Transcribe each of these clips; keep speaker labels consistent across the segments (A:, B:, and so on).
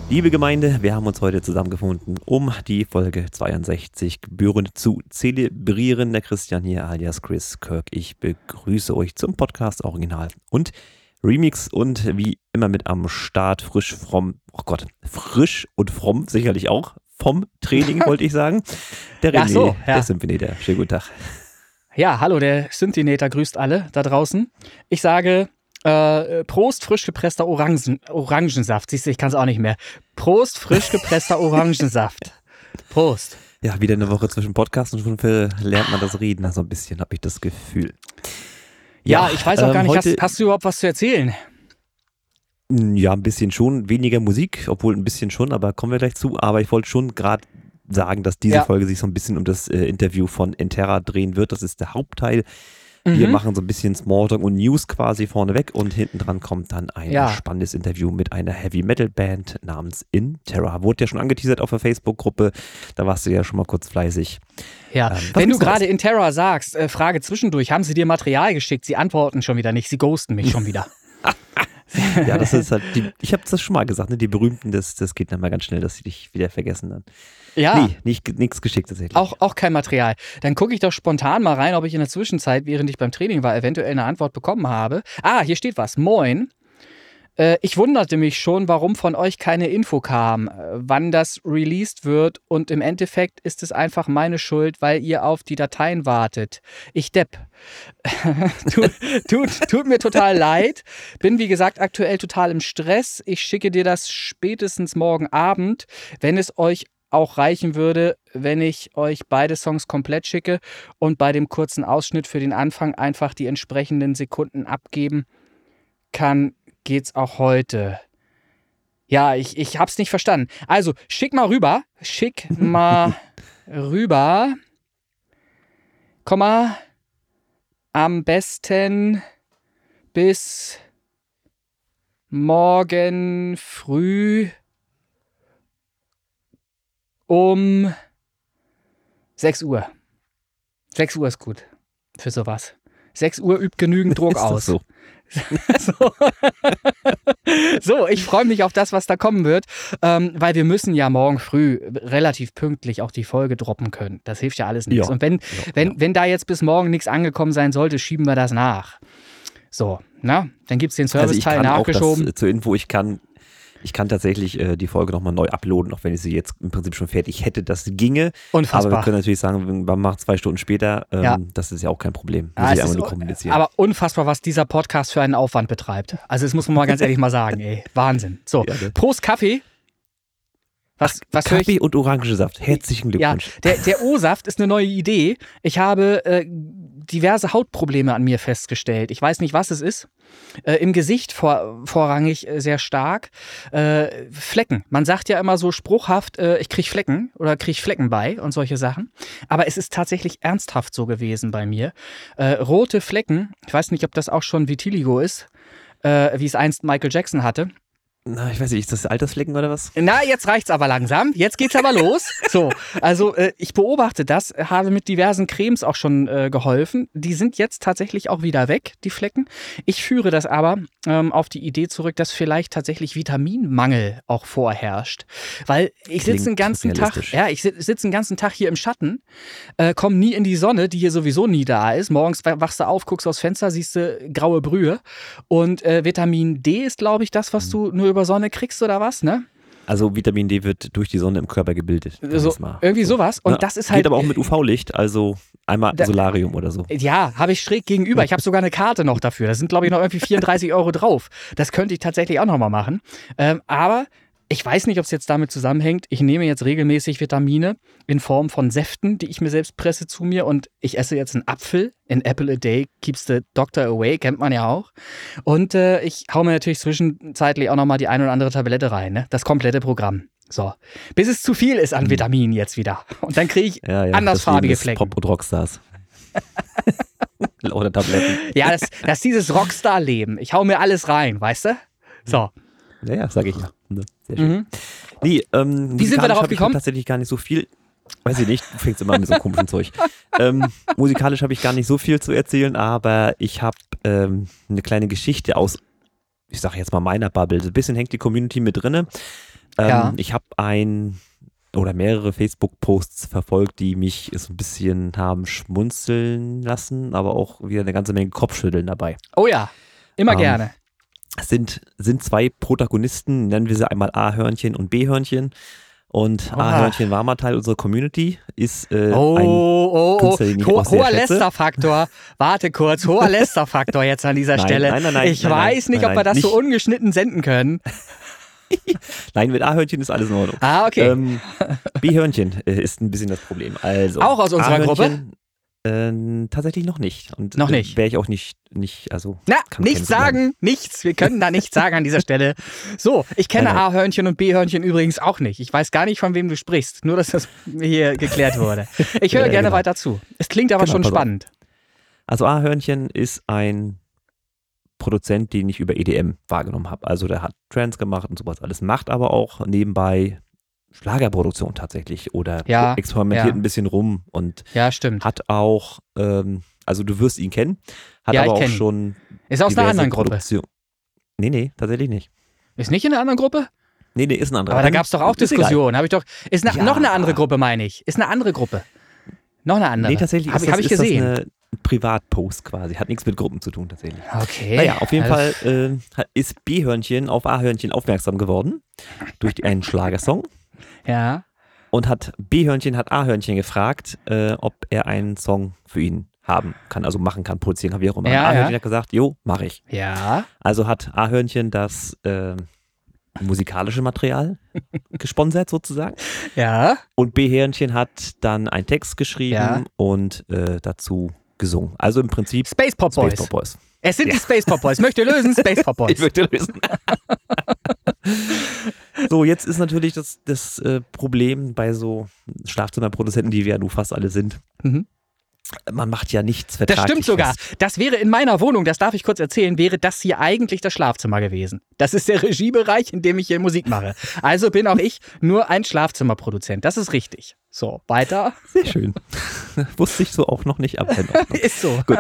A: Liebe Gemeinde, wir haben uns heute zusammengefunden, um die Folge 62 gebührend zu zelebrieren. Der Christian hier alias Chris Kirk. Ich begrüße euch zum Podcast Original und Remix und wie immer mit am Start frisch und fromm sicherlich auch vom Training, wollte ich sagen. Der René, der Symphinator. Schönen guten Tag.
B: Ja, hallo, der Synthinator grüßt alle da draußen. Ich sage Prost, frisch gepresster Orangensaft. Siehst du, ich kann es auch nicht mehr. Prost, frisch gepresster Orangensaft. Prost.
A: Ja, wieder eine Woche zwischen Podcast und schon lernt man das Reden. So ein bisschen habe ich das Gefühl.
B: Ja, ich weiß auch gar nicht, hast du überhaupt was zu erzählen?
A: Ja, ein bisschen schon. Weniger Musik, obwohl ein bisschen schon, aber kommen wir gleich zu. Aber ich wollte schon gerade sagen, dass diese Folge sich so ein bisschen um das Interview von Enterra drehen wird. Das ist der Hauptteil. Wir machen so ein bisschen Smalltalk und News quasi vorneweg und hinten dran kommt dann ein spannendes Interview mit einer Heavy-Metal-Band namens Enterra. Wurde ja schon angeteasert auf der Facebook-Gruppe, da warst du ja schon mal kurz fleißig.
B: Ja, wenn du gerade Enterra sagst, Frage zwischendurch, haben sie dir Material geschickt? Sie antworten schon wieder nicht, sie ghosten mich schon wieder.
A: Ja, das ist halt, ich habe das schon mal gesagt, ne? Die Berühmten, das geht dann mal ganz schnell, dass sie dich wieder vergessen dann.
B: Ja.
A: Nee, nichts geschickt tatsächlich.
B: Auch kein Material. Dann gucke ich doch spontan mal rein, ob ich in der Zwischenzeit, während ich beim Training war, eventuell eine Antwort bekommen habe. Hier steht was. Moin. Ich wunderte mich schon, warum von euch keine Info kam, wann das released wird und im Endeffekt ist es einfach meine Schuld, weil ihr auf die Dateien wartet. Ich Depp. Tut mir total leid. Bin wie gesagt aktuell total im Stress. Ich schicke dir das spätestens morgen Abend, wenn es euch auch reichen würde, wenn ich euch beide Songs komplett schicke und bei dem kurzen Ausschnitt für den Anfang einfach die entsprechenden Sekunden abgeben kann, geht's auch heute. Ja, ich hab's nicht verstanden. Also, schick mal rüber. Komm mal am besten bis morgen früh um 6 Uhr. 6 Uhr ist gut für sowas. 6 Uhr übt genügend Druck aus.
A: So.
B: So, ich freue mich auf das, was da kommen wird, weil wir müssen ja morgen früh relativ pünktlich auch die Folge droppen können. Das hilft ja alles nichts.
A: Ja.
B: Und wenn da jetzt bis morgen nichts angekommen sein sollte, schieben wir das nach. So, na, dann gibt es den Serviceteil nachgeschoben.
A: Zur Info, ich kann tatsächlich die Folge nochmal neu uploaden, auch wenn ich sie jetzt im Prinzip schon fertig hätte. Das ginge.
B: Unfassbar.
A: Aber wir können natürlich sagen, man macht 2 Stunden später. Das ist ja auch kein Problem. Muss ich einfach nur kommunizieren.
B: Aber unfassbar, was dieser Podcast für einen Aufwand betreibt. Also das muss man mal ganz ehrlich mal sagen, ey. Wahnsinn. So, Prost Kaffee. Was
A: Kaffee und Orangensaft. Herzlichen Glückwunsch.
B: Ja, der O-Saft ist eine neue Idee. Ich habe diverse Hautprobleme an mir festgestellt. Ich weiß nicht, was es ist. Im Gesicht vorrangig sehr stark. Flecken. Man sagt ja immer so spruchhaft, ich kriege Flecken oder kriege Flecken bei und solche Sachen. Aber es ist tatsächlich ernsthaft so gewesen bei mir. Rote Flecken, ich weiß nicht, ob das auch schon Vitiligo ist, wie es einst Michael Jackson hatte.
A: Na, ich weiß nicht, ist das Altersflecken oder was?
B: Na, jetzt reicht's aber langsam. Jetzt geht's aber los. So, also ich beobachte das, habe mit diversen Cremes auch schon geholfen. Die sind jetzt tatsächlich auch wieder weg, die Flecken. Ich führe das aber auf die Idee zurück, dass vielleicht tatsächlich Vitaminmangel auch vorherrscht. Weil ich sitze den ganzen Tag, den ganzen Tag hier im Schatten, komme nie in die Sonne, die hier sowieso nie da ist. Morgens wachst du auf, guckst aufs Fenster, siehst du graue Brühe. Und Vitamin D ist, glaube ich, das, was du nur über Sonne kriegst oder was, ne?
A: Also Vitamin D wird durch die Sonne im Körper gebildet.
B: So, irgendwie sowas. Und das ist halt.
A: Geht aber auch mit UV-Licht, also einmal Solarium oder so.
B: Ja, habe ich schräg gegenüber. Ich habe sogar eine Karte noch dafür. Da sind, glaube ich, noch irgendwie 34 € drauf. Das könnte ich tatsächlich auch nochmal machen. Aber ich weiß nicht, ob es jetzt damit zusammenhängt. Ich nehme jetzt regelmäßig Vitamine in Form von Säften, die ich mir selbst presse zu mir. Und ich esse jetzt einen Apfel. An apple a day keeps the doctor away, kennt man ja auch. Und ich hau mir natürlich zwischenzeitlich auch nochmal die ein oder andere Tablette rein. Ne? Das komplette Programm. So. Bis es zu viel ist an Vitaminen jetzt wieder. Und dann kriege ich andersfarbige Flecken.
A: Pop- und Rockstars. Oder Tabletten.
B: Ja, das ist dieses Rockstar-Leben. Ich hau mir alles rein, weißt du? So.
A: Ja, sag ich ja. Sehr schön. Nee,
B: wie sind wir darauf gekommen?
A: Tatsächlich gar nicht so viel. Weiß ich nicht, du fängst immer mit so komischen Zeug. Musikalisch habe ich gar nicht so viel zu erzählen, aber ich habe eine kleine Geschichte aus, ich sage jetzt mal meiner Bubble. So ein bisschen hängt die Community mit drinne.
B: Ja.
A: Ich habe mehrere Facebook-Posts verfolgt, die mich so ein bisschen haben schmunzeln lassen, aber auch wieder eine ganze Menge Kopfschütteln dabei.
B: Oh ja, immer gerne.
A: Es sind zwei Protagonisten, nennen wir sie einmal A-Hörnchen und B-Hörnchen. Und A-Hörnchen war mal Teil unserer Community, ist ein Künstler, den ich auch sehr
B: hoher
A: schätze.
B: Lästerfaktor. Warte kurz, hoher Lästerfaktor jetzt an dieser Stelle.
A: Nein,
B: ich weiß nicht, ob wir das so ungeschnitten senden können.
A: Nein, mit A-Hörnchen ist alles in Ordnung.
B: Okay.
A: B-Hörnchen ist ein bisschen das Problem. Also,
B: auch aus unserer Gruppe?
A: Tatsächlich noch nicht. Und
B: noch nicht.
A: Wäre ich auch nicht also.
B: Nichts sagen, nichts. Wir können da nichts sagen an dieser Stelle. So, ich kenne A-Hörnchen und B-Hörnchen übrigens auch nicht. Ich weiß gar nicht, von wem du sprichst. Nur, dass das hier geklärt wurde. Ich höre gerne weiter zu. Es klingt aber schon spannend.
A: Also A-Hörnchen ist ein Produzent, den ich über EDM wahrgenommen habe. Also der hat Trance gemacht und sowas alles, macht aber auch nebenbei Schlagerproduktion tatsächlich oder experimentiert ein bisschen rum und
B: stimmt.
A: hat auch, also du wirst ihn kennen, hat aber auch schon
B: ist aus einer anderen
A: Produktion. Gruppe. Nee, tatsächlich nicht.
B: Ist nicht in einer anderen Gruppe?
A: Nee, ist eine andere.
B: Aber da gab es doch auch Diskussionen. Noch eine andere Gruppe, meine ich. Ist eine andere Gruppe. Noch eine andere.
A: Nee, tatsächlich
B: hab ich gesehen.
A: Das eine Privatpost quasi. Hat nichts mit Gruppen zu tun tatsächlich.
B: Okay.
A: Naja, auf jeden Fall ist B-Hörnchen auf A-Hörnchen aufmerksam geworden durch einen Schlagersong.
B: Ja.
A: Und B-Hörnchen hat A-Hörnchen gefragt, ob er einen Song für ihn haben kann, also machen kann, produzieren kann, wie auch immer. A-Hörnchen hat gesagt, jo, mache ich.
B: Ja.
A: Also hat A-Hörnchen das musikalische Material gesponsert sozusagen.
B: Ja.
A: Und B-Hörnchen hat dann einen Text geschrieben und dazu gesungen. Also im Prinzip
B: Space Pop Boys. Es sind die Space Pop Boys. Möchte lösen, Space Pop Boys.
A: Ich möchte lösen. So, jetzt ist natürlich das Problem bei so Schlafzimmerproduzenten, die wir ja nun fast alle sind.
B: Mhm.
A: Man macht ja nichts vertraglich.
B: Das stimmt sogar. Das wäre in meiner Wohnung, das darf ich kurz erzählen, wäre das hier eigentlich das Schlafzimmer gewesen. Das ist der Regiebereich, in dem ich hier Musik mache. Also bin auch ich nur ein Schlafzimmerproduzent. Das ist richtig. So, weiter.
A: Sehr schön. Wusste ich so auch noch nicht, aber
B: ist so.
A: Gut.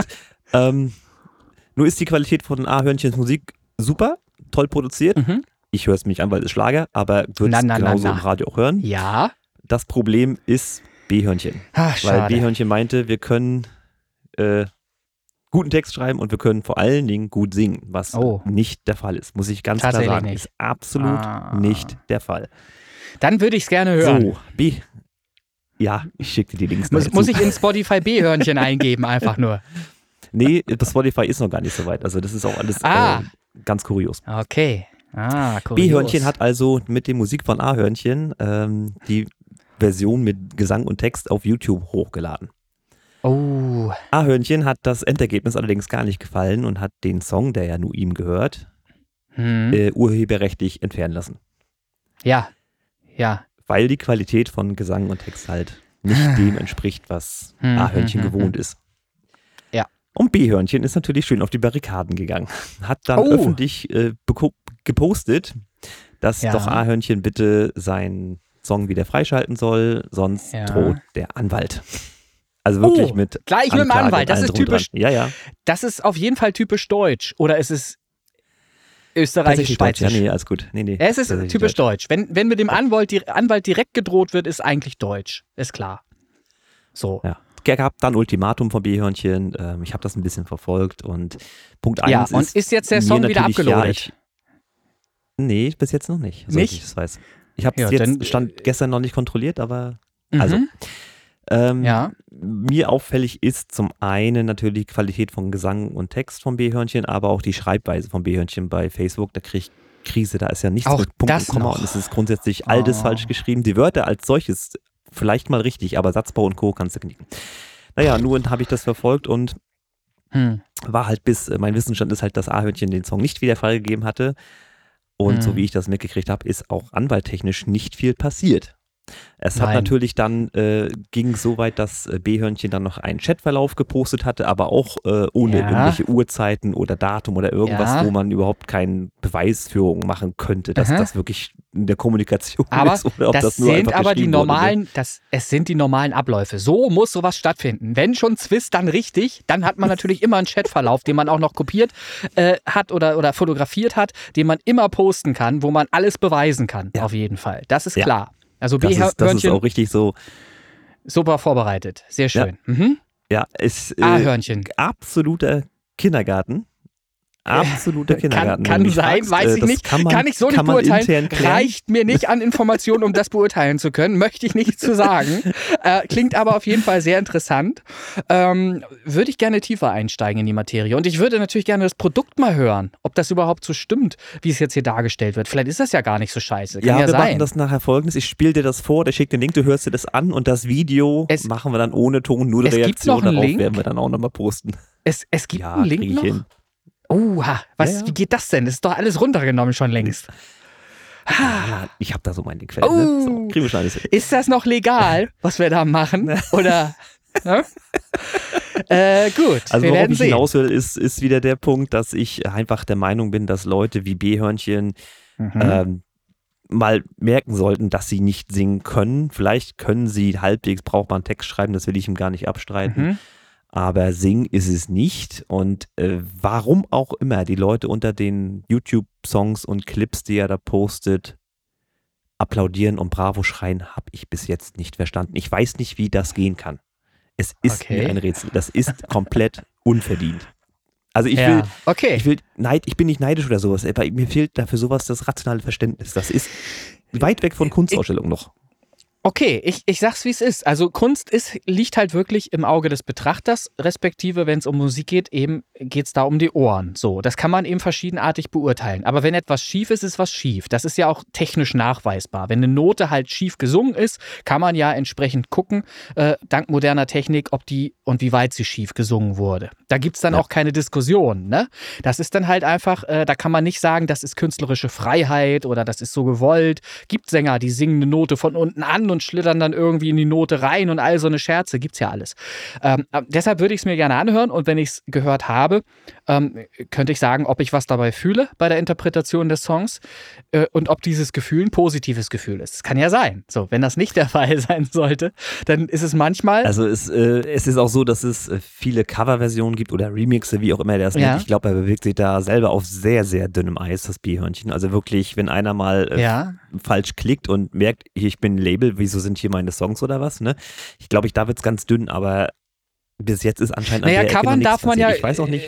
A: Nur ist die Qualität von A-Hörnchens Musik super, toll produziert.
B: Mhm.
A: Ich höre es mir nicht an, weil es Schlager, aber würde es genauso im Radio auch hören.
B: Ja.
A: Das Problem ist B-Hörnchen. Weil B-Hörnchen meinte, wir können guten Text schreiben und wir können vor allen Dingen gut singen, was nicht der Fall ist. Muss ich ganz klar sagen.
B: Nicht.
A: Ist absolut nicht der Fall.
B: Dann würde ich es gerne hören.
A: So, ja, ich schicke dir die Links.
B: Muss ich in Spotify B-Hörnchen eingeben, einfach nur?
A: Nee, das Spotify ist noch gar nicht so weit. Also das ist auch alles ganz kurios.
B: Okay. Kurios.
A: B-Hörnchen hat also mit der Musik von A-Hörnchen die Version mit Gesang und Text auf YouTube hochgeladen.
B: Oh.
A: A-Hörnchen hat das Endergebnis allerdings gar nicht gefallen und hat den Song, der ja nur ihm gehört, urheberrechtlich entfernen lassen.
B: Ja.
A: Weil die Qualität von Gesang und Text halt nicht dem entspricht, was A-Hörnchen gewohnt ist.
B: Ja.
A: Und B-Hörnchen ist natürlich schön auf die Barrikaden gegangen. Hat dann öffentlich gepostet, dass doch A-Hörnchen bitte seinen Song wieder freischalten soll, sonst droht der Anwalt. Also wirklich mit
B: gleich mit dem Anwalt, das ist typisch.
A: Ja.
B: Das ist auf jeden Fall typisch deutsch. Oder ist es österreichisch-schweizisch?
A: Ja, nee, alles gut. Nee.
B: Es ist typisch deutsch. Wenn mit dem Anwalt direkt gedroht wird, ist eigentlich deutsch. Ist klar. So.
A: Ja. Es gab dann ein Ultimatum von B-Hörnchen. Ich habe das ein bisschen verfolgt und Punkt 1
B: ja, und ist jetzt der Song wieder abgeloadet?
A: Nee, bis jetzt noch nicht, soweit ich das weiß. Ich habe es Stand gestern noch nicht kontrolliert, aber also. Mir auffällig ist zum einen natürlich die Qualität von Gesang und Text von B-Hörnchen, aber auch die Schreibweise von B-Hörnchen bei Facebook. Da kriege ich Krise, da ist ja nichts
B: auch
A: mit Punkt und Komma und es ist grundsätzlich alles falsch geschrieben. Die Wörter als solches vielleicht mal richtig, aber Satzbau und Co. kannst du knicken. Naja, nun habe ich das verfolgt und war halt mein Wissensstand ist halt, dass A-Hörnchen den Song nicht wieder freigegeben hatte und so wie ich das mitgekriegt habe, ist auch anwalttechnisch nicht viel passiert. Es hat
B: Nein.
A: natürlich dann, ging so weit, dass B-Hörnchen dann noch einen Chatverlauf gepostet hatte, aber auch ohne irgendwelche Uhrzeiten oder Datum oder irgendwas, wo man überhaupt keine Beweisführung machen könnte, dass das wirklich in der Kommunikation ist oder ob das nur einfach geschrieben wurde.
B: Es sind die normalen Abläufe. So muss sowas stattfinden. Wenn schon Zwist, dann richtig. Dann hat man natürlich immer einen Chatverlauf, den man auch noch kopiert hat oder fotografiert hat, den man immer posten kann, wo man alles beweisen kann, auf jeden Fall. Das ist klar. Also
A: das ist auch richtig so.
B: Super vorbereitet. Sehr schön.
A: Ja, ja ist
B: A-Hörnchen.
A: Absoluter Kindergarten. Absoluter Kindergarten.
B: Kann sein, weiß ich nicht. Kann ich so nicht beurteilen. Reicht mir nicht an Informationen, um das beurteilen zu können. Möchte ich nicht zu sagen. Klingt aber auf jeden Fall sehr interessant. Würde ich gerne tiefer einsteigen in die Materie. Und ich würde natürlich gerne das Produkt mal hören, ob das überhaupt so stimmt, wie es jetzt hier dargestellt wird. Vielleicht ist das ja gar nicht so scheiße. Kann ja
A: wir
B: sein.
A: machen das nachher Folgendes. Ich spiele dir das vor, der schickt den Link, du hörst dir das an und das Video machen wir dann ohne Ton, nur die Reaktion darauf werden wir dann auch nochmal posten.
B: Es gibt einen Link noch? Hin. Wie geht das denn? Das ist doch alles runtergenommen schon längst.
A: Ja, ich habe da so meine Quellen. Ne? So, kriegen wir schon alles hin.
B: Ist das noch legal, was wir da machen? Oder? Ne? Gut,
A: also worauf ich hinaus will, ist wieder der Punkt, dass ich einfach der Meinung bin, dass Leute wie B-Hörnchen mal merken sollten, dass sie nicht singen können. Vielleicht können sie halbwegs brauchbaren Text schreiben, das will ich ihm gar nicht abstreiten. Aber singen ist es nicht und warum auch immer die Leute unter den YouTube-Songs und Clips, die er da postet, applaudieren und Bravo schreien, habe ich bis jetzt nicht verstanden. Ich weiß nicht, wie das gehen kann. Es ist mir ein Rätsel. Das ist komplett unverdient. Also ich bin nicht neidisch oder sowas, aber mir fehlt dafür sowas das rationale Verständnis. Das ist weit weg von Kunstausstellung noch.
B: Okay, ich sag's wie es ist. Also Kunst liegt halt wirklich im Auge des Betrachters, respektive, wenn es um Musik geht, eben geht's da um die Ohren. So, das kann man eben verschiedenartig beurteilen. Aber wenn etwas schief ist, ist was schief. Das ist ja auch technisch nachweisbar. Wenn eine Note halt schief gesungen ist, kann man ja entsprechend gucken, dank moderner Technik, ob die und wie weit sie schief gesungen wurde. Da gibt's dann auch keine Diskussion, ne? Das ist dann halt einfach, da kann man nicht sagen, das ist künstlerische Freiheit oder das ist so gewollt. Gibt Sänger, die singen eine Note von unten an und schlittern dann irgendwie in die Note rein und all so eine Scherze, gibt's ja alles. Deshalb würde ich es mir gerne anhören und wenn ich es gehört habe, könnte ich sagen, ob ich was dabei fühle bei der Interpretation des Songs und ob dieses Gefühl ein positives Gefühl ist. Das kann ja sein. So, wenn das nicht der Fall sein sollte, dann ist es manchmal...
A: Also es ist auch so, dass es viele Coverversionen gibt oder Remixe, wie auch immer der es nennt. Ich glaube, er bewegt sich da selber auf sehr, sehr dünnem Eis, das B-Hörnchen. Also wirklich, wenn einer mal falsch klickt und merkt, ich bin ein Label, wieso sind hier meine Songs oder was, ne? Ich glaube, da wird es ganz dünn, aber bis jetzt ist anscheinend an der Ecke noch nichts passiert. Ich weiß auch nicht.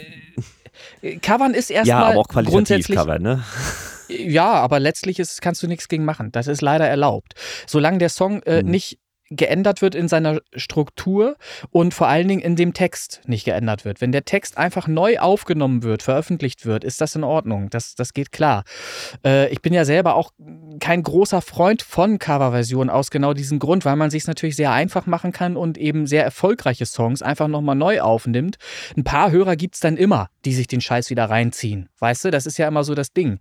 B: Covern ist erstmal
A: aber auch qualitativ Cover, ne?
B: Ja, aber letztlich kannst du nichts gegen machen. Das ist leider erlaubt. Solange der Song nicht geändert wird in seiner Struktur und vor allen Dingen in dem Text nicht geändert wird. Wenn der Text einfach neu aufgenommen wird, veröffentlicht wird, ist das in Ordnung. Das geht klar. Ich bin ja selber auch kein großer Freund von Coverversionen aus genau diesem Grund, weil man sich es natürlich sehr einfach machen kann und eben sehr erfolgreiche Songs einfach nochmal neu aufnimmt. Ein paar Hörer gibt es dann immer, die sich den Scheiß wieder reinziehen. Weißt du, das ist ja immer so das Ding.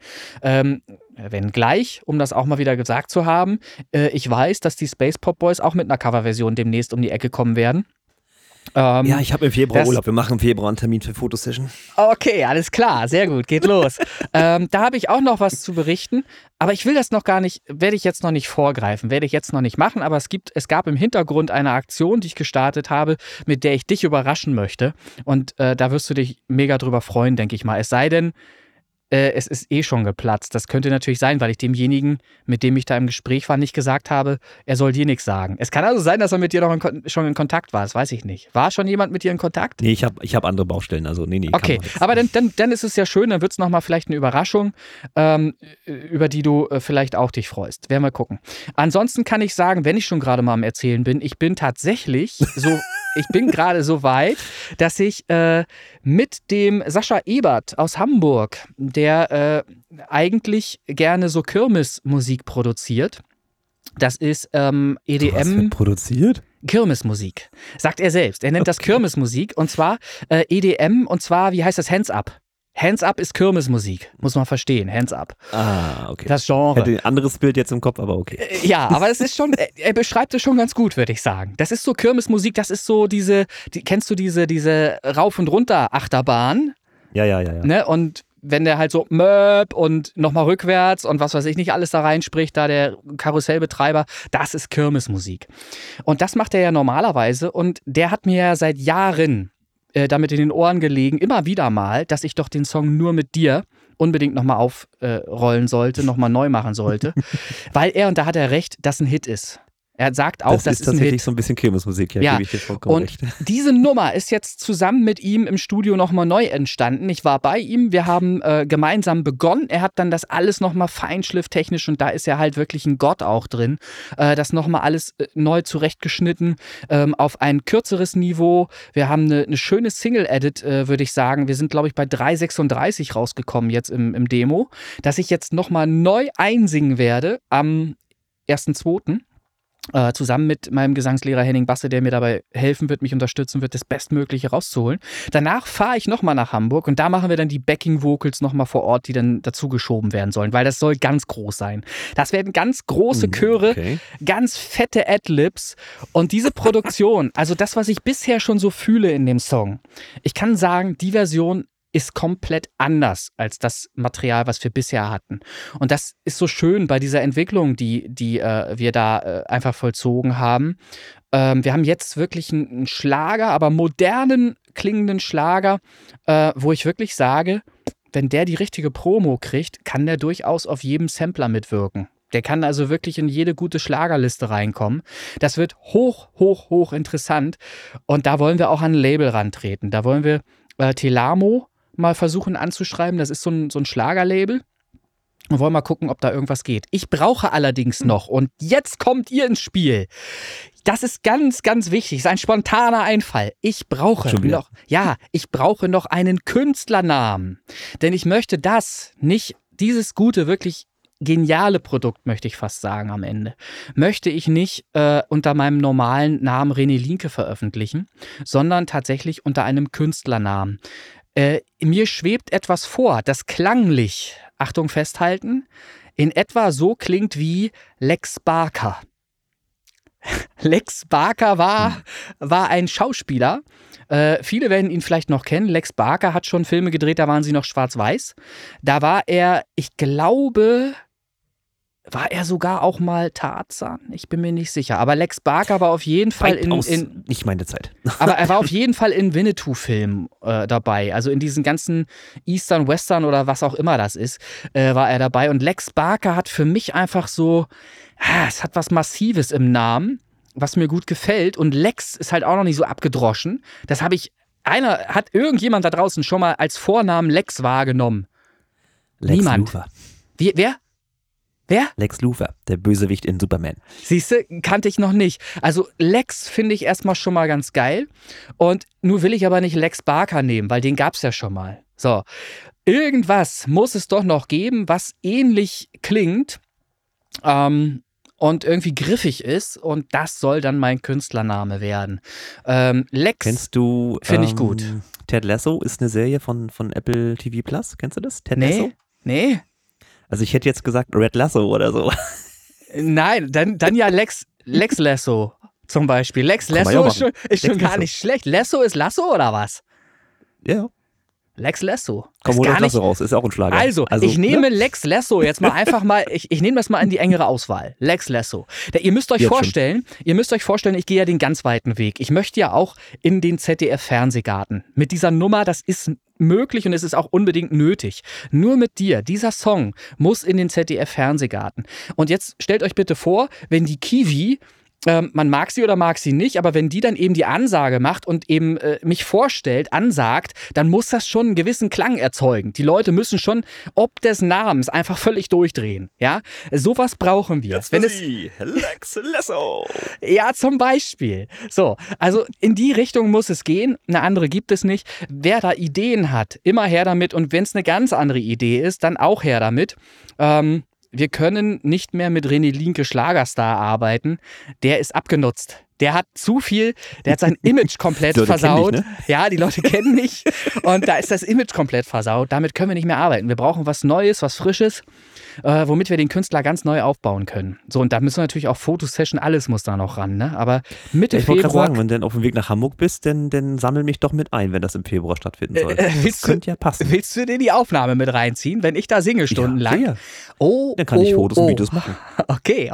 B: Wenngleich, um das auch mal wieder gesagt zu haben, ich weiß, dass die Space Pop Boys auch mit einer Coverversion demnächst um die Ecke kommen werden.
A: Ja, ich habe im Februar Urlaub. Wir machen im Februar einen Termin für Fotosession.
B: Okay, alles klar. Sehr gut. Geht los. Da habe ich auch noch was zu berichten. Aber ich will das noch gar nicht, werde ich jetzt noch nicht vorgreifen, werde ich jetzt noch nicht machen. Aber es gab im Hintergrund eine Aktion, die ich gestartet habe, mit der ich dich überraschen möchte. Und da wirst du dich mega drüber freuen, denke ich mal. Es sei denn, es ist schon geplatzt. Das könnte natürlich sein, weil ich demjenigen, mit dem ich da im Gespräch war, nicht gesagt habe, er soll dir nichts sagen. Es kann also sein, dass er mit dir noch schon in Kontakt war. Das weiß ich nicht. War schon jemand mit dir in Kontakt?
A: Nee, ich hab andere Baustellen. Also nee.
B: Okay, aber dann ist es ja schön. Dann wird es nochmal vielleicht eine Überraschung, über die du vielleicht auch dich freust. Werden wir gucken. Ansonsten kann ich sagen, wenn ich schon gerade mal am Erzählen bin, ich bin tatsächlich so... Ich bin gerade so weit, dass ich mit dem Sascha Ebert aus Hamburg, der eigentlich gerne so Kirmesmusik produziert, das ist EDM.
A: Was wird produziert?
B: Kirmesmusik, sagt er selbst. Er nennt das Kirmesmusik und zwar EDM und zwar, wie heißt das, Hands Up. Hands Up ist Kirmesmusik, muss man verstehen. Hands Up.
A: Ah, okay.
B: Das Genre.
A: Hätte ein anderes Bild jetzt im Kopf, aber okay.
B: Ja, aber es ist schon, er beschreibt es schon ganz gut, würde ich sagen. Das ist so Kirmesmusik, das ist so kennst du diese Rauf- und Runter-Achterbahn?
A: Ja.
B: Ne? Und wenn der halt so Möp und nochmal rückwärts und was weiß ich nicht alles da reinspricht, da der Karussellbetreiber, das ist Kirmesmusik. Und das macht er ja normalerweise und der hat mir ja seit Jahren damit in den Ohren gelegen, immer wieder mal, dass ich doch den Song Nur mit dir unbedingt nochmal aufrollen sollte, nochmal neu machen sollte, weil und da hat er recht, das ein Hit ist. Er sagt auch, das ist ein Hit.
A: tatsächlich so ein bisschen Kirmesmusik, ja, gebe ich dir vollkommen recht.
B: Und diese Nummer ist jetzt zusammen mit ihm im Studio nochmal neu entstanden. Ich war bei ihm, wir haben gemeinsam begonnen. Er hat dann das alles nochmal feinschlifftechnisch und da ist ja halt wirklich ein Gott auch drin. Das nochmal alles neu zurechtgeschnitten auf ein kürzeres Niveau. Wir haben eine schöne Single-Edit, würde ich sagen. Wir sind, glaube ich, bei 3,36 rausgekommen jetzt im Demo, dass ich jetzt nochmal neu einsingen werde am 1.2. Zusammen mit meinem Gesangslehrer Henning Basse, der mir dabei helfen wird, mich unterstützen wird, das Bestmögliche rauszuholen. Danach fahre ich nochmal nach Hamburg und da machen wir dann die Backing-Vocals nochmal vor Ort, die dann dazu geschoben werden sollen, weil das soll ganz groß sein. Das werden ganz große Chöre, ganz fette Adlibs und diese Produktion, also das, was ich bisher schon so fühle in dem Song, ich kann sagen, die Version ist komplett anders als das Material, was wir bisher hatten. Und das ist so schön bei dieser Entwicklung, die wir da einfach vollzogen haben. Wir haben jetzt wirklich einen Schlager, aber modernen klingenden Schlager, wo ich wirklich sage, wenn der die richtige Promo kriegt, kann der durchaus auf jedem Sampler mitwirken. Der kann also wirklich in jede gute Schlagerliste reinkommen. Das wird hoch interessant. Und da wollen wir auch an ein Label rantreten. Da wollen wir Telamo mal versuchen anzuschreiben. Das ist so ein Schlagerlabel. Und wollen mal gucken, ob da irgendwas geht. Ich brauche allerdings noch, und jetzt kommt ihr ins Spiel. Das ist ganz wichtig. Das ist ein spontaner Einfall. Ich brauche noch einen Künstlernamen. Denn ich möchte dieses gute, wirklich geniale Produkt, möchte ich fast sagen am Ende, möchte ich nicht unter meinem normalen Namen René Linke veröffentlichen, sondern tatsächlich unter einem Künstlernamen. Mir schwebt etwas vor, das klanglich, Achtung festhalten, in etwa so klingt wie Lex Barker. Lex Barker war ein Schauspieler. Viele werden ihn vielleicht noch kennen. Lex Barker hat schon Filme gedreht, da waren sie noch schwarz-weiß. Da war er, ich glaube, war er sogar auch mal Tarzan? Ich bin mir nicht sicher. Aber Lex Barker war auf jeden Fall
A: nicht meine Zeit.
B: Aber er war auf jeden Fall in Winnetou-Filmen dabei. Also in diesen ganzen Eastern, Western oder was auch immer das ist, war er dabei. Und Lex Barker hat für mich einfach so, es hat was Massives im Namen, was mir gut gefällt. Und Lex ist halt auch noch nicht so abgedroschen. Das hat irgendjemand da draußen schon mal als Vornamen Lex wahrgenommen? Niemand.
A: Luthor.
B: Wer?
A: Lex Luthor, der Bösewicht in Superman.
B: Siehste, kannte ich noch nicht. Also Lex finde ich erstmal schon mal ganz geil. Und nur will ich aber nicht Lex Barker nehmen, weil den gab es ja schon mal. So, irgendwas muss es doch noch geben, was ähnlich klingt und irgendwie griffig ist. Und das soll dann mein Künstlername werden. Lex.
A: Kennst du?
B: Finde ich gut.
A: Ted Lasso ist eine Serie von Apple TV Plus. Kennst du das? Ted Lasso?
B: Nee.
A: Also ich hätte jetzt gesagt Red Lasso oder so.
B: Nein, dann ja Lex Lasso zum Beispiel. Lex Lasso ist schon gar nicht schlecht. Lasso ist Lasso oder was?
A: Ja.
B: Lex Lasso.
A: Komm, hol das Lasso raus, ist auch ein Schlager.
B: Also ich nehme Lex Lasso jetzt mal einfach mal, ich nehme das mal in die engere Auswahl. Lex Lasso. Ihr müsst euch vorstellen, ich gehe ja den ganz weiten Weg. Ich möchte ja auch in den ZDF-Fernsehgarten. Mit dieser Nummer, das ist möglich und es ist auch unbedingt nötig. Nur mit dir, dieser Song muss in den ZDF-Fernsehgarten. Und jetzt stellt euch bitte vor, wenn die Kiwi, man mag sie oder mag sie nicht, aber wenn die dann eben die Ansage macht und eben mich vorstellt, ansagt, dann muss das schon einen gewissen Klang erzeugen. Die Leute müssen schon ob des Namens einfach völlig durchdrehen. Ja, sowas brauchen wir.
A: Jetzt Lex Lasso.
B: Ja, zum Beispiel. So, also in die Richtung muss es gehen. Eine andere gibt es nicht. Wer da Ideen hat, immer her damit. Und wenn es eine ganz andere Idee ist, dann auch her damit. Wir können nicht mehr mit René Linke Schlagerstar arbeiten. Der ist abgenutzt. Der hat sein Image komplett versaut.
A: Dich, ne?
B: Ja, die Leute kennen mich und da ist das Image komplett versaut. Damit können wir nicht mehr arbeiten. Wir brauchen was Neues, was Frisches, womit wir den Künstler ganz neu aufbauen können. So, und da müssen wir natürlich auch Fotosession, alles muss da noch ran, ne? Aber Mitte
A: ich wollte
B: Februar...
A: gerade sagen, wenn du dann auf dem Weg nach Hamburg bist, dann sammel mich doch mit ein, wenn das im Februar stattfinden soll. Das könnte ja passen.
B: Willst du dir die Aufnahme mit reinziehen, wenn ich da singe stundenlang?
A: Ja. Dann kann ich Fotos und Videos machen.
B: Okay.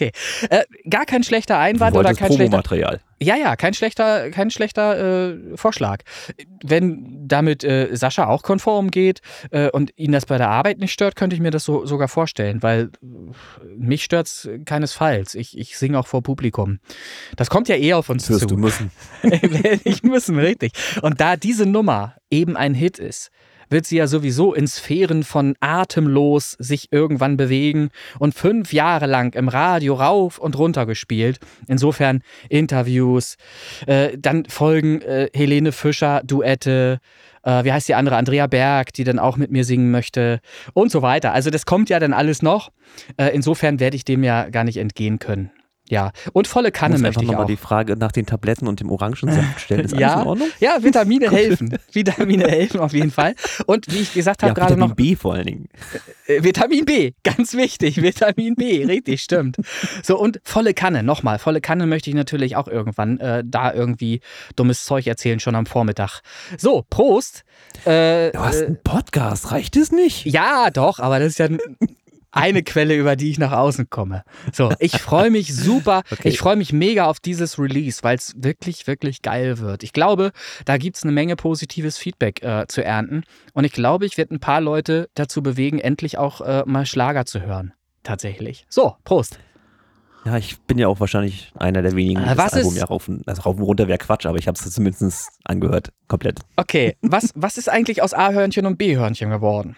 B: Gar kein schlechter Einwand oder kein schlechter...
A: Material.
B: Ja, kein schlechter Vorschlag. Wenn damit Sascha auch konform geht und ihn das bei der Arbeit nicht stört, könnte ich mir das sogar vorstellen, weil mich stört's keinesfalls. Ich singe auch vor Publikum. Das kommt ja eher auf uns zu.
A: Das wirst du müssen.
B: Nicht müssen, richtig. Und da diese Nummer eben ein Hit ist, wird sie ja sowieso in Sphären von atemlos sich irgendwann bewegen und 5 Jahre lang im Radio rauf und runter gespielt. Insofern Interviews, dann folgen Helene Fischer, Duette, wie heißt die andere, Andrea Berg, die dann auch mit mir singen möchte und so weiter. Also das kommt ja dann alles noch. Insofern werde ich dem ja gar nicht entgehen können. Ja, und volle Kanne möchte ich auch.
A: Ich muss einfach nochmal die Frage nach den Tabletten und dem Orangensaft stellen. Ist alles in Ordnung?
B: Ja, Vitamine helfen. Vitamine helfen auf jeden Fall. Und wie ich gesagt habe, gerade noch...
A: Vitamin B vor allen Dingen.
B: Vitamin B, ganz wichtig. Vitamin B, richtig, stimmt. So, und volle Kanne, nochmal. Volle Kanne möchte ich natürlich auch irgendwann da irgendwie dummes Zeug erzählen, schon am Vormittag. So, Prost.
A: Du hast einen Podcast, reicht es nicht?
B: Ja, doch, aber das ist ja... eine Quelle, über die ich nach außen komme. So, ich freue mich super, Ich freue mich mega auf dieses Release, weil es wirklich, wirklich geil wird. Ich glaube, da gibt es eine Menge positives Feedback zu ernten und ich glaube, ich werde ein paar Leute dazu bewegen, endlich auch mal Schlager zu hören. Tatsächlich. So, Prost.
A: Ja, ich bin ja auch wahrscheinlich einer der wenigen, die das Album ja rauf und runter wäre Quatsch, aber ich habe es zumindest angehört, komplett.
B: Okay, was ist eigentlich aus A-Hörnchen und B-Hörnchen geworden?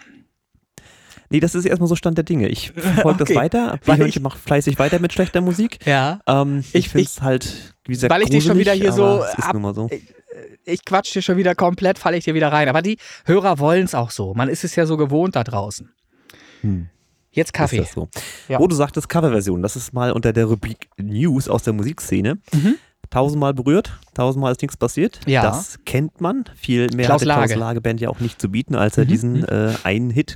A: Nee, das ist erstmal so Stand der Dinge. Ich verfolge das weiter. B-Hörnchen macht fleißig weiter mit schlechter Musik.
B: Ja.
A: Ich finde es halt, wie gesagt,
B: weil ich dich schon wieder hier so, ich quatsch dir schon wieder komplett, falle ich dir wieder rein. Aber die Hörer wollen es auch so. Man ist es ja so gewohnt da draußen. Jetzt Kaffee.
A: Ist das so? Ja. Wo du sagtest Coverversion, das ist mal unter der Rubrik News aus der Musikszene. 1000-mal berührt, 1000-mal ist nichts passiert.
B: Ja.
A: Das kennt man. Viel mehr
B: Klaus
A: hatte Klaus Lage Band ja auch nicht zu bieten, als er diesen einen Hit.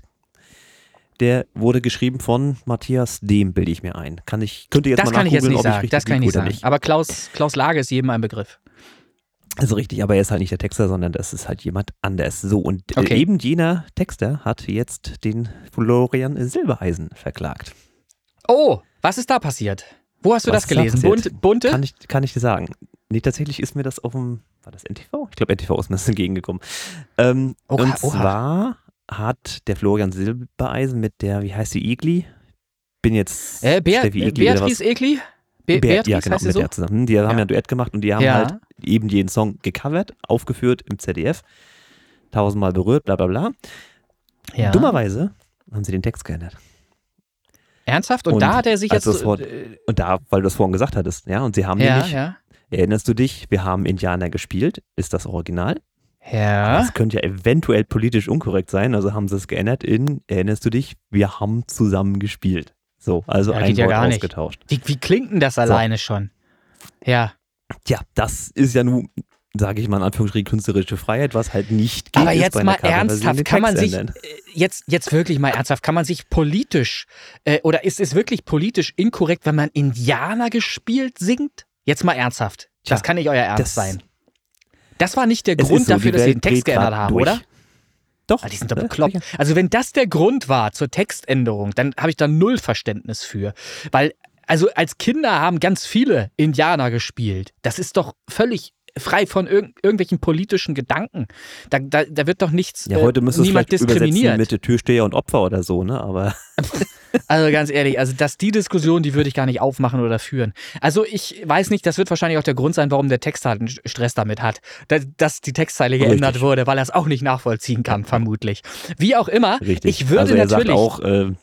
A: Der wurde geschrieben von Matthias Dehm, bilde ich mir ein. Könnte jetzt mal nachgoogeln,
B: kann ich jetzt nicht
A: ob
B: sagen.
A: ich
B: Das kann ich nicht sagen.
A: Nicht.
B: Aber Klaus Lage ist jedem ein Begriff.
A: Also richtig, aber er ist halt nicht der Texter, sondern das ist halt jemand anders. So, und eben jener Texter hat jetzt den Florian Silbereisen verklagt.
B: Oh, was ist da passiert? Wo hast du das gelesen? Bunte?
A: Kann ich dir sagen. Nee, tatsächlich ist mir das war das NTV? Ich glaube, NTV ist mir das entgegengekommen. Und zwar hat der Florian Silbereisen mit der, wie heißt sie, Egli? Bin jetzt
B: Beatrice Egli? Beatrice,
A: ja, genau,
B: heißt sie
A: mit
B: so?
A: der zusammen. Die haben ja ein Duett gemacht und die haben halt eben jeden Song gecovert, aufgeführt im ZDF. 1000-mal berührt, bla bla bla. Ja. Dummerweise haben sie den Text geändert.
B: Ernsthaft? Und da hat er sich jetzt...
A: und da, weil du das vorhin gesagt hattest, ja, und sie haben nämlich, erinnerst du dich, wir haben Indianer gespielt, ist das Original?
B: Ja.
A: Das könnte ja eventuell politisch unkorrekt sein, also haben sie es geändert in, erinnerst du dich, wir haben zusammen gespielt. So, also ein Wort ausgetauscht.
B: Wie klingt denn das alleine schon? Ja.
A: Tja, das ist ja nun, sage ich mal in Anführungsstrichen, künstlerische Freiheit, was halt nicht geht.
B: Aber jetzt mal ernsthaft, kann man sich, jetzt wirklich mal ernsthaft, kann man sich politisch, oder ist es wirklich politisch inkorrekt, wenn man Indianer gespielt singt? Jetzt mal ernsthaft. Das kann nicht euer Ernst sein. Das war nicht der Grund dafür, dass sie den Text geändert haben, oder?
A: Doch.
B: Die sind doch bekloppt. Also wenn das der Grund war zur Textänderung, dann habe ich da null Verständnis für. Weil, also als Kinder haben ganz viele Indianer gespielt. Das ist doch völlig frei von irgendwelchen politischen Gedanken. Da wird doch nichts,
A: heute
B: niemand diskriminiert.
A: Mit Türsteher und Opfer oder so, ne? Aber
B: also ganz ehrlich, die Diskussion, die würde ich gar nicht aufmachen oder führen. Also ich weiß nicht, das wird wahrscheinlich auch der Grund sein, warum der Text halt einen Stress damit hat, dass die Textzeile geändert wurde, weil er es auch nicht nachvollziehen kann, vermutlich. Wie auch immer, ich würde
A: er
B: natürlich...
A: sagt auch,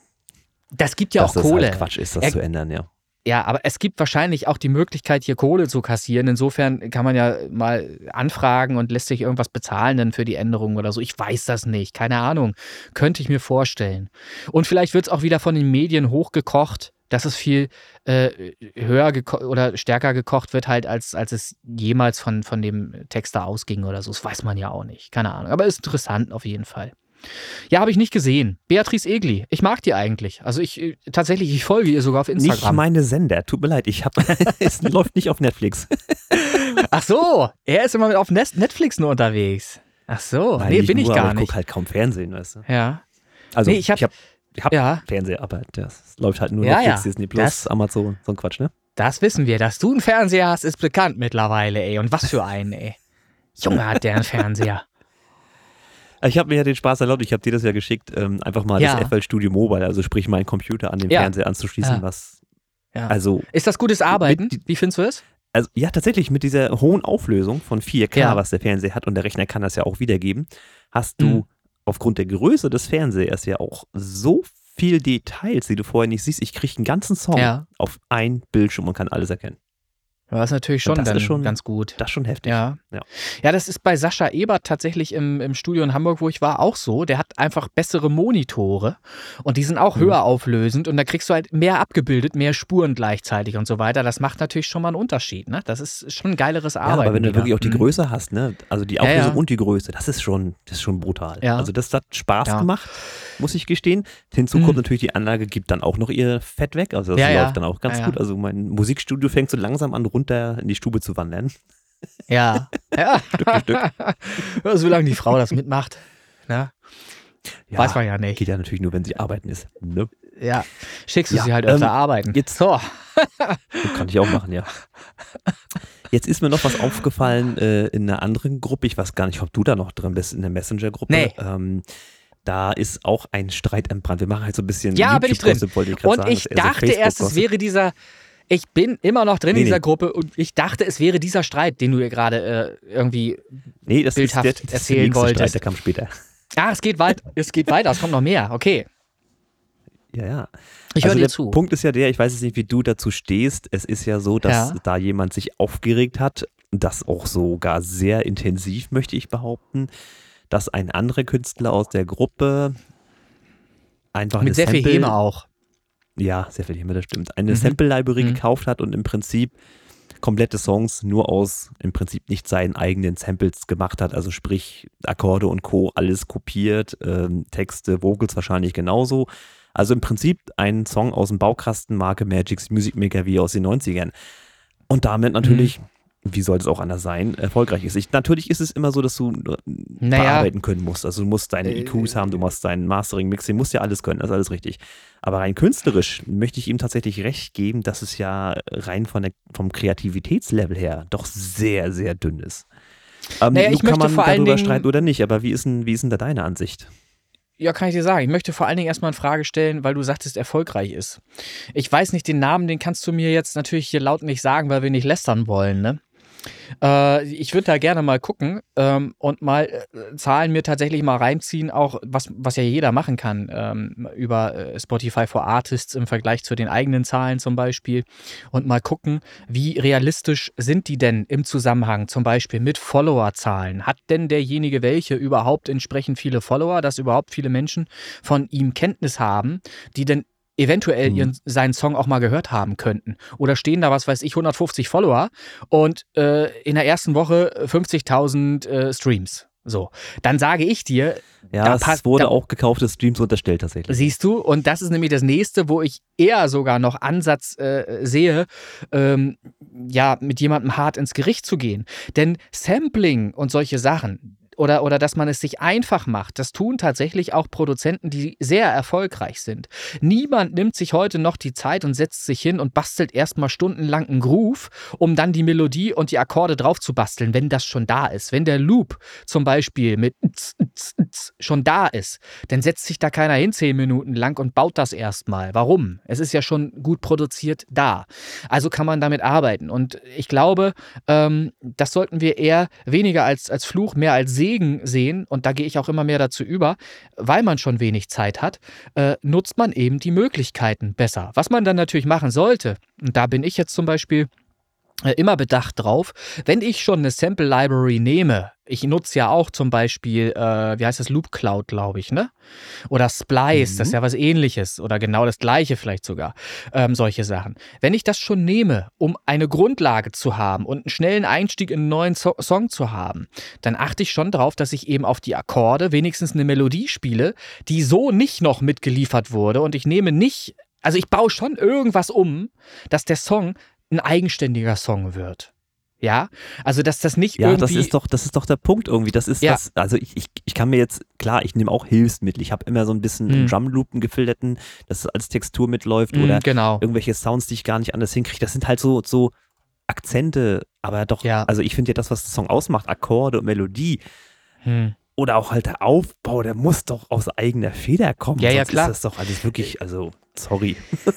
B: das gibt ja auch
A: dass
B: Kohle.
A: Das halt Quatsch ist, das zu ändern, ja.
B: Ja, aber es gibt wahrscheinlich auch die Möglichkeit, hier Kohle zu kassieren. Insofern kann man ja mal anfragen und lässt sich irgendwas bezahlen dann für die Änderung oder so. Ich weiß das nicht, keine Ahnung. Könnte ich mir vorstellen. Und vielleicht wird es auch wieder von den Medien hochgekocht, dass es viel höher oder stärker gekocht wird, halt, als es jemals von dem Texter ausging oder so. Das weiß man ja auch nicht. Keine Ahnung. Aber ist interessant auf jeden Fall. Ja, habe ich nicht gesehen. Beatrice Egli. Ich mag die eigentlich. Also ich folge ihr sogar auf Instagram.
A: Nicht meine Sender. Tut mir leid. Es läuft nicht auf Netflix.
B: Ach so. Er ist immer auf Netflix nur unterwegs. Ach so.
A: Nein,
B: nee, bin ich gar nicht.
A: Ich gucke halt kaum Fernsehen, weißt du.
B: Ja.
A: Also
B: nee,
A: ich hab Fernseher, aber das läuft halt nur Netflix, Disney Plus, Amazon, so ein Quatsch, ne?
B: Das wissen wir. Dass du einen Fernseher hast, ist bekannt mittlerweile, ey. Und was für einen, ey. Junge, hat der einen Fernseher.
A: Ich habe mir ja den Spaß erlaubt, ich habe dir das ja geschickt, einfach mal das FL Studio Mobile, also sprich meinen Computer an den Fernseher anzuschließen, also...
B: Ist das gutes Arbeiten? Wie findest du es?
A: Also ja, tatsächlich mit dieser hohen Auflösung von 4K, was der Fernseher hat, und der Rechner kann das ja auch wiedergeben, hast du aufgrund der Größe des Fernsehers ja auch so viel Details, die du vorher nicht siehst. Ich kriege einen ganzen Song auf ein Bildschirm und kann alles erkennen.
B: Das ist natürlich schon ganz gut.
A: Das ist schon heftig.
B: Ja, das ist bei Sascha Ebert tatsächlich im Studio in Hamburg, wo ich war, auch so. Der hat einfach bessere Monitore und die sind auch höher auflösend und da kriegst du halt mehr abgebildet, mehr Spuren gleichzeitig und so weiter. Das macht natürlich schon mal einen Unterschied, ne? Das ist schon ein geileres Arbeiten.
A: Ja, aber wenn du wirklich auch die Größe hast, ne? Also die Auflösung und die Größe, das ist schon brutal. Ja. Also das hat Spaß gemacht, muss ich gestehen. Hinzu kommt natürlich, die Anlage gibt dann auch noch ihr Fett weg, also das läuft dann auch ganz gut. Also mein Musikstudio fängt so langsam an, runter in die Stube zu wandern.
B: Ja.
A: Stück für Stück.
B: Solange die Frau das mitmacht, ne? Weiß man ja nicht.
A: Geht ja natürlich nur, wenn sie arbeiten ist. Ne?
B: Ja, schickst du sie halt öfter arbeiten.
A: Jetzt so. Kann ich auch machen, ja. Jetzt ist mir noch was aufgefallen in einer anderen Gruppe. Ich weiß gar nicht, ob du da noch drin bist, in der Messenger-Gruppe.
B: Nee.
A: Da ist auch ein Streit entbrannt. Wir machen halt so ein bisschen
B: bin ich drin. Und ich dachte erst, es wäre dieser... Ich bin immer noch drin in dieser Gruppe und ich dachte, es wäre dieser Streit, den du dir gerade irgendwie bildhaft erzählen wolltest.
A: Streit, der kam später.
B: Es geht weiter, es kommt noch mehr, okay.
A: Ja.
B: Ich höre dir zu.
A: Der Punkt ist ja ich weiß jetzt nicht, wie du dazu stehst. Es ist ja so, dass da jemand sich aufgeregt hat, das auch sogar sehr intensiv, möchte ich behaupten, dass ein anderer Künstler aus der Gruppe einfach
B: mit sehr viel Häme auch.
A: Ja, sehr viel Häme, das stimmt. Eine Sample-Library gekauft hat und im Prinzip komplette Songs nur aus im Prinzip nicht seinen eigenen Samples gemacht hat. Also sprich Akkorde und Co. alles kopiert, Texte, Vocals wahrscheinlich genauso. Also im Prinzip ein Song aus dem Baukasten Marke Magic's Music Maker wie aus den 90ern. Und damit natürlich, wie soll es auch anders sein, erfolgreich ist. Natürlich ist es immer so, dass du bearbeiten können musst. Also du musst deine EQs haben, du musst dein Mastering, Mixing, musst ja alles können, das ist alles richtig. Aber rein künstlerisch möchte ich ihm tatsächlich recht geben, dass es ja rein vom Kreativitätslevel her doch sehr, sehr dünn ist. Kann man darüber streiten oder nicht, aber wie ist denn da deine Ansicht?
B: Ja, kann ich dir sagen. Ich möchte vor allen Dingen erstmal eine Frage stellen, weil du sagtest, erfolgreich ist. Ich weiß nicht den Namen, den kannst du mir jetzt natürlich hier laut nicht sagen, weil wir nicht lästern wollen, ne? Ich würde da gerne mal gucken und mal Zahlen mir tatsächlich mal reinziehen, auch was ja jeder machen kann über Spotify for Artists im Vergleich zu den eigenen Zahlen zum Beispiel und mal gucken, wie realistisch sind die denn im Zusammenhang zum Beispiel mit Followerzahlen. Hat denn derjenige welche überhaupt entsprechend viele Follower, dass überhaupt viele Menschen von ihm Kenntnis haben, die denn eventuell seinen Song auch mal gehört haben könnten. Oder stehen da, 150 Follower und in der ersten Woche 50.000 Streams. So, dann sage ich dir...
A: Ja, es wurde auch gekaufte Streams unterstellt tatsächlich.
B: Siehst du? Und das ist nämlich das Nächste, wo ich eher sogar noch Ansatz sehe, mit jemandem hart ins Gericht zu gehen. Denn Sampling und solche Sachen... Oder dass man es sich einfach macht. Das tun tatsächlich auch Produzenten, die sehr erfolgreich sind. Niemand nimmt sich heute noch die Zeit und setzt sich hin und bastelt erstmal stundenlang einen Groove, um dann die Melodie und die Akkorde drauf zu basteln, wenn das schon da ist. Wenn der Loop zum Beispiel mit schon da ist, dann setzt sich da keiner hin 10 Minuten lang und baut das erstmal. Warum? Es ist ja schon gut produziert da. Also kann man damit arbeiten. Und ich glaube, das sollten wir eher weniger als Fluch, mehr als Segen sehen, und da gehe ich auch immer mehr dazu über, weil man schon wenig Zeit hat, nutzt man eben die Möglichkeiten besser. Was man dann natürlich machen sollte, und da bin ich jetzt zum Beispiel immer bedacht drauf, wenn ich schon eine Sample Library nehme, Ich nutze ja auch zum Beispiel, wie heißt das, Loop Cloud, glaube ich, ne? Oder Splice, das ist ja was Ähnliches oder genau das Gleiche vielleicht sogar, solche Sachen. Wenn ich das schon nehme, um eine Grundlage zu haben und einen schnellen Einstieg in einen neuen Song zu haben, dann achte ich schon darauf, dass ich eben auf die Akkorde wenigstens eine Melodie spiele, die so nicht noch mitgeliefert wurde und ich nehme nicht, also ich baue schon irgendwas um, dass der Song ein eigenständiger Song wird. Ja, also dass das nicht irgendwie...
A: Ja, das ist doch der Punkt irgendwie. Das ist das, also ich kann mir jetzt, klar, ich nehme auch Hilfsmittel. Ich habe immer so ein bisschen einen Drumloopen gefilterten, dass es als Textur mitläuft oder irgendwelche Sounds, die ich gar nicht anders hinkriege. Das sind halt so Akzente, aber doch, also ich finde ja das, was der Song ausmacht, Akkorde und Melodie oder auch halt der Aufbau, der muss doch aus eigener Feder kommen.
B: Ja, klar.
A: Ist das doch alles wirklich, also sorry.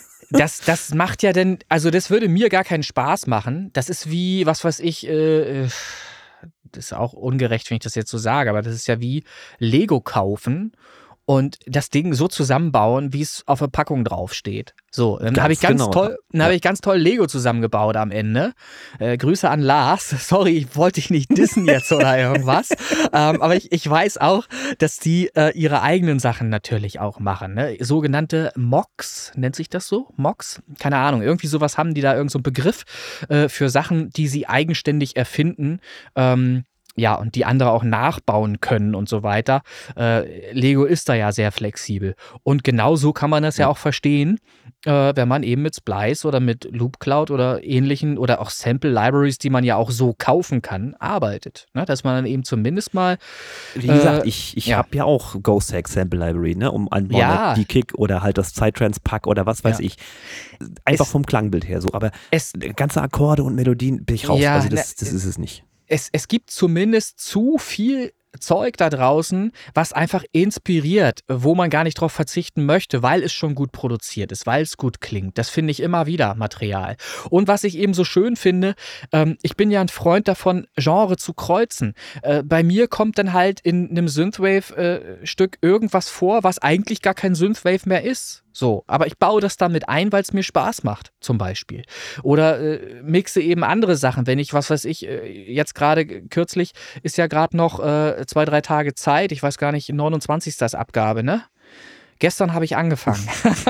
B: Das macht ja denn, also das würde mir gar keinen Spaß machen. Das ist wie, was weiß ich, das ist auch ungerecht, wenn ich das jetzt so sage, aber das ist ja wie Lego kaufen und das Ding so zusammenbauen, wie es auf der Packung draufsteht. So, dann habe ich ganz toll Lego zusammengebaut am Ende. Grüße an Lars. Sorry, ich wollte dich nicht dissen jetzt oder irgendwas. Aber ich weiß auch, dass die ihre eigenen Sachen natürlich auch machen. Ne? Sogenannte Mocks, nennt sich das so? Mocks? Keine Ahnung. Irgendwie sowas haben die da, irgend so einen Begriff für Sachen, die sie eigenständig erfinden. Und die andere auch nachbauen können und so weiter. Lego ist da ja sehr flexibel. Und genau so kann man das ja auch verstehen, wenn man eben mit Splice oder mit Loop Cloud oder ähnlichen oder auch Sample Libraries, die man ja auch so kaufen kann, arbeitet. Ne? Dass man dann eben zumindest mal...
A: Wie gesagt, ich habe ja auch Ghost Hack Sample Library, ne? Um die Kick oder halt das Psytrance Pack oder was weiß ich. Einfach vom Klangbild her so. Aber ganze Akkorde und Melodien bin ich raus. Also das ist es nicht.
B: Es gibt zumindest zu viel Zeug da draußen, was einfach inspiriert, wo man gar nicht drauf verzichten möchte, weil es schon gut produziert ist, weil es gut klingt. Das finde ich immer wieder Material. Und was ich eben so schön finde, ich bin ja ein Freund davon, Genre zu kreuzen. Bei mir kommt dann halt in einem Synthwave-Stück irgendwas vor, was eigentlich gar kein Synthwave mehr ist. So, aber ich baue das damit ein, weil es mir Spaß macht, zum Beispiel. Oder mixe eben andere Sachen, wenn ich, was weiß ich, jetzt gerade kürzlich ist ja gerade noch 2-3 Tage Zeit, ich weiß gar nicht, 29. ist Abgabe, ne? Gestern habe ich angefangen.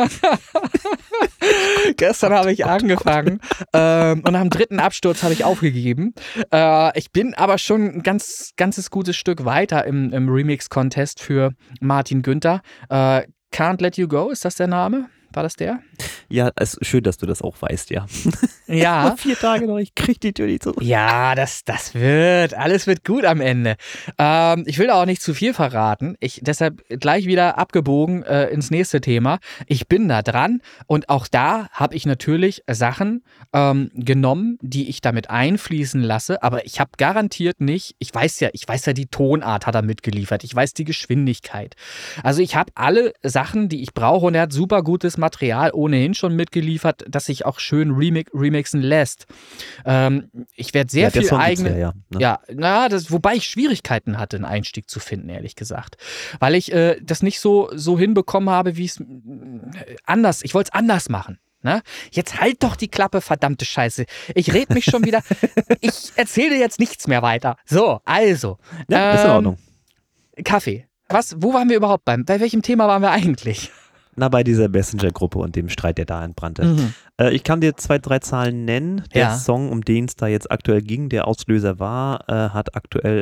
B: Gestern habe ich angefangen und am 3. Absturz habe ich aufgegeben. Ich bin aber schon ein ganzes gutes Stück weiter im Remix-Contest für Martin Günther. Can't Let You Go, ist das der Name? War das der?
A: Ja, es ist schön, dass du das auch weißt, ja.
B: Ja.
A: 4 Tage noch, ich krieg die Tür nicht zurück.
B: Ja, alles wird gut am Ende. Ich will da auch nicht zu viel verraten. Deshalb gleich wieder abgebogen ins nächste Thema. Ich bin da dran und auch da habe ich natürlich Sachen genommen, die ich damit einfließen lasse, aber ich habe garantiert nicht, ich weiß ja, die Tonart hat er mitgeliefert, ich weiß die Geschwindigkeit. Also ich habe alle Sachen, die ich brauche und er hat super gutes Material ohnehin schon mitgeliefert, das sich auch schön remixen lässt. Ich werde sehr viel eigene... wobei ich Schwierigkeiten hatte, einen Einstieg zu finden, ehrlich gesagt. Weil ich das nicht so hinbekommen habe, wie es anders... Ich wollte es anders machen. Ne? Jetzt halt doch die Klappe, verdammte Scheiße. Ich rede mich schon wieder... Ich erzähle jetzt nichts mehr weiter. So, also.
A: Ja, ist in Ordnung.
B: Kaffee. Wo waren wir überhaupt bei welchem Thema waren wir eigentlich?
A: Na, bei dieser Messenger-Gruppe und dem Streit, der da entbrannte. Ich kann dir 2, 3 Zahlen nennen. Der Song, um den es da jetzt aktuell ging, der Auslöser war, hat aktuell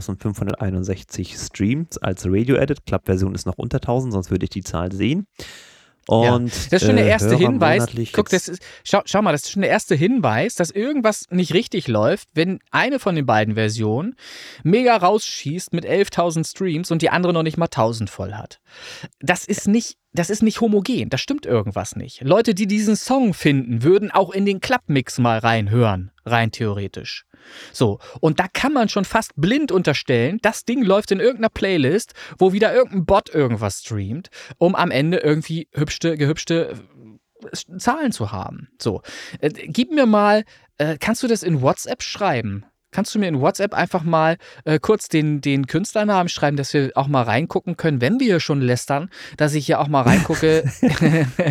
A: 11.561 Streams als Radio-Edit. Club-Version ist noch unter 1.000, sonst würde ich die Zahl sehen. Und,
B: das ist schon der erste Hinweis. Guck, schau mal, das ist schon der erste Hinweis, dass irgendwas nicht richtig läuft, wenn eine von den beiden Versionen mega rausschießt mit 11.000 Streams und die andere noch nicht mal 1.000 voll hat. Das ist nicht homogen, da stimmt irgendwas nicht. Leute, die diesen Song finden, würden auch in den Clubmix mal reinhören, rein theoretisch. So, und da kann man schon fast blind unterstellen, das Ding läuft in irgendeiner Playlist, wo wieder irgendein Bot irgendwas streamt, um am Ende irgendwie gehübschte Zahlen zu haben. So, gib mir mal, kannst du das in WhatsApp schreiben? Kannst du mir in WhatsApp einfach mal kurz den Künstlernamen schreiben, dass wir auch mal reingucken können, wenn wir hier schon lästern, dass ich hier auch mal reingucke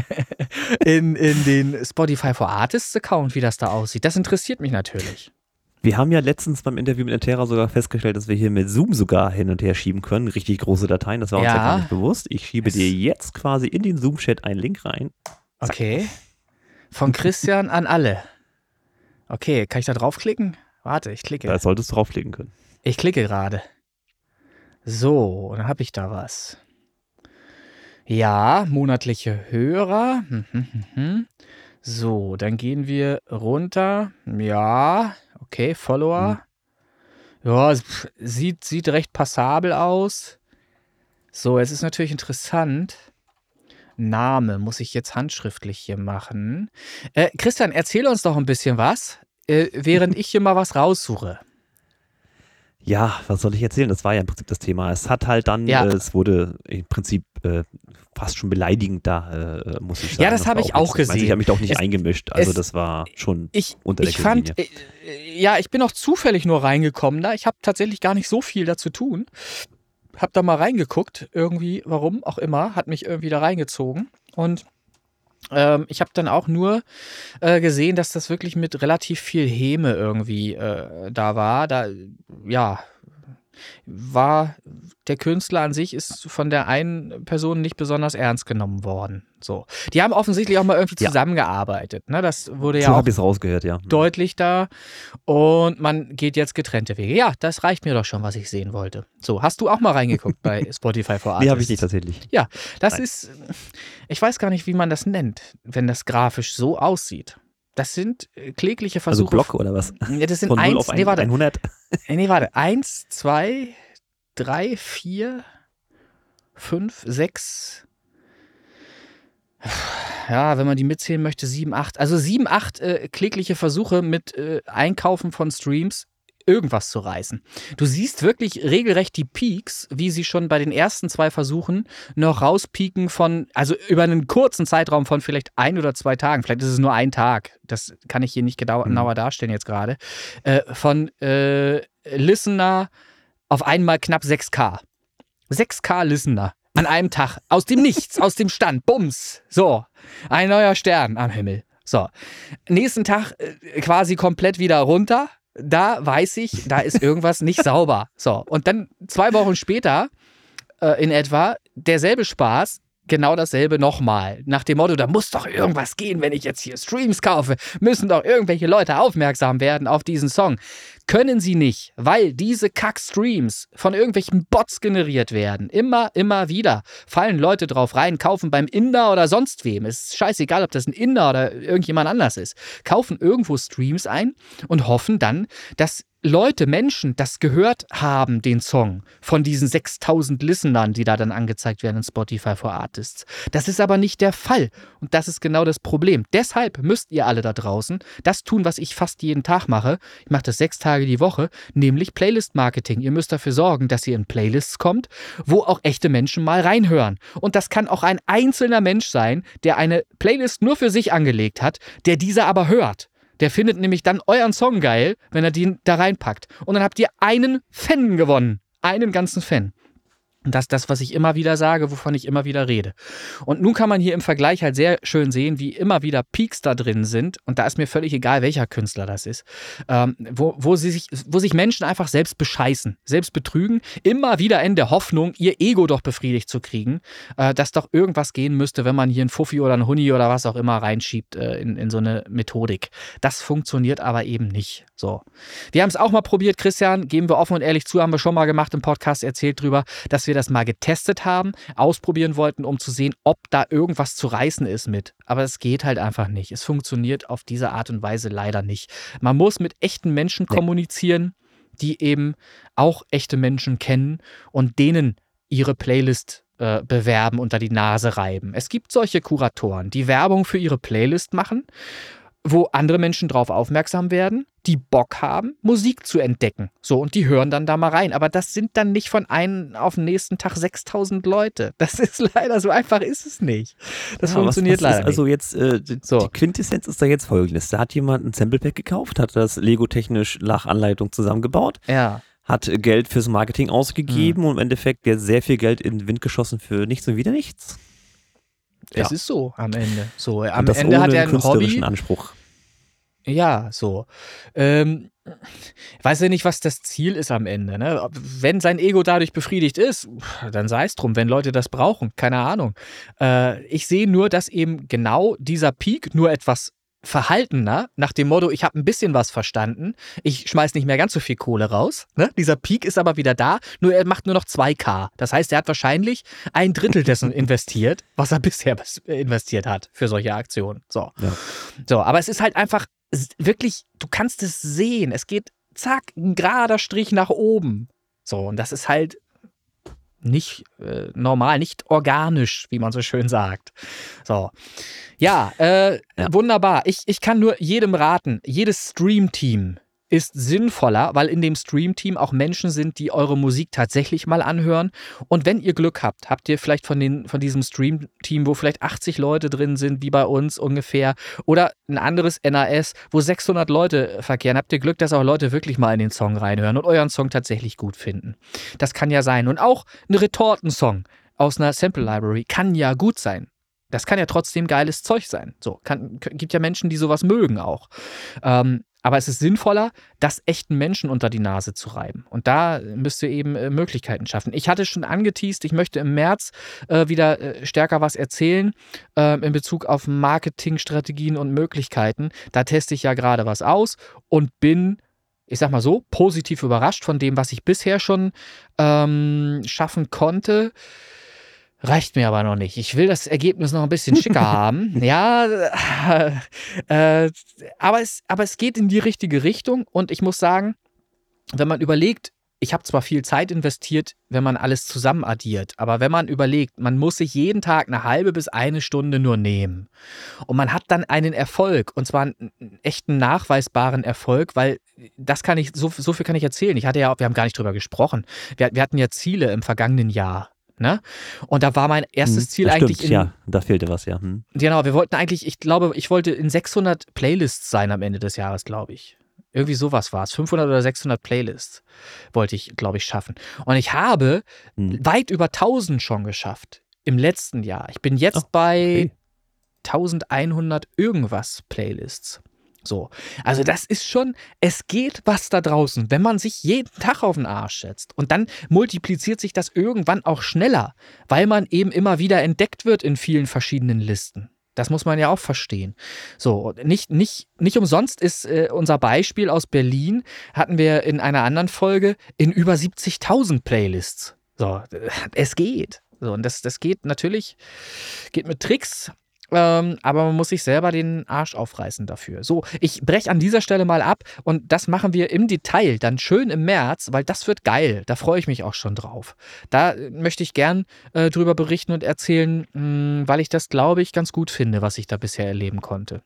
B: in den Spotify for Artists Account, wie das da aussieht. Das interessiert mich natürlich.
A: Wir haben ja letztens beim Interview mit Entera sogar festgestellt, dass wir hier mit Zoom sogar hin und her schieben können. Richtig große Dateien, das war uns ja gar nicht bewusst. Ich schiebe dir jetzt quasi in den Zoom-Chat einen Link rein.
B: Zack. Okay. Von Christian an alle. Okay, kann ich da draufklicken? Warte, ich klicke.
A: Da solltest du draufklicken können.
B: Ich klicke gerade. So, dann habe ich da was. Ja, monatliche Hörer. So, dann gehen wir runter. Ja, okay, Follower. Ja, sieht recht passabel aus. So, es ist natürlich interessant. Name muss ich jetzt handschriftlich hier machen. Christian, erzähl uns doch ein bisschen was, während ich hier mal was raussuche.
A: Ja, was soll ich erzählen? Das war ja im Prinzip das Thema. Es hat halt dann, es wurde im Prinzip fast schon beleidigend da, muss ich sagen.
B: Ja, das habe ich auch gesehen.
A: Ich habe mich doch nicht eingemischt. Also das war schon unter der Gürtellinie.
B: Ich bin auch zufällig nur reingekommen da. Ich habe tatsächlich gar nicht so viel dazu tun. Hab da mal reingeguckt, irgendwie, warum auch immer, hat mich irgendwie da reingezogen. Und ich habe dann auch nur gesehen, dass das wirklich mit relativ viel Häme irgendwie da war. Da, ja, war der Künstler an sich ist von der einen Person nicht besonders ernst genommen worden. So. Die haben offensichtlich auch mal irgendwie zusammengearbeitet. Ne? Das wurde ja auch
A: rausgehört, ja.
B: Deutlich da. Und man geht jetzt getrennte Wege. Ja, das reicht mir doch schon, was ich sehen wollte. So, hast du auch mal reingeguckt bei Spotify for Artists?
A: Nee, habe ich nicht tatsächlich.
B: Ja, das ist, ich weiß gar nicht, wie man das nennt, wenn das grafisch so aussieht. Das sind klägliche Versuche.
A: Also Block oder was?
B: Ja, das sind
A: von 0 auf 100?
B: Nee, warte. 1, 2, 3, 4, 5, 6. Ja, wenn man die mitzählen möchte, 7, 8. Also 7, 8 klägliche Versuche mit Einkaufen von Streams irgendwas zu reißen. Du siehst wirklich regelrecht die Peaks, wie sie schon bei den ersten 2 Versuchen noch rauspieken von, also über einen kurzen Zeitraum von vielleicht 1 oder 2 Tagen, vielleicht ist es nur ein Tag, das kann ich hier nicht genauer darstellen jetzt gerade, von Listener auf einmal knapp 6K. 6K Listener an einem Tag, aus dem Nichts, aus dem Stand, bums, so, ein neuer Stern am Himmel. So, nächsten Tag quasi komplett wieder runter. Da weiß ich, da ist irgendwas nicht sauber. So, und dann 2 Wochen später in etwa derselbe Spaß, genau dasselbe nochmal. Nach dem Motto, da muss doch irgendwas gehen, wenn ich jetzt hier Streams kaufe. Müssen doch irgendwelche Leute aufmerksam werden auf diesen Song. Können sie nicht, weil diese Kack-Streams von irgendwelchen Bots generiert werden. Immer wieder fallen Leute drauf rein, kaufen beim Inder oder sonst wem. Es ist scheißegal, ob das ein Inder oder irgendjemand anders ist. Kaufen irgendwo Streams ein und hoffen dann, dass Leute, Menschen das gehört haben, den Song, von diesen 6000 Listenern, die da dann angezeigt werden in Spotify for Artists. Das ist aber nicht der Fall. Und das ist genau das Problem. Deshalb müsst ihr alle da draußen das tun, was ich fast jeden Tag mache. Ich mache das 6 Tage die Woche, nämlich Playlist-Marketing. Ihr müsst dafür sorgen, dass ihr in Playlists kommt, wo auch echte Menschen mal reinhören. Und das kann auch ein einzelner Mensch sein, der eine Playlist nur für sich angelegt hat, der diese aber hört. Der findet nämlich dann euren Song geil, wenn er den da reinpackt. Und dann habt ihr einen Fan gewonnen. Einen ganzen Fan. Und das ist das, was ich immer wieder sage, wovon ich immer wieder rede. Und nun kann man hier im Vergleich halt sehr schön sehen, wie immer wieder Peaks da drin sind. Und da ist mir völlig egal, welcher Künstler das ist. Wo sich Menschen einfach selbst bescheißen, selbst betrügen. Immer wieder in der Hoffnung, ihr Ego doch befriedigt zu kriegen. Dass doch irgendwas gehen müsste, wenn man hier einen Fuffi oder einen Huni oder was auch immer reinschiebt in so eine Methodik. Das funktioniert aber eben nicht. So. Wir haben es auch mal probiert, Christian, geben wir offen und ehrlich zu, haben wir schon mal gemacht im Podcast, erzählt drüber, dass wir das mal getestet haben, ausprobieren wollten, um zu sehen, ob da irgendwas zu reißen ist mit. Aber es geht halt einfach nicht. Es funktioniert auf diese Art und Weise leider nicht. Man muss mit echten Menschen kommunizieren, die eben auch echte Menschen kennen und denen ihre Playlist bewerben, unter die Nase reiben. Es gibt solche Kuratoren, die Werbung für ihre Playlist machen, wo andere Menschen drauf aufmerksam werden, die Bock haben, Musik zu entdecken. So, und die hören dann da mal rein. Aber das sind dann nicht von einem auf den nächsten Tag 6000 Leute. Das ist leider, so einfach ist es nicht. Das funktioniert leider nicht.
A: Also jetzt, die Quintessenz ist da jetzt folgendes. Da hat jemand ein Sample-Pack gekauft, hat das Lego-technisch nach Anleitung zusammengebaut.
B: Ja.
A: Hat Geld fürs Marketing ausgegeben und im Endeffekt jetzt sehr viel Geld in den Wind geschossen für nichts und wieder nichts.
B: Es ist so am Ende. So, am
A: und das
B: Ende
A: ohne
B: hat er
A: einen
B: ein Hobby.
A: Anspruch.
B: Ja, so. weiß ja nicht, was das Ziel ist am Ende. Ne? Wenn sein Ego dadurch befriedigt ist, dann sei es drum, wenn Leute das brauchen, keine Ahnung. Ich sehe nur, dass eben genau dieser Peak nur etwas verhaltener, nach dem Motto, ich habe ein bisschen was verstanden, ich schmeiß nicht mehr ganz so viel Kohle raus. Ne? Dieser Peak ist aber wieder da, nur er macht nur noch 2K. Das heißt, er hat wahrscheinlich 1/3 dessen investiert, was er bisher investiert hat für solche Aktionen. So, aber es ist halt einfach wirklich, du kannst es sehen, es geht zack, ein gerader Strich nach oben. So, und das ist halt nicht normal, nicht organisch, wie man so schön sagt. So. Ja, wunderbar. Ich kann nur jedem raten, jedes Stream-Team ist sinnvoller, weil in dem Stream-Team auch Menschen sind, die eure Musik tatsächlich mal anhören. Und wenn ihr Glück habt, habt ihr vielleicht von diesem Stream-Team, wo vielleicht 80 Leute drin sind, wie bei uns ungefähr, oder ein anderes NAS, wo 600 Leute verkehren, habt ihr Glück, dass auch Leute wirklich mal in den Song reinhören und euren Song tatsächlich gut finden. Das kann ja sein. Und auch ein Retorten-Song aus einer Sample-Library kann ja gut sein. Das kann ja trotzdem geiles Zeug sein. So, gibt ja Menschen, die sowas mögen auch. Aber es ist sinnvoller, das echten Menschen unter die Nase zu reiben. Und da müsst ihr eben Möglichkeiten schaffen. Ich hatte schon angeteast, ich möchte im März wieder stärker was erzählen in Bezug auf Marketingstrategien und Möglichkeiten. Da teste ich ja gerade was aus und bin, ich sag mal so, positiv überrascht von dem, was ich bisher schon schaffen konnte. Reicht mir aber noch nicht. Ich will das Ergebnis noch ein bisschen schicker haben. Ja, aber es geht in die richtige Richtung. Und ich muss sagen, wenn man überlegt, ich habe zwar viel Zeit investiert, wenn man alles zusammen addiert, aber wenn man überlegt, man muss sich jeden Tag eine halbe bis eine Stunde nur nehmen und man hat dann einen Erfolg, und zwar einen echten nachweisbaren Erfolg, weil das kann ich, so viel kann ich erzählen. Wir haben gar nicht drüber gesprochen. Wir hatten ja Ziele im vergangenen Jahr. Ne? Und da war mein erstes Ziel
A: das
B: eigentlich.
A: Stimmt, ja, da fehlte was, ja.
B: Genau, wir wollten eigentlich, ich wollte in 600 Playlists sein am Ende des Jahres, glaube ich. Irgendwie sowas war es. 500 oder 600 Playlists wollte ich, glaube ich, schaffen. Und ich habe weit über 1000 schon geschafft im letzten Jahr. Ich bin jetzt bei 1100 irgendwas Playlists. So, also das ist schon, es geht was da draußen, wenn man sich jeden Tag auf den Arsch setzt. Und dann multipliziert sich das irgendwann auch schneller, weil man eben immer wieder entdeckt wird in vielen verschiedenen Listen. Das muss man ja auch verstehen. So, nicht umsonst ist unser Beispiel aus Berlin, hatten wir in einer anderen Folge, in über 70.000 Playlists. So, es geht. So, und das geht natürlich, geht mit Tricks. Aber man muss sich selber den Arsch aufreißen dafür. So, ich breche an dieser Stelle mal ab und das machen wir im Detail dann schön im März, weil das wird geil. Da freue ich mich auch schon drauf. Da möchte ich gern drüber berichten und erzählen, weil ich das, glaube ich, ganz gut finde, was ich da bisher erleben konnte.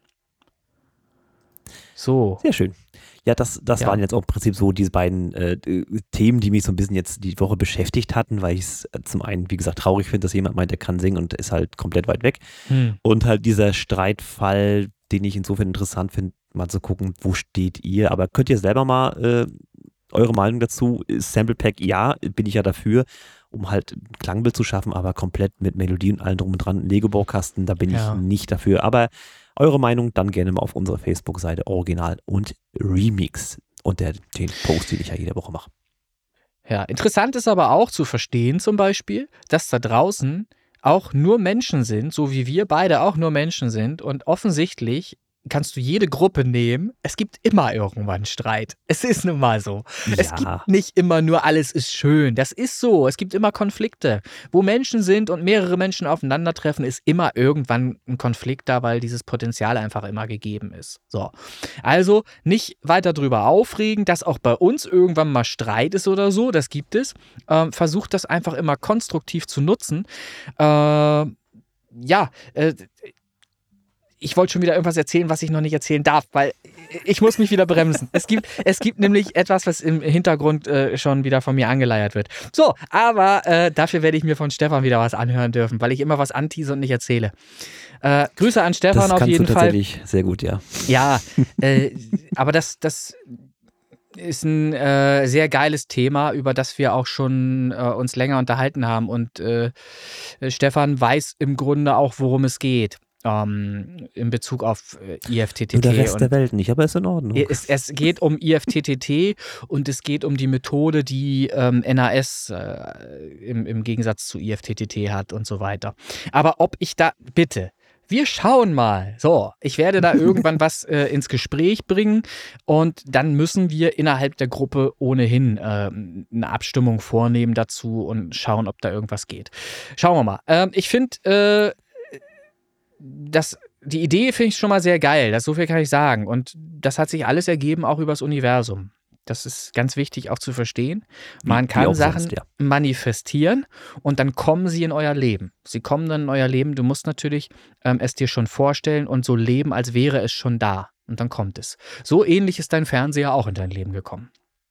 B: So.
A: Sehr schön. Ja, das waren jetzt auch im Prinzip so diese beiden Themen, die mich so ein bisschen jetzt die Woche beschäftigt hatten, weil ich es zum einen, wie gesagt, traurig finde, dass jemand meint, der kann singen und ist halt komplett weit weg. Und halt dieser Streitfall, den ich insofern interessant finde, mal zu gucken, wo steht ihr. Aber könnt ihr selber mal eure Meinung dazu? Sample Pack, ja, bin ich ja dafür, um halt ein Klangbild zu schaffen, aber komplett mit Melodie und allem drum und dran, Lego-Baukasten, da bin ich nicht dafür. Aber eure Meinung dann gerne mal auf unserer Facebook-Seite Original und Remix und den Post, den ich ja jede Woche mache.
B: Ja, interessant ist aber auch zu verstehen zum Beispiel, dass da draußen auch nur Menschen sind, so wie wir beide auch nur Menschen sind und offensichtlich kannst du jede Gruppe nehmen, es gibt immer irgendwann Streit. Es ist nun mal so. Ja. Es gibt nicht immer nur alles ist schön. Das ist so. Es gibt immer Konflikte. Wo Menschen sind und mehrere Menschen aufeinandertreffen, ist immer irgendwann ein Konflikt da, weil dieses Potenzial einfach immer gegeben ist. So. Also nicht weiter drüber aufregen, dass auch bei uns irgendwann mal Streit ist oder so. Das gibt es. Versucht das einfach immer konstruktiv zu nutzen. Ich wollte schon wieder irgendwas erzählen, was ich noch nicht erzählen darf, weil ich muss mich wieder bremsen. Es gibt nämlich etwas, was im Hintergrund schon wieder von mir angeleiert wird. So, aber dafür werde ich mir von Stefan wieder was anhören dürfen, weil ich immer was antease und nicht erzähle. Grüße an Stefan auf jeden Fall. Das kannst du tatsächlich sehr gut, ja. Ja, aber das ist ein sehr geiles Thema, über das wir auch schon uns länger unterhalten haben und Stefan weiß im Grunde auch, worum es geht. in Bezug auf IFTTT.
A: Nur der Rest der Welt nicht, aber ist in Ordnung.
B: Es geht um IFTTT und es geht um die Methode, die NAS im Gegensatz zu IFTTT hat und so weiter. Aber ob ich da, bitte, wir schauen mal. So, ich werde da irgendwann was ins Gespräch bringen und dann müssen wir innerhalb der Gruppe ohnehin eine Abstimmung vornehmen dazu und schauen, ob da irgendwas geht. Schauen wir mal. Ich finde, die Idee finde ich schon mal sehr geil. So viel kann ich sagen. Und das hat sich alles ergeben, auch übers Universum. Das ist ganz wichtig auch zu verstehen. Man kann Sachen manifestieren und dann kommen sie in euer Leben. Sie kommen dann in euer Leben. Du musst natürlich es dir schon vorstellen und so leben, als wäre es schon da. Und dann kommt es. So ähnlich ist dein Fernseher auch in dein Leben gekommen.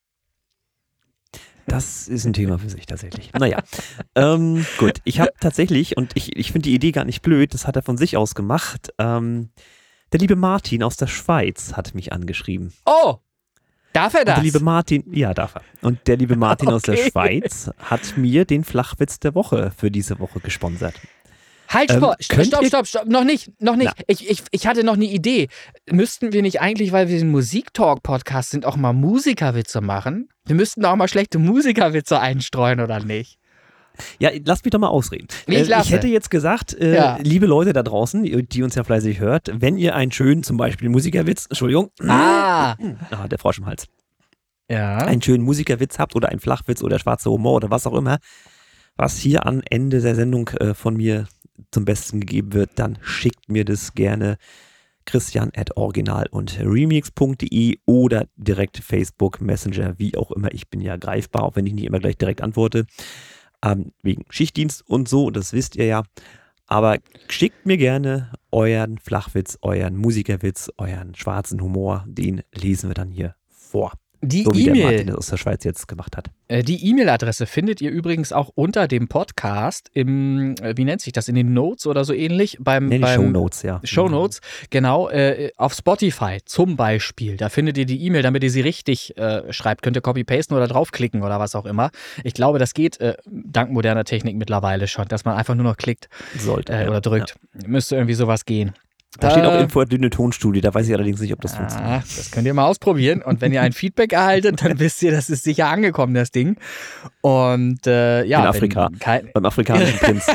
A: Das ist ein Thema für sich tatsächlich. Naja, gut. Ich habe tatsächlich, und ich finde die Idee gar nicht blöd, das hat er von sich aus gemacht. Der liebe Martin aus der Schweiz hat mich angeschrieben.
B: Oh! Darf er das?
A: Und der liebe Martin, ja, darf er. Und der liebe Martin aus der Schweiz hat mir den Flachwitz der Woche für diese Woche gesponsert.
B: Halt, stopp, noch nicht. Ich hatte noch eine Idee. Müssten wir nicht eigentlich, weil wir ein Musiktalk-Podcast sind, auch mal Musikerwitze machen? Wir müssten auch mal schlechte Musikerwitze einstreuen, oder nicht?
A: Ja, lass mich doch mal ausreden. Ich hätte jetzt gesagt, liebe Leute da draußen, die uns ja fleißig hört, wenn ihr einen schönen, zum Beispiel Musikerwitz, Entschuldigung, der Frosch im Hals, einen schönen Musikerwitz habt oder einen Flachwitz oder schwarzer Humor oder was auch immer, was hier am Ende der Sendung von mir zum Besten gegeben wird, dann schickt mir das gerne Christian@original und remix.de oder direkt Facebook, Messenger, wie auch immer. Ich bin ja greifbar, auch wenn ich nicht immer gleich direkt antworte. Wegen Schichtdienst und so, das wisst ihr ja. Aber schickt mir gerne euren Flachwitz, euren Musikerwitz, euren schwarzen Humor, den lesen wir dann hier vor.
B: Die
A: so wie
B: E-Mail,
A: der Martin das aus der Schweiz jetzt gemacht hat.
B: Die E-Mail-Adresse findet ihr übrigens auch unter dem Podcast im, wie nennt sich das, in den Notes oder so ähnlich? Beim
A: Shownotes, ja.
B: Shownotes, genau. Auf Spotify zum Beispiel, da findet ihr die E-Mail, damit ihr sie richtig schreibt. Könnt ihr copy-pasten oder draufklicken oder was auch immer. Ich glaube, das geht dank moderner Technik mittlerweile schon, dass man einfach nur noch klickt oder drückt. Ja. Müsste irgendwie sowas gehen.
A: Da steht auch Info@dünne Tonstudio, da weiß ich allerdings nicht, ob das funktioniert.
B: Das könnt ihr mal ausprobieren und wenn ihr ein Feedback erhaltet, dann wisst ihr, das ist sicher angekommen, das Ding. Und
A: in Afrika, beim afrikanischen Prinz.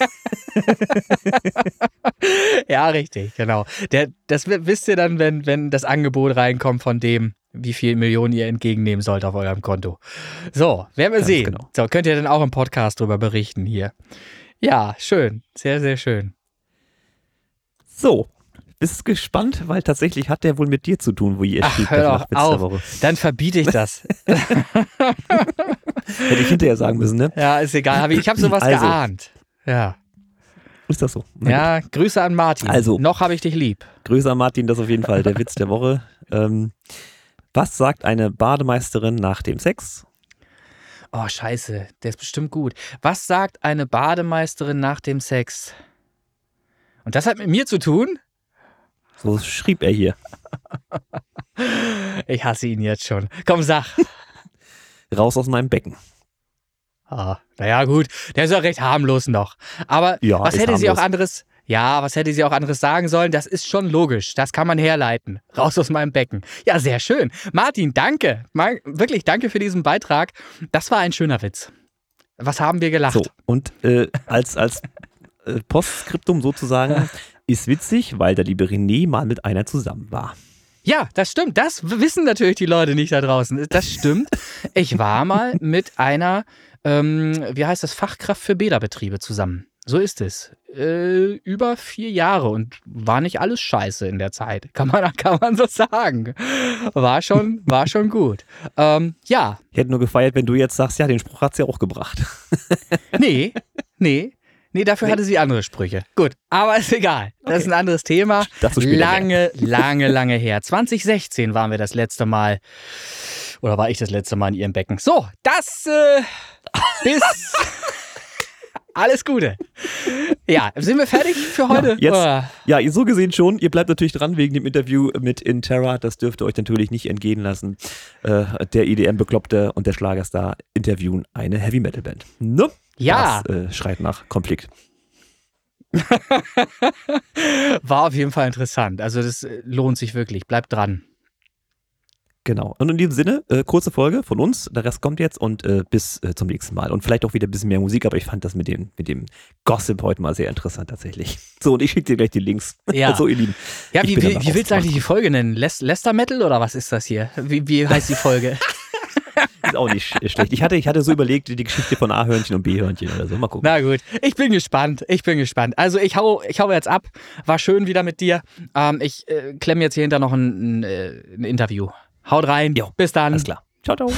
B: Ja, richtig, genau. Das wisst ihr dann, wenn das Angebot reinkommt von dem, wie viel Millionen ihr entgegennehmen sollt auf eurem Konto. So, werden wir sehen. Genau. So, könnt ihr dann auch im Podcast drüber berichten hier. Ja, schön, sehr, sehr schön.
A: So, bist du gespannt? Weil tatsächlich hat der wohl mit dir zu tun, wo ihr steht.
B: Hör doch auf, dann verbiete ich das.
A: Hätte ich hinterher sagen müssen, ne?
B: Ja, ist egal, ich habe sowas geahnt. Ja.
A: Ist das so?
B: Ja, Grüße an Martin.
A: Also,
B: noch habe ich dich lieb.
A: Grüße an Martin, das auf jeden Fall der Witz der Woche. Was sagt eine Bademeisterin nach dem Sex?
B: Oh, scheiße, der ist bestimmt gut. Was sagt eine Bademeisterin nach dem Sex? Und das hat mit mir zu tun?
A: So schrieb er hier.
B: Ich hasse ihn jetzt schon. Komm, sag.
A: Raus aus meinem Becken.
B: Naja, gut. Der ist ja recht harmlos noch. Aber
A: ja,
B: was hätte sie auch anderes... Ja, was hätte sie auch anderes sagen sollen? Das ist schon logisch. Das kann man herleiten. Raus aus meinem Becken. Ja, sehr schön. Martin, danke. Wirklich danke für diesen Beitrag. Das war ein schöner Witz. Was haben wir gelacht?
A: So, und als Postskriptum sozusagen ist witzig, weil der liebe René mal mit einer zusammen war.
B: Ja, das stimmt. Das wissen natürlich die Leute nicht da draußen. Das stimmt. Ich war mal mit einer, wie heißt das, Fachkraft für Bäderbetriebe zusammen. So ist es. Über 4 Jahre und war nicht alles scheiße in der Zeit. Kann man so sagen. War schon gut. Ja.
A: Ich hätte nur gefeiert, wenn du jetzt sagst, ja, den Spruch hat sie auch gebracht.
B: Nee, dafür hatte sie andere Sprüche. Gut, aber ist egal. Das ist ein anderes Thema. Lange her. 2016 waren wir das letzte Mal, oder war ich das letzte Mal in ihrem Becken. So, das bis... Alles Gute. Ja, sind wir fertig für heute?
A: Ja, so gesehen schon. Ihr bleibt natürlich dran wegen dem Interview mit Interra. Das dürft ihr euch natürlich nicht entgehen lassen. Der EDM-Bekloppte und der Schlagerstar interviewen eine Heavy-Metal-Band. Ne?
B: Ja.
A: Das schreit nach Konflikt.
B: War auf jeden Fall interessant. Also das lohnt sich wirklich. Bleibt dran.
A: Genau. Und in diesem Sinne, kurze Folge von uns. Der Rest kommt jetzt und bis zum nächsten Mal. Und vielleicht auch wieder ein bisschen mehr Musik, aber ich fand das mit dem Gossip heute mal sehr interessant tatsächlich. So, und ich schicke dir gleich die Links.
B: Ja.
A: So, ihr Lieben.
B: Ja, wie willst du eigentlich die Folge nennen? Lester Metal oder was ist das hier? Wie heißt die Folge?
A: Ist auch nicht schlecht. Ich hatte so überlegt, die Geschichte von A-Hörnchen und B-Hörnchen oder so. Mal gucken.
B: Na gut, ich bin gespannt. Also ich hau jetzt ab. War schön wieder mit dir. Ich klemme jetzt hier hinter noch ein Interview. Haut rein.
A: Jo,
B: bis dann.
A: Alles klar. Ciao, ciao.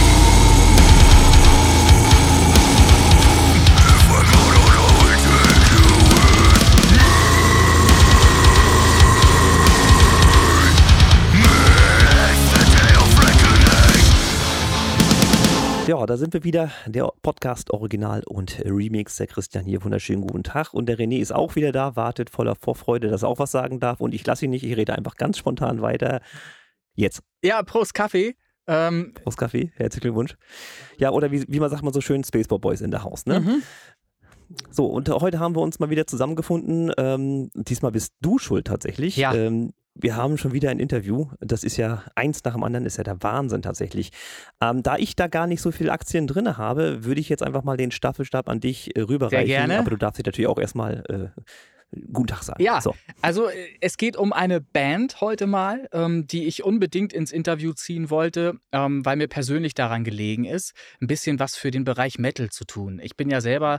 A: Ja, da sind wir wieder, der Podcast Original und Remix. Der Christian hier, wunderschönen guten Tag. Und der René ist auch wieder da, wartet voller Vorfreude, dass er auch was sagen darf. Und ich lasse ihn nicht, ich rede einfach ganz spontan weiter. Jetzt.
B: Ja, Prost Kaffee.
A: Prost Kaffee, herzlichen Glückwunsch. Ja, oder wie man sagt, man so schön, Spaceball Boys in der Haus, ne?
B: Mhm.
A: So, und heute haben wir uns mal wieder zusammengefunden. Diesmal bist du schuld tatsächlich.
B: Ja.
A: Wir haben schon wieder ein Interview. Das ist ja eins nach dem anderen, ist ja der Wahnsinn tatsächlich. Da ich da gar nicht so viele Aktien drin habe, würde ich jetzt einfach mal den Staffelstab an dich rüberreichen.
B: Sehr gerne.
A: Aber du darfst dich natürlich auch erstmal guten Tag sagen.
B: Ja,
A: so.
B: Also es geht um eine Band heute mal, die ich unbedingt ins Interview ziehen wollte, weil mir persönlich daran gelegen ist, ein bisschen was für den Bereich Metal zu tun. Ich bin ja selber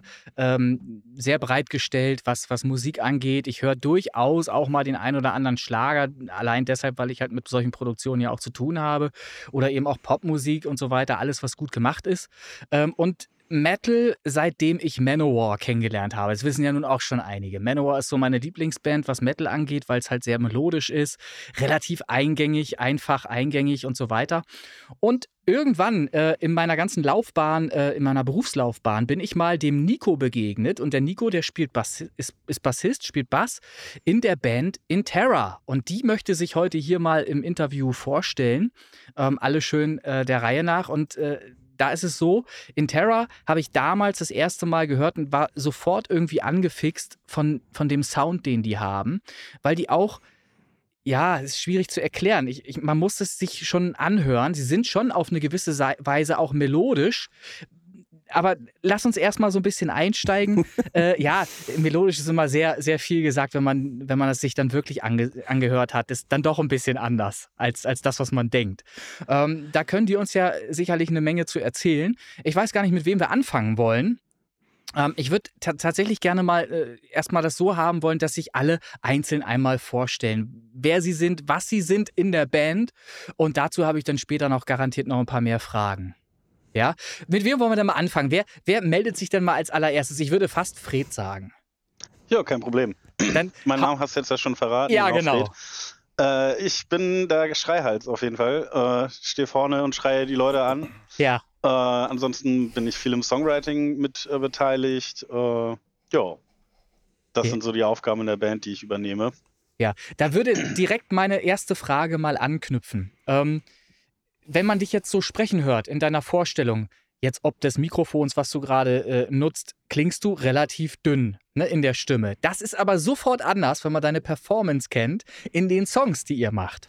B: sehr breit gestellt, was Musik angeht. Ich höre durchaus auch mal den ein oder anderen Schlager, allein deshalb, weil ich halt mit solchen Produktionen ja auch zu tun habe. Oder eben auch Popmusik und so weiter, alles, was gut gemacht ist. Und Metal, seitdem ich Manowar kennengelernt habe. Das wissen ja nun auch schon einige. Manowar ist so meine Lieblingsband, was Metal angeht, weil es halt sehr melodisch ist, relativ eingängig, einfach eingängig und so weiter. Und irgendwann in meiner ganzen Laufbahn, in meiner Berufslaufbahn, bin ich mal dem Nico begegnet. Und der Nico, der spielt ist Bassist, spielt Bass in der Band Interra. Und die möchte sich heute hier mal im Interview vorstellen. Alle schön der Reihe nach. Und da ist es so, Interra habe ich damals das erste Mal gehört und war sofort irgendwie angefixt von dem Sound, den die haben, weil die auch, ja, es ist schwierig zu erklären. Man muss es sich schon anhören. Sie sind schon auf eine gewisse Weise auch melodisch. Aber lass uns erstmal so ein bisschen einsteigen. Ja, melodisch ist immer sehr, sehr viel gesagt, wenn man es sich dann wirklich angehört hat. Ist dann doch ein bisschen anders als das, was man denkt. Da können die uns ja sicherlich eine Menge zu erzählen. Ich weiß gar nicht, mit wem wir anfangen wollen. Ich würde tatsächlich gerne mal erstmal das so haben wollen, dass sich alle einzeln einmal vorstellen, wer sie sind, was sie sind in der Band. Und dazu habe ich dann später noch garantiert noch ein paar mehr Fragen. Ja, mit wem wollen wir denn mal anfangen? Wer meldet sich denn mal als allererstes? Ich würde fast Fred sagen.
C: Ja, kein Problem. Mein Namen hast du jetzt ja schon verraten.
B: Ja, genau.
C: Ich bin der Schreihals auf jeden Fall. Stehe vorne und schreie die Leute an.
B: Ja.
C: Ansonsten bin ich viel im Songwriting mit beteiligt. Ja, das sind so die Aufgaben in der Band, die ich übernehme.
B: Ja, da würde direkt meine erste Frage mal anknüpfen. Wenn man dich jetzt so sprechen hört in deiner Vorstellung, jetzt ob des Mikrofons, was du gerade nutzt, klingst du relativ dünn, ne, in der Stimme. Das ist aber sofort anders, wenn man deine Performance kennt in den Songs, die ihr macht.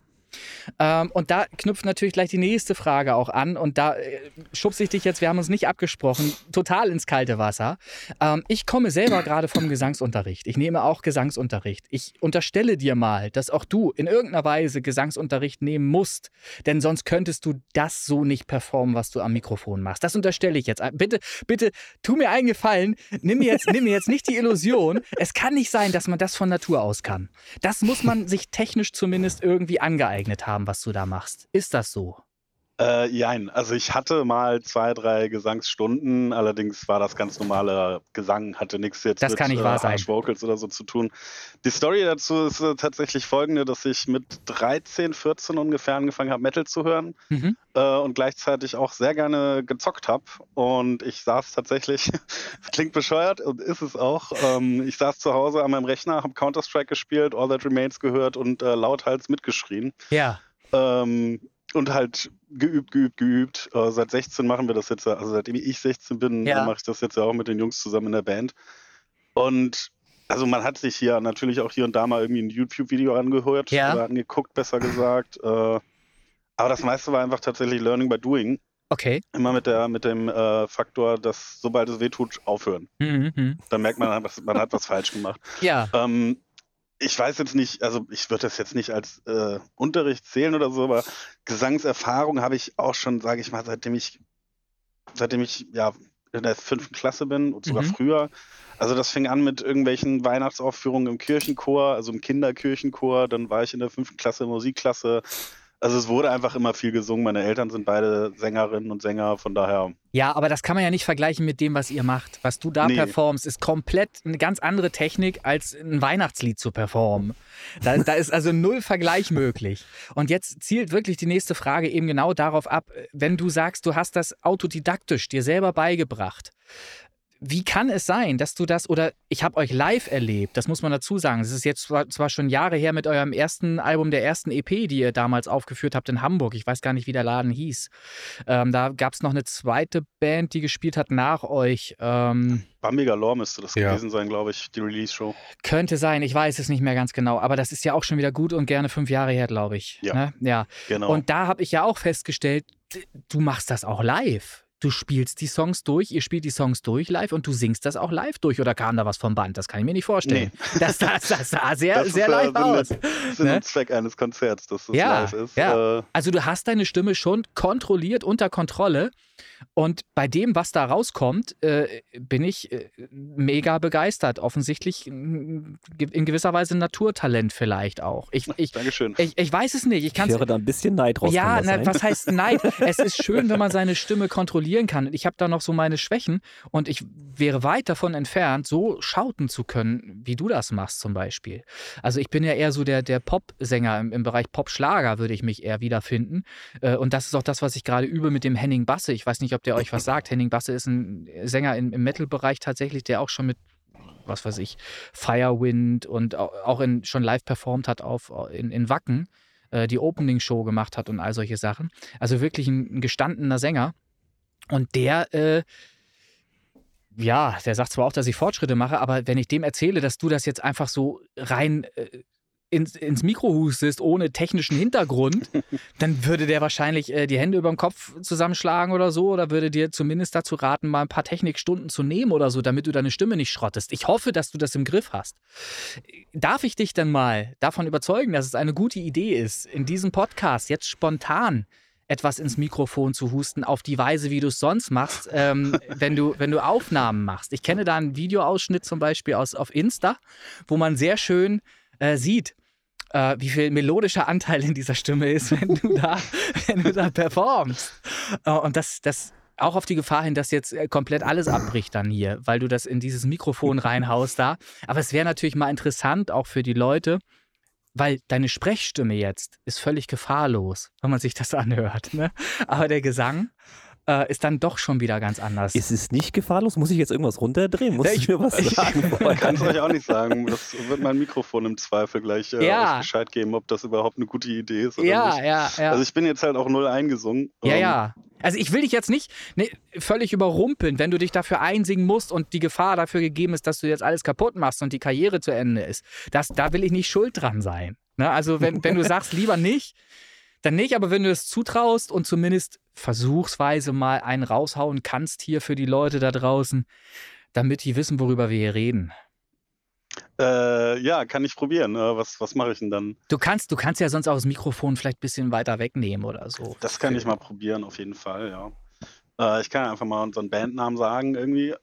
B: Und da knüpft natürlich gleich die nächste Frage auch an und da schubse ich dich jetzt, wir haben uns nicht abgesprochen, total ins kalte Wasser. Ich komme selber gerade vom Gesangsunterricht. Ich nehme auch Gesangsunterricht. Ich unterstelle dir mal, dass auch du in irgendeiner Weise Gesangsunterricht nehmen musst, denn sonst könntest du das so nicht performen, was du am Mikrofon machst. Das unterstelle ich jetzt. Bitte, tu mir einen Gefallen, nimm mir jetzt nicht die Illusion. Es kann nicht sein, dass man das von Natur aus kann. Das muss man sich technisch zumindest irgendwie angeeignet haben, was du da machst. Ist das so?
C: Jein. Also ich hatte mal 2, 3 Gesangsstunden, allerdings war das ganz normaler Gesang, hatte nichts jetzt
B: das
C: mit
B: kann nicht wahr sein.
C: Harsh Vocals oder so zu tun. Die Story dazu ist tatsächlich folgende, dass ich mit 13, 14 ungefähr angefangen habe, Metal zu hören und gleichzeitig auch sehr gerne gezockt habe. Und ich saß tatsächlich, klingt bescheuert und ist es auch, ich saß zu Hause an meinem Rechner, habe Counter-Strike gespielt, All That Remains gehört und lauthals mitgeschrien.
B: Ja.
C: Und halt geübt. Seit 16 machen wir das jetzt, also seitdem ich 16 bin, mache ich das jetzt ja auch mit den Jungs zusammen in der Band. Und also man hat sich hier natürlich auch hier und da mal irgendwie ein YouTube-Video angehört oder angeguckt, besser gesagt. Aber das meiste war einfach tatsächlich Learning by Doing.
B: Okay.
C: Immer mit dem Faktor, dass sobald es wehtut, aufhören. Dann merkt man, man hat was falsch gemacht.
B: Ja.
C: Ich weiß jetzt nicht, also ich würde das jetzt nicht als Unterricht zählen oder so, aber Gesangserfahrung habe ich auch schon, sage ich mal, seitdem ich ja in der 5. Klasse bin und sogar früher. Also das fing an mit irgendwelchen Weihnachtsaufführungen im Kirchenchor, also im Kinderkirchenchor. Dann war ich in der 5. Klasse Musikklasse. Also es wurde einfach immer viel gesungen. Meine Eltern sind beide Sängerinnen und Sänger, von daher.
B: Ja, aber das kann man ja nicht vergleichen mit dem, was ihr macht. Was du da performst, ist komplett eine ganz andere Technik, als ein Weihnachtslied zu performen. Da ist also null Vergleich möglich. Und jetzt zielt wirklich die nächste Frage eben genau darauf ab, wenn du sagst, du hast das autodidaktisch dir selber beigebracht. Wie kann es sein, dass du das, oder ich habe euch live erlebt, das muss man dazu sagen, es ist jetzt zwar schon Jahre her mit eurem ersten Album, der ersten EP, die ihr damals aufgeführt habt in Hamburg, ich weiß gar nicht, wie der Laden hieß. Da gab es noch eine zweite Band, die gespielt hat nach euch.
C: Bambi Galore müsste das gewesen sein, glaube ich, die Release-Show.
B: Könnte sein, ich weiß es nicht mehr ganz genau, aber das ist ja auch schon wieder gut und gerne 5 Jahre her, glaube ich.
C: Ja,
B: ne? Ja,
C: genau.
B: Und da habe ich ja auch festgestellt, du machst das auch live. Du spielst die Songs durch, ihr spielt die Songs durch live und du singst das auch live durch, oder kam da was vom Band? Das kann ich mir nicht vorstellen. Nee. Das sah sehr, sehr live aus.
C: Das ist ein Zweck eines Konzerts, dass das live ist.
B: Ja. Also du hast deine Stimme schon kontrolliert, unter Kontrolle. Und bei dem, was da rauskommt, bin ich mega begeistert. Offensichtlich in gewisser Weise ein Naturtalent vielleicht auch.
C: Dankeschön.
B: Ich weiß es nicht.
A: Ich höre da ein bisschen Neid raus.
B: Ja, was heißt Neid? Es ist schön, wenn man seine Stimme kontrollieren kann. Ich habe da noch so meine Schwächen und ich wäre weit davon entfernt, so schauten zu können, wie du das machst zum Beispiel. Also ich bin ja eher so der Pop-Sänger im Bereich Pop-Schlager, würde ich mich eher wiederfinden. Und das ist auch das, was ich gerade übe mit dem Henning Basse. Ich weiß nicht, ob der euch was sagt. Henning Basse ist ein Sänger im Metal-Bereich tatsächlich, der auch schon mit, was weiß ich, Firewind und auch schon live performt hat in Wacken, die Opening-Show gemacht hat und all solche Sachen. Also wirklich ein gestandener Sänger. Und der sagt zwar auch, dass ich Fortschritte mache, aber wenn ich dem erzähle, dass du das jetzt einfach so rein ins Mikro hustest, ohne technischen Hintergrund, dann würde der wahrscheinlich die Hände über dem Kopf zusammenschlagen oder so, oder würde dir zumindest dazu raten, mal ein paar Technikstunden zu nehmen oder so, damit du deine Stimme nicht schrottest. Ich hoffe, dass du das im Griff hast. Darf ich dich dann mal davon überzeugen, dass es eine gute Idee ist, in diesem Podcast jetzt spontan etwas ins Mikrofon zu husten, auf die Weise, wie du es sonst machst, wenn du Aufnahmen machst? Ich kenne da einen Videoausschnitt zum Beispiel auf Insta, wo man sehr schön sieht, wie viel melodischer Anteil in dieser Stimme ist, wenn du da performst. Und das auch auf die Gefahr hin, dass jetzt komplett alles abbricht dann hier, weil du das in dieses Mikrofon reinhaust da. Aber es wäre natürlich mal interessant, auch für die Leute, weil deine Sprechstimme jetzt ist völlig gefahrlos, wenn man sich das anhört. Ne? Aber der Gesang ist dann doch schon wieder ganz anders.
A: Ist es nicht gefahrlos? Muss ich jetzt irgendwas runterdrehen? Muss ich mir was sagen?
C: Ich kann es euch auch nicht sagen. Das wird mein Mikrofon im Zweifel gleich euch Bescheid geben, ob das überhaupt eine gute Idee ist oder nicht.
B: Ja.
C: Also ich bin jetzt halt auch 0 eingesungen.
B: Ja. Also ich will dich jetzt nicht völlig überrumpeln, wenn du dich dafür einsingen musst und die Gefahr dafür gegeben ist, dass du jetzt alles kaputt machst und die Karriere zu Ende ist. Da will ich nicht schuld dran sein. Ne? Also wenn du sagst, lieber nicht, dann nicht, aber wenn du es zutraust und zumindest versuchsweise mal einen raushauen kannst hier für die Leute da draußen, damit die wissen, worüber wir hier reden.
C: Ja, kann ich probieren. Was mache ich denn dann?
B: Du kannst ja sonst auch das Mikrofon vielleicht ein bisschen weiter wegnehmen oder so.
C: Das kann ich mal probieren, auf jeden Fall, ja. Ich kann einfach mal unseren Bandnamen sagen, irgendwie.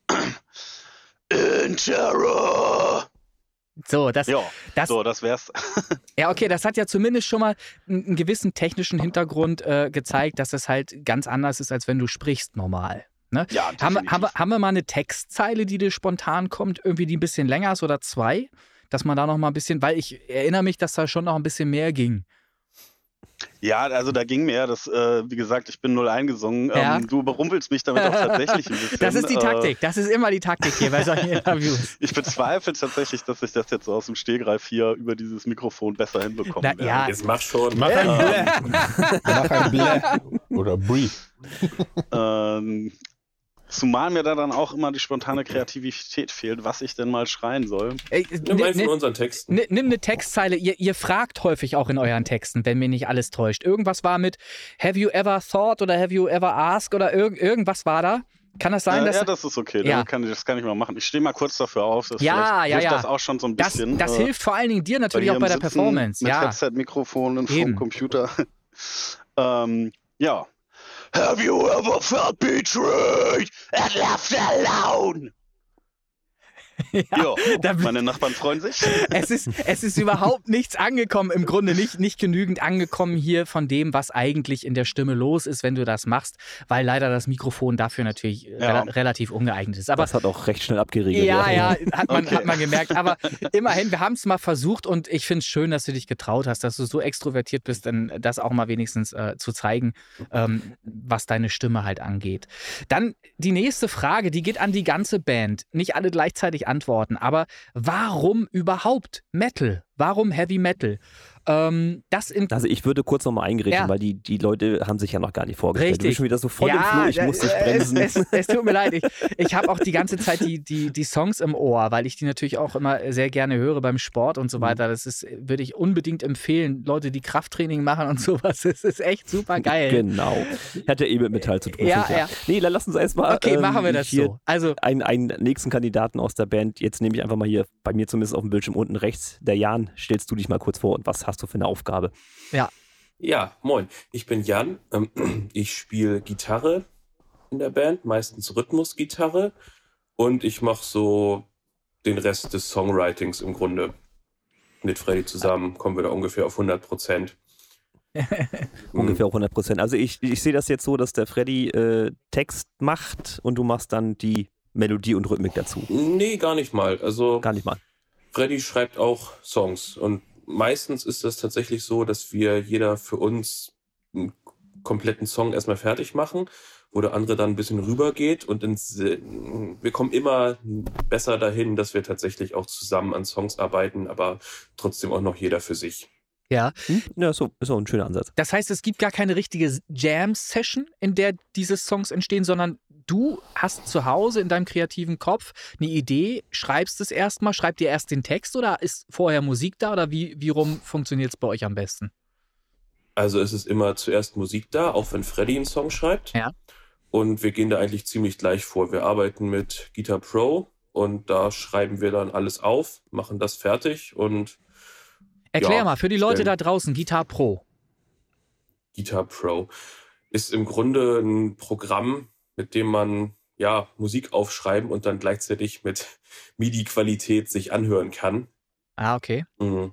C: Intero!
B: So, das
C: wär's.
B: Ja, okay, das hat ja zumindest schon mal einen gewissen technischen Hintergrund gezeigt, dass es halt ganz anders ist, als wenn du sprichst normal. Ne?
C: Ja,
B: haben wir mal eine Textzeile, die dir spontan kommt, irgendwie die ein bisschen länger ist oder 2? Dass man da noch mal ein bisschen, weil ich erinnere mich, dass da schon noch ein bisschen mehr ging.
C: Ja, also da ging mir wie gesagt, ich bin 0 eingesungen.
B: Ja.
C: Du überrumpelst mich damit auch tatsächlich ein bisschen.
B: Das ist die Taktik, das ist immer die Taktik hier bei solchen Interviews.
C: Ich bezweifle tatsächlich, dass ich das jetzt so aus dem Stehgreif hier über dieses Mikrofon besser hinbekomme.
B: Ja.
D: Jetzt mach schon.
E: Mach ein Blä. Mach ein Blä. Oder Brief.
C: Zumal mir da dann auch immer die spontane Kreativität fehlt, was ich denn mal schreien soll.
D: Nimm einen von unseren Texten.
B: Nimm eine Textzeile. Ihr fragt häufig auch in euren Texten, wenn mir nicht alles täuscht. Irgendwas war mit Have you ever thought oder Have you ever asked oder irgendwas war da. Kann das sein, dass...
C: Ja, das ist okay.
B: Ja.
C: Das kann ich mal machen. Ich stehe mal kurz dafür auf. Das
B: Ja.
C: das auch schon so ein bisschen.
B: Das hilft vor allen Dingen dir natürlich auch bei der Performance.
C: Mit Headset-Mikrofon und Computer. Ja. Have you ever felt betrayed and left alone? Ja, meine Nachbarn freuen sich.
B: Es ist überhaupt nichts angekommen, im Grunde nicht genügend angekommen hier von dem, was eigentlich in der Stimme los ist, wenn du das machst, weil leider das Mikrofon dafür natürlich relativ ungeeignet ist. Aber
A: das hat auch recht schnell abgeriegelt.
B: Ja, hat man gemerkt. Aber immerhin, wir haben es mal versucht und ich finde es schön, dass du dich getraut hast, dass du so extrovertiert bist, dann das auch mal wenigstens zu zeigen, was deine Stimme halt angeht. Dann die nächste Frage, die geht an die ganze Band. Nicht alle gleichzeitig antworten, aber warum überhaupt Metal? Warum Heavy Metal?
A: Also ich würde kurz nochmal eingreifen, weil die Leute haben sich ja noch gar nicht vorgestellt.
B: Richtig.
A: Du bist schon wieder so voll im Floh, ich muss dich bremsen.
B: Es tut mir leid, ich habe auch die ganze Zeit die Songs im Ohr, weil ich die natürlich auch immer sehr gerne höre beim Sport und so weiter. Das würde ich unbedingt empfehlen, Leute, die Krafttraining machen und sowas. Das ist echt super geil.
A: Genau. Hat ja mit Metall zu tun.
B: Ja.
A: Nee, dann lass uns erstmal
B: machen wir das so. Also
A: einen nächsten Kandidaten aus der Band. Jetzt nehme ich einfach mal hier bei mir zumindest auf dem Bildschirm unten rechts, der Jan. Stellst du dich mal kurz vor und was hast du für eine Aufgabe?
D: Ja, moin. Ich bin Jan. Ich spiele Gitarre in der Band, meistens Rhythmusgitarre. Und ich mache so den Rest des Songwritings im Grunde. Mit Freddy zusammen kommen wir da ungefähr auf 100%.
A: Ungefähr auf 100%. Also ich sehe das jetzt so, dass der Freddy Text macht und du machst dann die Melodie und Rhythmik dazu.
D: Nee, gar nicht mal.
A: Gar nicht mal.
D: Freddy schreibt auch Songs und meistens ist das tatsächlich so, dass wir jeder für uns einen kompletten Song erstmal fertig machen, wo der andere dann ein bisschen rübergeht und wir kommen immer besser dahin, dass wir tatsächlich auch zusammen an Songs arbeiten, aber trotzdem auch noch jeder für sich.
B: Ja.
A: Ja, ist auch ein schöner Ansatz.
B: Das heißt, es gibt gar keine richtige Jam-Session, in der diese Songs entstehen, sondern du hast zu Hause in deinem kreativen Kopf eine Idee, schreibst es erstmal, schreibt ihr erst den Text oder ist vorher Musik da oder wie rum funktioniert es bei euch am besten?
D: Also es ist immer zuerst Musik da, auch wenn Freddy einen Song schreibt.
B: Ja.
D: Und wir gehen da eigentlich ziemlich gleich vor. Wir arbeiten mit Guitar Pro und da schreiben wir dann alles auf, machen das fertig und
B: Erklär mal, für die Leute da draußen, Guitar Pro.
D: Guitar Pro ist im Grunde ein Programm, mit dem man Musik aufschreiben und dann gleichzeitig mit MIDI-Qualität sich anhören kann.
B: Ah, okay.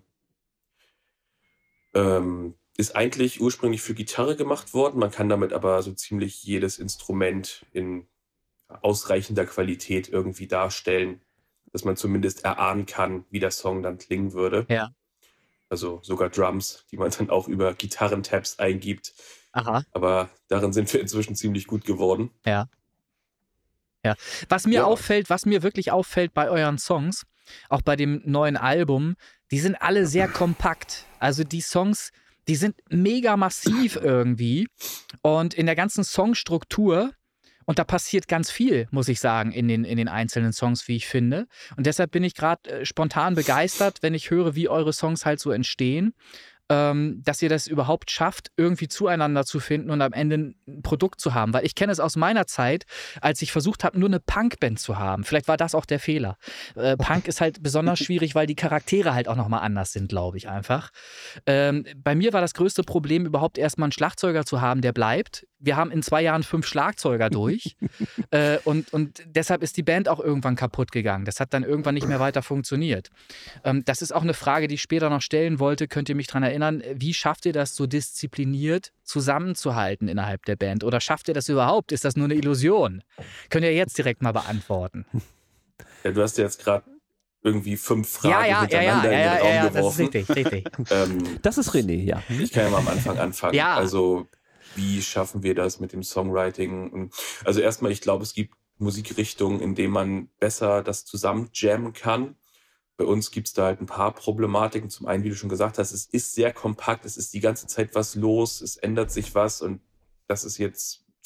D: Ist eigentlich ursprünglich für Gitarre gemacht worden. Man kann damit aber so ziemlich jedes Instrument in ausreichender Qualität irgendwie darstellen, dass man zumindest erahnen kann, wie der Song dann klingen würde.
B: Ja.
D: Also sogar Drums, die man dann auch über Gitarrentabs eingibt.
B: Aha.
D: Aber darin sind wir inzwischen ziemlich gut geworden.
B: Ja. Was mir wirklich auffällt bei euren Songs, auch bei dem neuen Album, die sind alle sehr kompakt. Also die Songs, die sind mega massiv irgendwie. Und in der ganzen Songstruktur, und da passiert ganz viel, muss ich sagen, in den einzelnen Songs, wie ich finde. Und deshalb bin ich gerade spontan begeistert, wenn ich höre, wie eure Songs halt so entstehen, dass ihr das überhaupt schafft, irgendwie zueinander zu finden und am Ende ein Produkt zu haben. Weil ich kenne es aus meiner Zeit, als ich versucht habe, nur eine Punkband zu haben. Vielleicht war das auch der Fehler. Punk ist halt besonders schwierig, weil die Charaktere halt auch nochmal anders sind, glaube ich einfach. Bei mir war das größte Problem, überhaupt erstmal einen Schlagzeuger zu haben, der bleibt. Wir haben in 2 Jahren 5 Schlagzeuger durch und deshalb ist die Band auch irgendwann kaputt gegangen. Das hat dann irgendwann nicht mehr weiter funktioniert. Das ist auch eine Frage, die ich später noch stellen wollte. Könnt ihr mich daran erinnern, wie schafft ihr das so diszipliniert zusammenzuhalten innerhalb der Band? Oder schafft ihr das überhaupt? Ist das nur eine Illusion? Könnt ihr jetzt direkt mal beantworten.
D: Ja, du hast ja jetzt gerade irgendwie 5 Fragen hintereinander in den Raum geworfen.
B: Das ist richtig.
A: Das ist René, ja.
D: Ich kann ja mal am Anfang anfangen.
B: Ja.
D: Also wie schaffen wir das mit dem Songwriting? Also erstmal, ich glaube, es gibt Musikrichtungen, in denen man besser das zusammen jammen kann. Bei uns gibt es da halt ein paar Problematiken. Zum einen, wie du schon gesagt hast, es ist sehr kompakt, es ist die ganze Zeit was los, es ändert sich was und das ist jetzt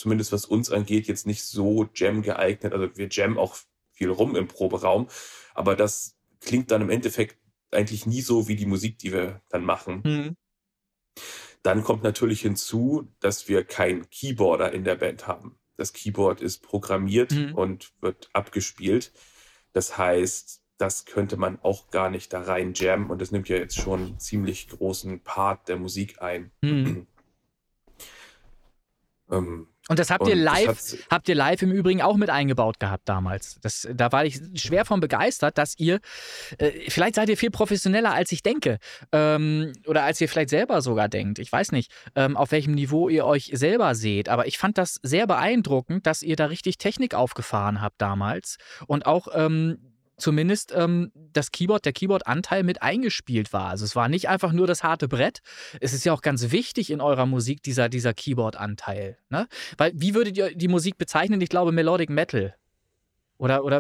D: zumindest was uns angeht, jetzt nicht so Jam geeignet. Also wir jammen auch viel rum im Proberaum, aber das klingt dann im Endeffekt eigentlich nie so wie die Musik, die wir dann machen.
B: Mhm.
D: Dann kommt natürlich hinzu, dass wir keinen Keyboarder in der Band haben. Das Keyboard ist programmiert und wird abgespielt. Das heißt, das könnte man auch gar nicht da rein jammen und das nimmt ja jetzt schon einen ziemlich großen Part der Musik ein.
B: Und das habt ihr live im Übrigen auch mit eingebaut gehabt damals. Da war ich schwer von begeistert, dass ihr, vielleicht seid ihr viel professioneller, als ich denke. Oder als ihr vielleicht selber sogar denkt. Ich weiß nicht, auf welchem Niveau ihr euch selber seht. Aber ich fand das sehr beeindruckend, dass ihr da richtig Technik aufgefahren habt damals. Und auch zumindest der Keyboard-Anteil mit eingespielt war. Also es war nicht einfach nur das harte Brett. Es ist ja auch ganz wichtig in eurer Musik, dieser Keyboard-Anteil. Ne? Weil, wie würdet ihr die Musik bezeichnen? Ich glaube Melodic Metal. Oder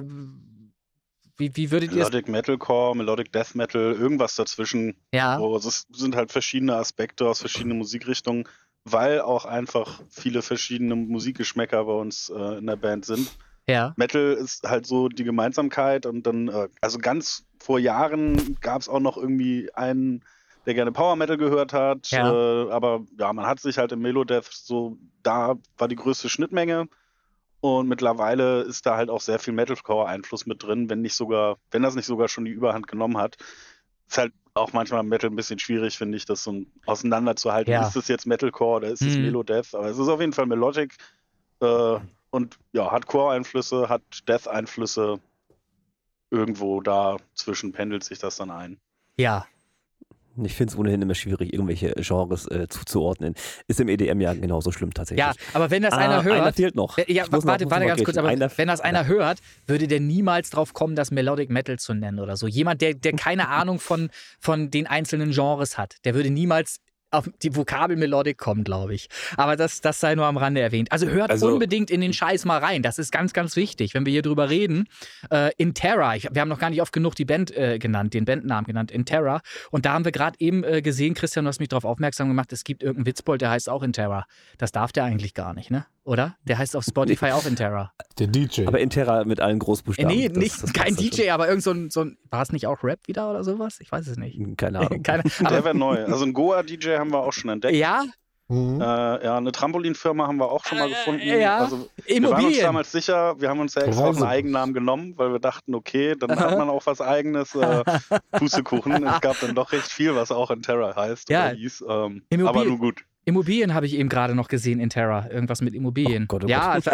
B: wie würdet ihr
C: Melodic Metalcore, Melodic Death Metal, irgendwas dazwischen.
B: Ja.
C: Es sind halt verschiedene Aspekte aus verschiedenen Musikrichtungen, weil auch einfach viele verschiedene Musikgeschmäcker bei uns in der Band sind.
B: Ja.
C: Metal ist halt so die Gemeinsamkeit und dann, also ganz vor Jahren gab es auch noch irgendwie einen, der gerne Power Metal gehört hat, aber ja, man hat sich halt im Melodeath so, da war die größte Schnittmenge und mittlerweile ist da halt auch sehr viel Metalcore-Einfluss mit drin, wenn das nicht sogar schon die Überhand genommen hat. Ist halt auch manchmal im Metal ein bisschen schwierig, finde ich, das so auseinanderzuhalten. Ja. Ist das jetzt Metalcore oder ist es Melodeath? Aber es ist auf jeden Fall Melodic, und ja, hat Core-Einflüsse, hat Death-Einflüsse. Irgendwo dazwischen pendelt sich das dann ein.
B: Ja.
A: Ich finde es ohnehin immer schwierig, irgendwelche Genres zuzuordnen. Ist im EDM ja genauso schlimm tatsächlich.
B: Ja, aber wenn das einer hört...
A: Einer fehlt noch.
B: Warte ganz kurz, aber wenn das einer hört, würde der niemals drauf kommen, das Melodic Metal zu nennen oder so. Jemand, der keine Ahnung von den einzelnen Genres hat, der würde niemals auf die Vokabel Melodic kommen, glaube ich. Aber das sei nur am Rande erwähnt. Also hört unbedingt in den Scheiß mal rein. Das ist ganz, ganz wichtig, wenn wir hier drüber reden. Interra, wir haben noch gar nicht oft genug die Band genannt, den Bandnamen genannt, Interra. Und da haben wir gerade eben gesehen, Christian, du hast mich darauf aufmerksam gemacht, es gibt irgendeinen Witzbold, der heißt auch Interra. Das darf der eigentlich gar nicht, ne? Oder? Der heißt auf Spotify auch Interra.
E: Der DJ.
A: Aber Interra mit allen Großbuchstaben.
B: Nee, kein DJ, aber irgend so ein war es nicht auch Rap wieder oder sowas? Ich weiß es nicht.
A: Keine Ahnung.
C: Der wäre neu. Also ein Goa-DJ haben wir auch schon entdeckt.
B: Ja?
C: Eine Trampolinfirma haben wir auch schon mal gefunden.
B: Ja.
C: Also, wir waren uns damals sicher, wir haben uns ja extra einen Eigennamen genommen, weil wir dachten, okay, dann hat man auch was Eigenes. Pustekuchen. Es gab dann doch recht viel, was auch Interra heißt oder hieß. Aber nun gut.
B: Immobilien habe ich eben gerade noch gesehen in Terra. Irgendwas mit Immobilien.
A: Oh Gott.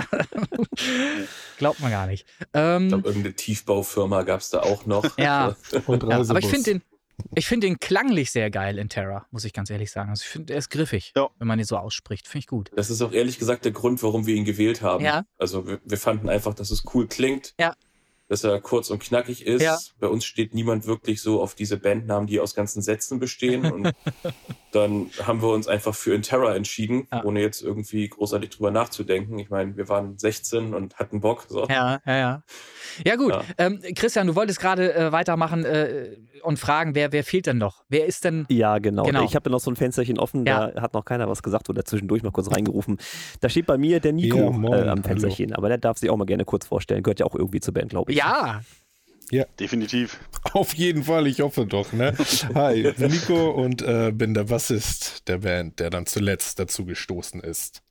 B: Glaubt man gar nicht.
D: Ich glaube, irgendeine Tiefbaufirma gab es da auch noch.
B: Ja. Aber ich finde den klanglich sehr geil in Terra, muss ich ganz ehrlich sagen. Also ich finde, er ist griffig, wenn man ihn so ausspricht. Finde ich gut.
D: Das ist auch ehrlich gesagt der Grund, warum wir ihn gewählt haben.
B: Ja.
D: Also wir fanden einfach, dass es cool klingt.
B: Ja.
D: Dass er kurz und knackig ist. Ja. Bei uns steht niemand wirklich so auf diese Bandnamen, die aus ganzen Sätzen bestehen. Und dann haben wir uns einfach für Interra entschieden, ohne jetzt irgendwie großartig drüber nachzudenken. Ich meine, wir waren 16 und hatten Bock. So.
B: Ja. Ja gut, Christian, du wolltest gerade weitermachen und fragen, wer fehlt denn noch? Wer ist denn...
A: Ja, genau. Ich habe noch so ein Fensterchen offen, da hat noch keiner was gesagt oder zwischendurch mal kurz reingerufen. Da steht bei mir der Nico am Fensterchen, aber der darf sich auch mal gerne kurz vorstellen. Gehört ja auch irgendwie zur Band, glaube ich.
B: Ja,
C: definitiv.
E: Auf jeden Fall, ich hoffe doch, ne? Hi, ich bin Nico und bin der Bassist der Band, der dann zuletzt dazu gestoßen ist.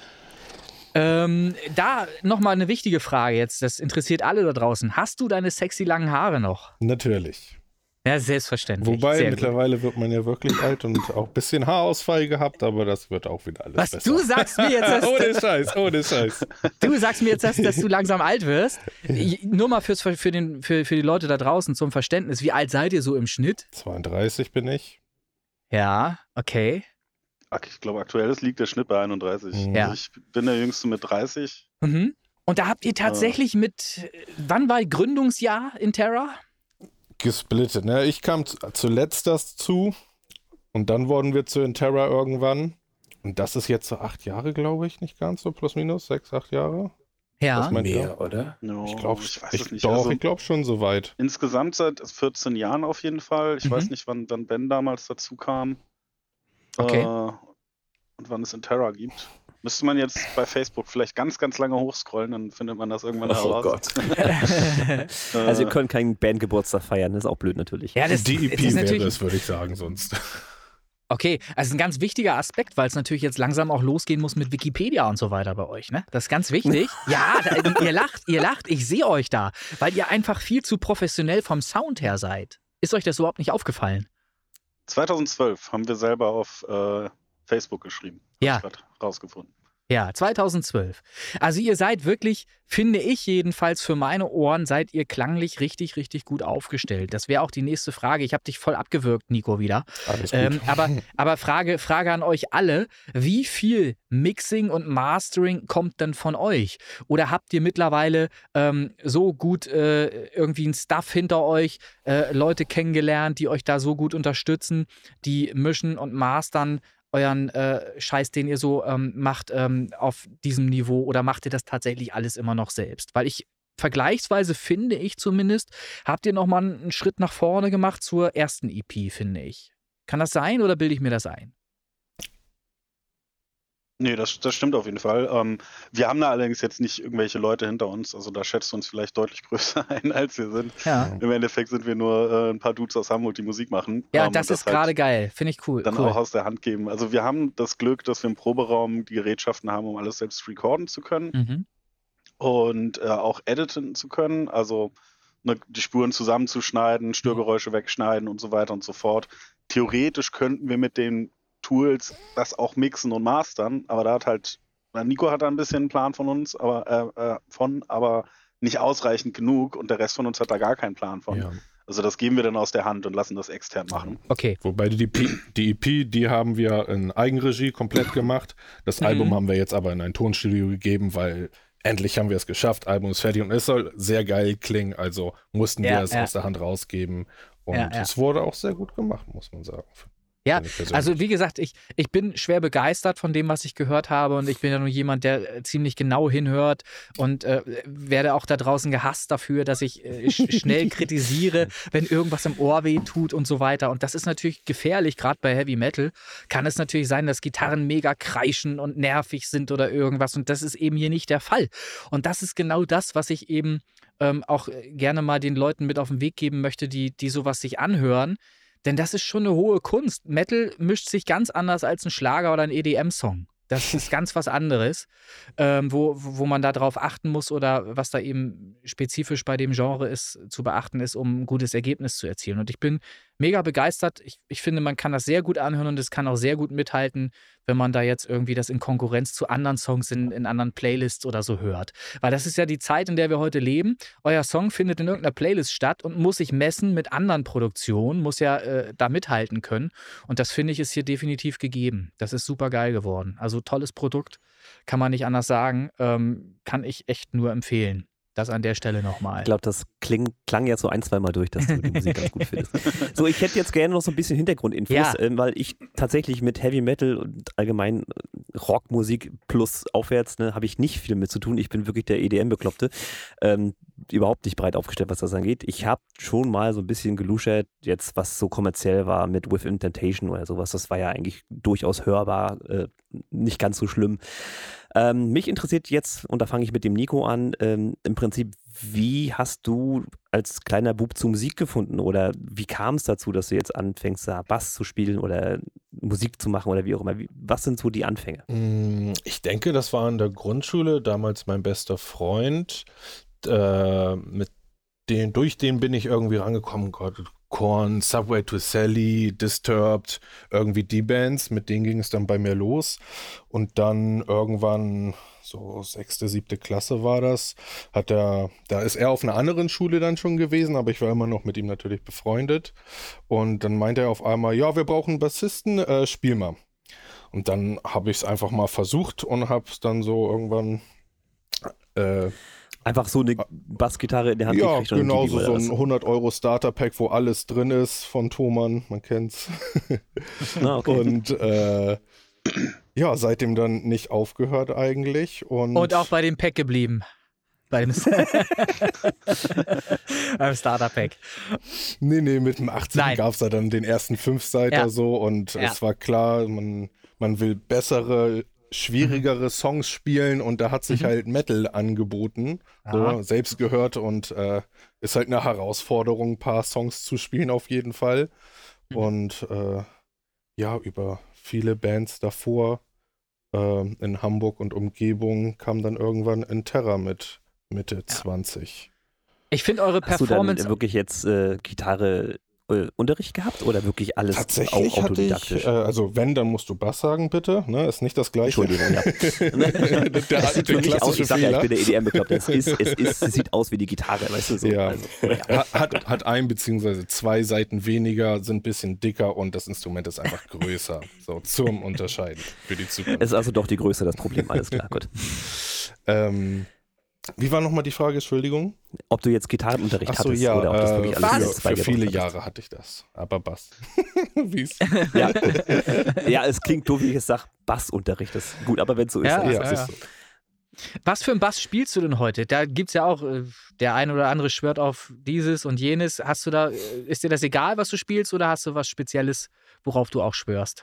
B: Da nochmal eine wichtige Frage jetzt, das interessiert alle da draußen. Hast du deine sexy langen Haare noch?
E: Natürlich.
B: Ja, selbstverständlich.
E: Wobei, mittlerweile wird man ja wirklich alt und auch ein bisschen Haarausfall gehabt, aber das wird auch wieder alles besser.
B: Was, du sagst mir jetzt,
E: ohne Scheiß.
B: Du sagst mir jetzt, dass du langsam alt wirst. Nur mal für die Leute da draußen zum Verständnis. Wie alt seid ihr so im Schnitt?
E: 32 bin ich.
B: Ja, okay.
C: Ich glaube, aktuell liegt der Schnitt bei 31.
B: Ja.
C: Also ich bin der Jüngste mit 30.
B: Mhm. Und da habt ihr tatsächlich wann war Gründungsjahr in Terra?
E: Gesplittet, ne? Ich kam zuletzt dazu und dann wurden wir zu Interra irgendwann. Und das ist jetzt so 8 Jahre, glaube ich, nicht ganz so, plus minus, 6, 8 Jahre.
B: Ja.
D: Mehr, oder?
C: No,
E: ich glaube
C: nicht.
E: Doch, ich glaube schon so weit.
C: Insgesamt seit 14 Jahren auf jeden Fall. Ich weiß nicht, wann dann Ben damals dazu kam.
B: Okay.
C: Und wann es Interra gibt. Müsste man jetzt bei Facebook vielleicht ganz, ganz lange hochscrollen, dann findet man das irgendwann heraus.
D: Oh Gott.
A: Also ihr könnt keinen Bandgeburtstag feiern, das ist auch blöd natürlich.
E: Ja, die EP wäre es, würde ich sagen, sonst.
B: Okay, also ein ganz wichtiger Aspekt, weil es natürlich jetzt langsam auch losgehen muss mit Wikipedia und so weiter bei euch, ne? Das ist ganz wichtig. Ja, ihr lacht, ich sehe euch da, weil ihr einfach viel zu professionell vom Sound her seid. Ist euch das überhaupt nicht aufgefallen?
C: 2012 haben wir selber auf Facebook geschrieben.
B: Ja.
C: Rausgefunden.
B: Ja, 2012. Also ihr seid wirklich, finde ich jedenfalls für meine Ohren, seid ihr klanglich richtig, richtig gut aufgestellt. Das wäre auch die nächste Frage. Ich habe dich voll abgewürgt, Nico, wieder.
E: Alles gut.
B: Aber Frage an euch alle, wie viel Mixing und Mastering kommt denn von euch? Oder habt ihr mittlerweile so gut irgendwie ein Stuff hinter euch, Leute kennengelernt, die euch da so gut unterstützen, die mischen und mastern euren Scheiß, den ihr so macht, auf diesem Niveau, oder macht ihr das tatsächlich alles immer noch selbst? Weil vergleichsweise finde ich zumindest, habt ihr nochmal einen Schritt nach vorne gemacht zur ersten EP, finde ich. Kann das sein oder bilde ich mir das ein?
C: Nee, das stimmt auf jeden Fall. Wir haben da allerdings jetzt nicht irgendwelche Leute hinter uns, also da schätzt du uns vielleicht deutlich größer ein, als wir sind.
B: Ja.
C: Im Endeffekt sind wir nur ein paar Dudes aus Hamburg, die Musik machen.
B: Ja, das ist gerade geil, finde ich cool.
C: Dann auch aus der Hand geben. Also wir haben das Glück, dass wir im Proberaum die Gerätschaften haben, um alles selbst recorden zu können und auch editen zu können, also die Spuren zusammenzuschneiden, Störgeräusche wegschneiden und so weiter und so fort. Theoretisch könnten wir mit den Tools das auch mixen und mastern, aber da hat Nico hat da ein bisschen einen Plan von uns, aber nicht ausreichend genug und der Rest von uns hat da gar keinen Plan von. Ja. Also das geben wir dann aus der Hand und lassen das extern machen.
B: Okay.
E: Wobei die EP, die haben wir in Eigenregie komplett gemacht. Das Album haben wir jetzt aber in ein Tonstudio gegeben, weil endlich haben wir es geschafft. Album ist fertig und es soll sehr geil klingen, also mussten wir es aus der Hand rausgeben und es wurde auch sehr gut gemacht, muss man sagen.
B: Ja, also wie gesagt, ich bin schwer begeistert von dem, was ich gehört habe, und ich bin ja nur jemand, der ziemlich genau hinhört und werde auch da draußen gehasst dafür, dass ich schnell kritisiere, wenn irgendwas im Ohr weh tut und so weiter, und das ist natürlich gefährlich, gerade bei Heavy Metal kann es natürlich sein, dass Gitarren mega kreischen und nervig sind oder irgendwas, und das ist eben hier nicht der Fall, und das ist genau das, was ich eben auch gerne mal den Leuten mit auf den Weg geben möchte, die sowas sich anhören. Denn das ist schon eine hohe Kunst. Metal mischt sich ganz anders als ein Schlager oder ein EDM-Song. Das ist ganz was anderes, wo man da drauf achten muss oder was da eben spezifisch bei dem Genre ist, zu beachten ist, um ein gutes Ergebnis zu erzielen. Und ich bin mega begeistert. Ich finde, man kann das sehr gut anhören und es kann auch sehr gut mithalten, wenn man da jetzt irgendwie das in Konkurrenz zu anderen Songs in anderen Playlists oder so hört. Weil das ist ja die Zeit, in der wir heute leben. Euer Song findet in irgendeiner Playlist statt und muss sich messen mit anderen Produktionen, muss ja da mithalten können. Und das finde ich ist hier definitiv gegeben. Das ist super geil geworden. Also tolles Produkt, kann man nicht anders sagen. Kann ich echt nur empfehlen. Das an der Stelle nochmal.
A: Ich glaube, das klang jetzt so ein, zweimal durch, dass du die Musik ganz gut findest. So, ich hätte jetzt gerne noch so ein bisschen Hintergrundinfos, weil ich tatsächlich mit Heavy Metal und allgemein Rockmusik plus aufwärts, habe ich nicht viel mit zu tun. Ich bin wirklich der EDM-Bekloppte. Überhaupt nicht breit aufgestellt, was das angeht. Ich habe schon mal so ein bisschen geluschert, jetzt was so kommerziell war mit Within Temptation oder sowas. Das war ja eigentlich durchaus hörbar, nicht ganz so schlimm. Mich interessiert jetzt, und da fange ich mit dem Nico an, im Prinzip, wie hast du als kleiner Bub zu Musik gefunden oder wie kam es dazu, dass du jetzt anfängst, da Bass zu spielen oder Musik zu machen oder wie auch immer? Was sind so die Anfänge?
E: Ich denke, das war in der Grundschule, damals mein bester Freund, durch den bin ich irgendwie rangekommen, Gott, Korn, Subway to Sally, Disturbed, irgendwie die Bands, mit denen ging es dann bei mir los. Und dann irgendwann, so 6., 7. Klasse war das, da ist er auf einer anderen Schule dann schon gewesen, aber ich war immer noch mit ihm natürlich befreundet. Und dann meinte er auf einmal, ja, wir brauchen einen Bassisten, spiel mal. Und dann habe ich es einfach mal versucht und habe es dann so irgendwann
A: einfach so eine Bassgitarre in der Hand
E: gekriegt. Ja, genau, so ein 100€ Starter-Pack, wo alles drin ist von Thomann, man kennt's.
A: Okay.
E: Und ja, seitdem dann nicht aufgehört eigentlich. Und
B: auch bei dem Pack geblieben. Beim Starter-Pack.
E: Nee, mit dem 18 gab es ja dann den ersten 5-Seiter so und es war klar, man will bessere schwierigere Songs spielen und da hat sich halt Metal angeboten, so, selbst gehört und ist halt eine Herausforderung, ein paar Songs zu spielen auf jeden Fall. Und über viele Bands davor in Hamburg und Umgebung kam dann irgendwann Enterra mit Mitte 20.
B: Ich finde eure Performance...
A: Hast du dann wirklich jetzt Gitarre Unterricht gehabt oder wirklich alles
E: tatsächlich
A: auch autodidaktisch?
E: Also wenn, dann musst du Bass sagen, bitte. Ne? Ist nicht das Gleiche.
A: Entschuldigung, ja.
E: Das sieht für mich aus,
A: ich sag ja, ich bin der EDM-Bekloppt. Es sieht aus wie die Gitarre, weißt du? So.
E: Ja.
A: Also, ja.
E: Hat ein bzw. zwei Seiten weniger, sind ein bisschen dicker und das Instrument ist einfach größer. So, zum Unterscheiden für die Zukunft.
A: Es ist also doch die Größe das Problem, alles klar, gut.
E: Wie war nochmal die Frage, Entschuldigung?
A: Ob du jetzt Gitarrenunterricht hattest
E: ja,
A: oder ob das wirklich alles
E: für viele Jahre hatte ich das, aber Bass.
A: Ja, ja, es klingt doof, wie ich es sage, Bassunterricht ist gut, aber wenn es so ist, dann ist es so.
B: Was für ein Bass spielst du denn heute? Da gibt es ja auch, der ein oder andere schwört auf dieses und jenes. Hast du da, ist dir das egal, was du spielst oder hast du was Spezielles, worauf du auch schwörst?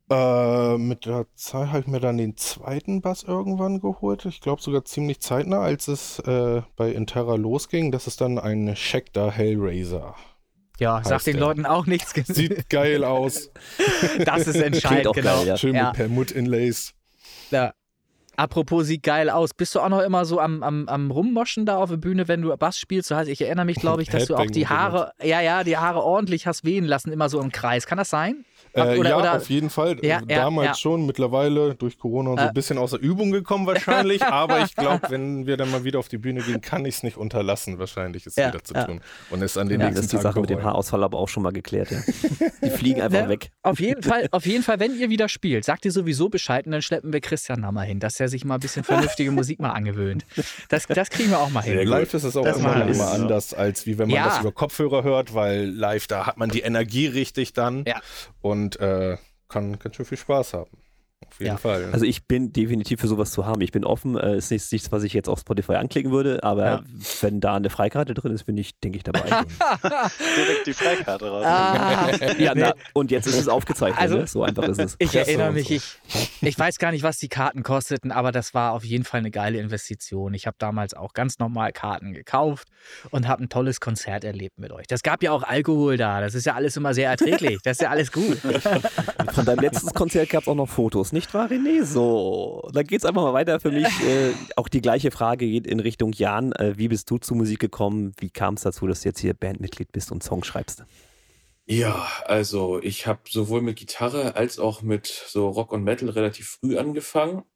E: Mit der Zeit habe ich mir dann den zweiten Bass irgendwann geholt. Ich glaube sogar ziemlich zeitnah, als es bei Enterra losging. Das ist dann ein Schecter Hellraiser.
B: Ja, sagt den Leuten auch nichts.
E: Sieht geil aus.
B: Das ist entscheidend, genau.
A: Geil, ja.
E: Schön mit Perlmutt-Inlays.
B: Ja. Apropos, sieht geil aus. Bist du auch noch immer so am Rummoschen da auf der Bühne, wenn du Bass spielst? So heißt, ich erinnere mich, glaube ich, dass du auch die Haare, die Haare ordentlich hast wehen lassen, immer so im Kreis. Kann das sein?
E: Oder auf jeden Fall. Damals schon, mittlerweile durch Corona und so ein bisschen aus der Übung gekommen wahrscheinlich. Aber ich glaube, wenn wir dann mal wieder auf die Bühne gehen, kann ich es nicht unterlassen, wahrscheinlich es wieder zu tun. Und es an den nächsten
A: das ist die Sache mit dem Haarausfall aber auch schon mal geklärt. Ja. Die fliegen einfach weg.
B: Auf jeden Fall, wenn ihr wieder spielt, sagt ihr sowieso Bescheid und dann schleppen wir Christian da mal hin, dass er sich mal ein bisschen vernünftige Musik mal angewöhnt. Das kriegen wir auch mal hin.
E: Live ist es auch immer anders, als wie wenn man das über Kopfhörer hört, weil live, da hat man die Energie richtig dann. Ja. Und kann ganz schön viel Spaß haben. Auf jeden Fall.
A: Also ich bin definitiv für sowas zu haben. Ich bin offen. Ist nichts, was ich jetzt auf Spotify anklicken würde, aber wenn da eine Freikarte drin ist, denke ich dabei.
C: Direkt die Freikarte raus.
A: Und jetzt ist es aufgezeichnet. Also, ne? So einfach ist es.
B: Ich erinnere mich, ich weiß gar nicht, was die Karten kosteten, aber das war auf jeden Fall eine geile Investition. Ich habe damals auch ganz normal Karten gekauft und habe ein tolles Konzert erlebt mit euch. Das gab ja auch Alkohol da. Das ist ja alles immer sehr erträglich. Das ist ja alles gut.
A: Von deinem letzten Konzert gab es auch noch Fotos, nicht wahr, René? So, dann geht's einfach mal weiter für mich. Auch die gleiche Frage geht in Richtung Jan. Wie bist du zur Musik gekommen? Wie kam es dazu, dass du jetzt hier Bandmitglied bist und Songs schreibst?
D: Ja, also ich habe sowohl mit Gitarre als auch mit so Rock und Metal relativ früh angefangen.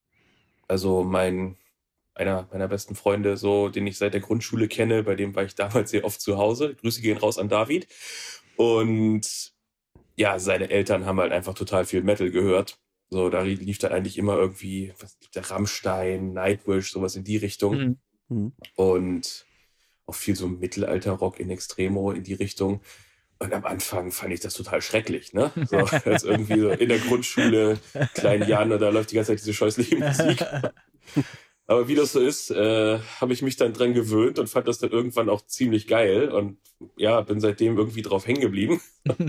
D: Also einer meiner besten Freunde, so, den ich seit der Grundschule kenne, bei dem war ich damals sehr oft zu Hause. Grüße gehen raus an David. Und ja, seine Eltern haben halt einfach total viel Metal gehört. So, da lief dann eigentlich immer irgendwie, der Rammstein, Nightwish, sowas in die Richtung. Mhm. Und auch viel so Mittelalter-Rock in Extremo in die Richtung. Und am Anfang fand ich das total schrecklich, ne? So, als irgendwie so in der Grundschule, kleinen Jahren, da läuft die ganze Zeit diese scheußliche Musik. Aber wie das so ist, habe ich mich dann dran gewöhnt und fand das dann irgendwann auch ziemlich geil. Und ja, bin seitdem irgendwie drauf hängen geblieben.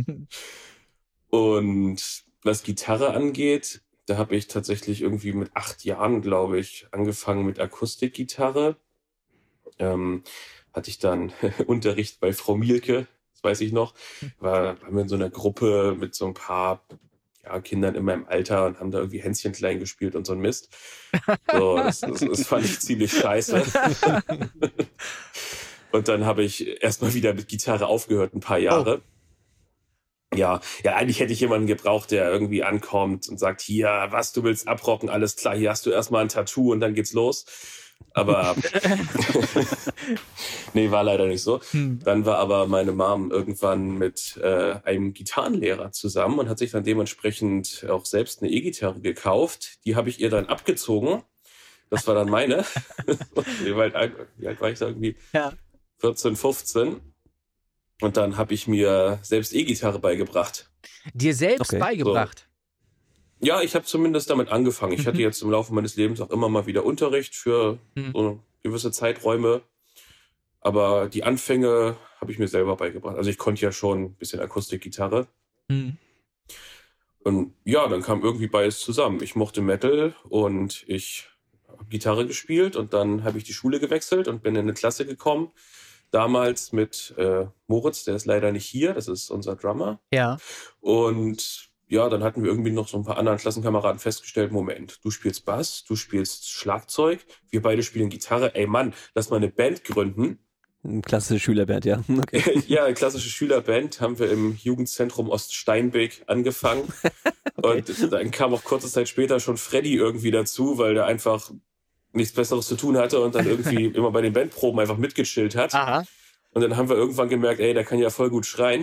D: Und was Gitarre angeht, da habe ich tatsächlich irgendwie mit 8 Jahren, glaube ich, angefangen mit Akustikgitarre. Hatte ich dann Unterricht bei Frau Mielke, das weiß ich noch. Waren wir in so einer Gruppe mit so ein paar Kindern in meinem Alter und haben da irgendwie Hänschen klein gespielt und so ein Mist. So, das fand ich ziemlich scheiße. Und dann habe ich erstmal wieder mit Gitarre aufgehört, ein paar Jahre. Ja, eigentlich hätte ich jemanden gebraucht, der irgendwie ankommt und sagt, hier, was, du willst abrocken, alles klar, hier hast du erstmal ein Tattoo und dann geht's los. Aber nee, war leider nicht so. Dann war aber meine Mom irgendwann mit einem Gitarrenlehrer zusammen und hat sich dann dementsprechend auch selbst eine E-Gitarre gekauft. Die habe ich ihr dann abgezogen. Das war dann meine. Wie alt war ich da irgendwie? Ja. 14, 15. Und dann habe ich mir selbst E-Gitarre beigebracht.
B: Dir selbst beigebracht?
D: So. Ja, ich habe zumindest damit angefangen. Ich hatte jetzt im Laufe meines Lebens auch immer mal wieder Unterricht für so gewisse Zeiträume. Aber die Anfänge habe ich mir selber beigebracht. Also ich konnte ja schon ein bisschen Akustikgitarre. Und ja, dann kam irgendwie beides zusammen. Ich mochte Metal und ich habe Gitarre gespielt und dann habe ich die Schule gewechselt und bin in eine Klasse gekommen. Damals mit Moritz, der ist leider nicht hier, das ist unser Drummer.
B: Ja.
D: Und ja, dann hatten wir irgendwie noch so ein paar anderen Klassenkameraden festgestellt, Moment, du spielst Bass, du spielst Schlagzeug, wir beide spielen Gitarre. Ey Mann, lass mal eine Band gründen.
A: Eine klassische Schülerband, ja.
D: Okay. Ja, eine klassische Schülerband haben wir im Jugendzentrum Oststeinbeek angefangen. Okay. Und dann kam auch kurze Zeit später schon Freddy irgendwie dazu, weil der einfach nichts Besseres zu tun hatte und dann irgendwie immer bei den Bandproben einfach mitgechillt hat.
B: Aha.
D: Und dann haben wir irgendwann gemerkt, ey, der kann ja voll gut schreien.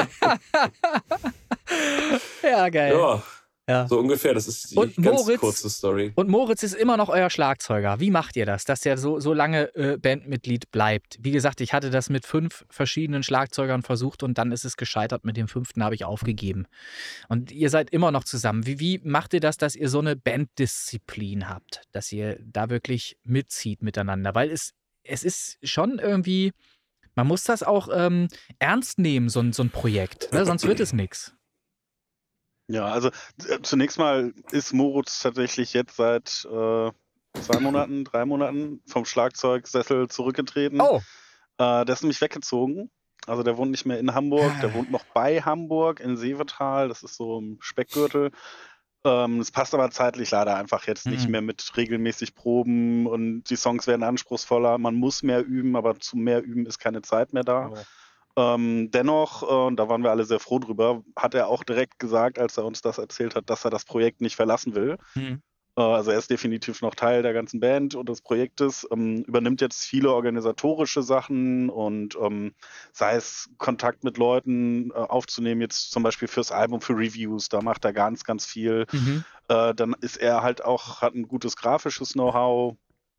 B: Ja, geil.
D: Ja, so ungefähr. Das ist die kurze Story.
B: Und Moritz ist immer noch euer Schlagzeuger. Wie macht ihr das, dass der so lange Bandmitglied bleibt? Wie gesagt, ich hatte das mit 5 verschiedenen Schlagzeugern versucht und dann ist es gescheitert. Mit dem 5. habe ich aufgegeben. Und ihr seid immer noch zusammen. Wie macht ihr das, dass ihr so eine Banddisziplin habt? Dass ihr da wirklich mitzieht miteinander? Weil es ist schon irgendwie, man muss das auch ernst nehmen, so ein Projekt. Ne? Sonst wird es nichts.
C: Ja, also zunächst mal ist Moritz tatsächlich jetzt seit 2 Monaten, 3 Monaten vom Schlagzeugsessel zurückgetreten. Oh. Der ist nämlich weggezogen. Also der wohnt nicht mehr in Hamburg, der wohnt noch bei Hamburg in Seevetal, das ist so im Speckgürtel. Es passt aber zeitlich leider einfach jetzt nicht mehr mit regelmäßig Proben und die Songs werden anspruchsvoller. Man muss mehr üben, aber zu mehr üben ist keine Zeit mehr da. Oh. Dennoch, und da waren wir alle sehr froh drüber, hat er auch direkt gesagt, als er uns das erzählt hat, dass er das Projekt nicht verlassen will. Also er ist definitiv noch Teil der ganzen Band und des Projektes, übernimmt jetzt viele organisatorische Sachen und sei es Kontakt mit Leuten aufzunehmen, jetzt zum Beispiel fürs Album, für Reviews, da macht er ganz, ganz viel. Dann ist er halt auch, hat ein gutes grafisches Know-how.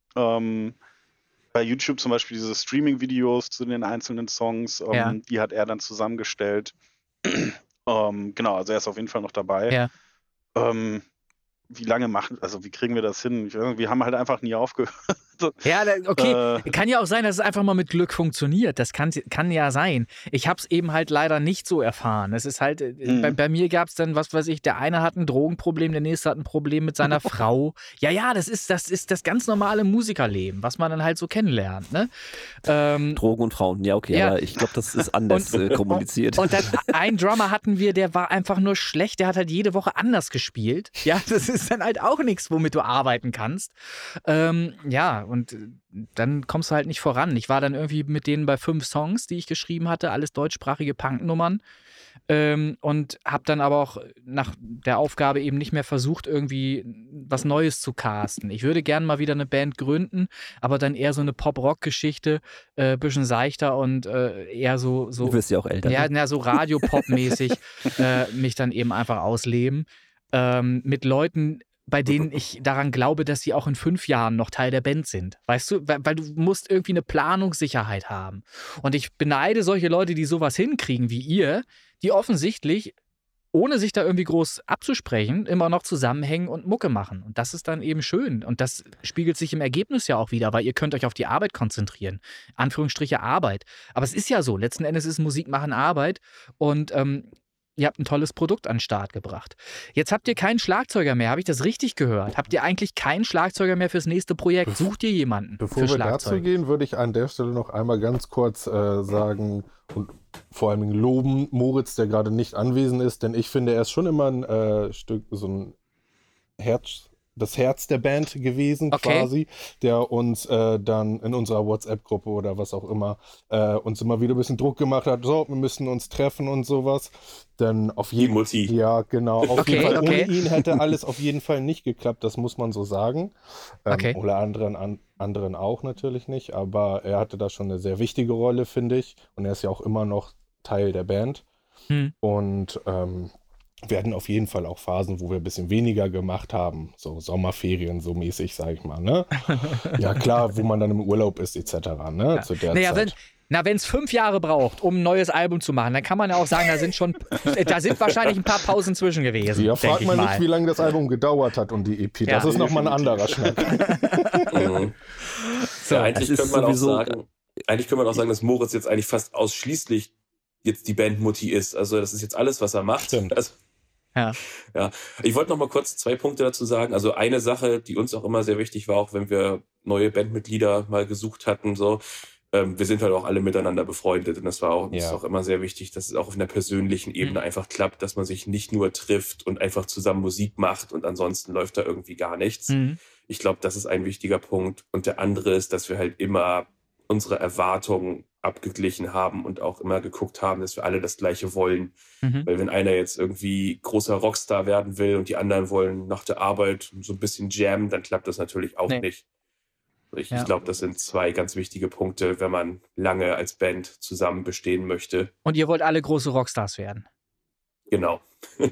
C: Bei YouTube zum Beispiel diese Streaming-Videos zu den einzelnen Songs, die hat er dann zusammengestellt. Genau, also er ist auf jeden Fall noch dabei.
B: Ja.
C: Wie kriegen wir das hin? Wir haben halt einfach nie aufgehört.
B: Ja, okay. Kann ja auch sein, dass es einfach mal mit Glück funktioniert. Das kann ja sein. Ich habe es eben halt leider nicht so erfahren. Es ist halt, bei mir gab es dann, was weiß ich, der eine hat ein Drogenproblem, der nächste hat ein Problem mit seiner Frau. Ja, das ist das ganz normale Musikerleben, was man dann halt so kennenlernt. Ne?
A: Drogen und Frauen, ja, okay, aber ich glaube, das ist anders kommuniziert.
B: Und dann einen Drummer hatten wir, der war einfach nur schlecht, der hat halt jede Woche anders gespielt. Ja, das ist dann halt auch nichts, womit du arbeiten kannst. Und dann kommst du halt nicht voran. Ich war dann irgendwie mit denen bei 5 Songs, die ich geschrieben hatte, alles deutschsprachige Punknummern. Und habe dann aber auch nach der Aufgabe eben nicht mehr versucht, irgendwie was Neues zu casten. Ich würde gerne mal wieder eine Band gründen, aber dann eher so eine Pop-Rock-Geschichte, bisschen seichter und eher so.
A: Du wirst ja auch älter.
B: Ja, so Radio-Pop-mäßig mich dann eben einfach ausleben. Mit Leuten, bei denen ich daran glaube, dass sie auch in 5 Jahren noch Teil der Band sind. Weißt du, weil du musst irgendwie eine Planungssicherheit haben. Und ich beneide solche Leute, die sowas hinkriegen wie ihr, die offensichtlich, ohne sich da irgendwie groß abzusprechen, immer noch zusammenhängen und Mucke machen. Und das ist dann eben schön. Und das spiegelt sich im Ergebnis ja auch wieder, weil ihr könnt euch auf die Arbeit konzentrieren. Anführungsstriche Arbeit. Aber es ist ja so, letzten Endes ist Musik machen Arbeit und ihr habt ein tolles Produkt an den Start gebracht. Jetzt habt ihr keinen Schlagzeuger mehr. Habe ich das richtig gehört? Habt ihr eigentlich keinen Schlagzeuger mehr fürs nächste Projekt? Sucht ihr jemanden
E: Bevor wir dazu gehen, würde ich an der Stelle noch einmal ganz kurz sagen und vor allem loben Moritz, der gerade nicht anwesend ist, denn ich finde, er ist schon immer ein Stück, so ein das Herz der Band gewesen, quasi, der uns dann in unserer WhatsApp-Gruppe oder was auch immer uns immer wieder ein bisschen Druck gemacht hat, so, wir müssen uns treffen und sowas. Denn auf jeden Fall, ja, genau, auf jeden Fall, ohne ihn hätte alles auf jeden Fall nicht geklappt, das muss man so sagen. Oder anderen auch natürlich nicht, aber er hatte da schon eine sehr wichtige Rolle, finde ich, und er ist ja auch immer noch Teil der Band. Und wir hatten auf jeden Fall auch Phasen, wo wir ein bisschen weniger gemacht haben, so Sommerferien so mäßig, sag ich mal, ne? Ja klar, wo man dann im Urlaub ist etc., ne? Ja. Zu der Zeit.
B: Wenn es 5 Jahre braucht, um ein neues Album zu machen, dann kann man ja auch sagen, da sind wahrscheinlich ein paar Pausen zwischen gewesen.
E: Ja, fragt man nicht, wie lange das Album gedauert hat und die EP. Das ist nochmal ein anderer Schnack.
D: So, ja, eigentlich könnte man auch sagen, dass Moritz jetzt eigentlich fast ausschließlich jetzt die Bandmutti ist. Also das ist jetzt alles, was er macht.
E: Stimmt.
D: Also,
B: Ja.
D: Ja, ich wollte noch mal kurz 2 Punkte dazu sagen. Also eine Sache, die uns auch immer sehr wichtig war, auch wenn wir neue Bandmitglieder mal gesucht hatten, so, wir sind halt auch alle miteinander befreundet und das war auch, ist auch immer sehr wichtig, dass es auch auf einer persönlichen Ebene einfach klappt, dass man sich nicht nur trifft und einfach zusammen Musik macht und ansonsten läuft da irgendwie gar nichts. Ich glaube, das ist ein wichtiger Punkt. Und der andere ist, dass wir halt immer unsere Erwartungen abgeglichen haben und auch immer geguckt haben, dass wir alle das Gleiche wollen. Weil wenn einer jetzt irgendwie großer Rockstar werden will und die anderen wollen nach der Arbeit so ein bisschen jammen, dann klappt das natürlich auch nicht. Ich glaube, das sind 2 ganz wichtige Punkte, wenn man lange als Band zusammen bestehen möchte.
B: Und ihr wollt alle große Rockstars werden.
D: Genau.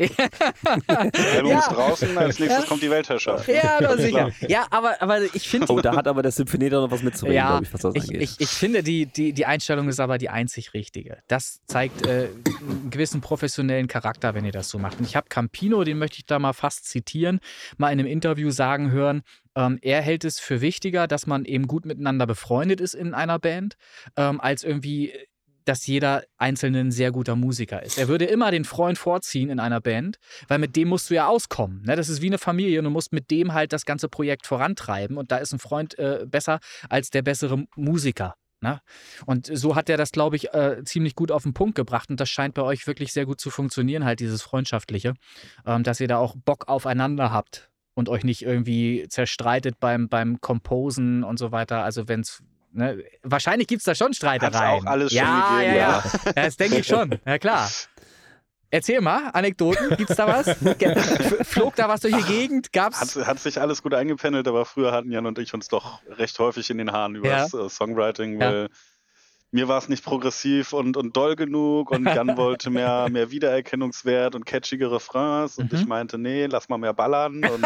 C: Album ist draußen, als nächstes kommt die Weltherrschaft.
B: Ja, doch, sicher. Ja, aber ich finde...
A: Oh, da hat aber der Symphonieter noch was mitzureden, glaube ich, was das angeht.
B: Ich finde, die Einstellung ist aber die einzig richtige. Das zeigt einen gewissen professionellen Charakter, wenn ihr das so macht. Und ich habe Campino, den möchte ich da mal fast zitieren, mal in einem Interview sagen hören, er hält es für wichtiger, dass man eben gut miteinander befreundet ist in einer Band, als irgendwie, dass jeder Einzelne ein sehr guter Musiker ist. Er würde immer den Freund vorziehen in einer Band, weil mit dem musst du ja auskommen. Ne? Das ist wie eine Familie und du musst mit dem halt das ganze Projekt vorantreiben und da ist ein Freund besser als der bessere Musiker. Ne? Und so hat er das, glaube ich, ziemlich gut auf den Punkt gebracht und das scheint bei euch wirklich sehr gut zu funktionieren, halt dieses Freundschaftliche, dass ihr da auch Bock aufeinander habt und euch nicht irgendwie zerstreitet beim Composen und so weiter. Also wenn es ne, wahrscheinlich gibt es da schon Streitereien.
C: Hat's auch alles schon gegeben.
B: Ja. Das denke ich schon. Ja, klar. Erzähl mal, Anekdoten, gibt's da was? Flog da was durch die Gegend? Gab's?
C: Hat sich alles gut eingependelt, aber früher hatten Jan und ich uns doch recht häufig in den Haaren über das Songwriting, weil mir war es nicht progressiv und doll genug und Jan wollte mehr Wiedererkennungswert und catchige Refrains und ich meinte, nee, lass mal mehr ballern und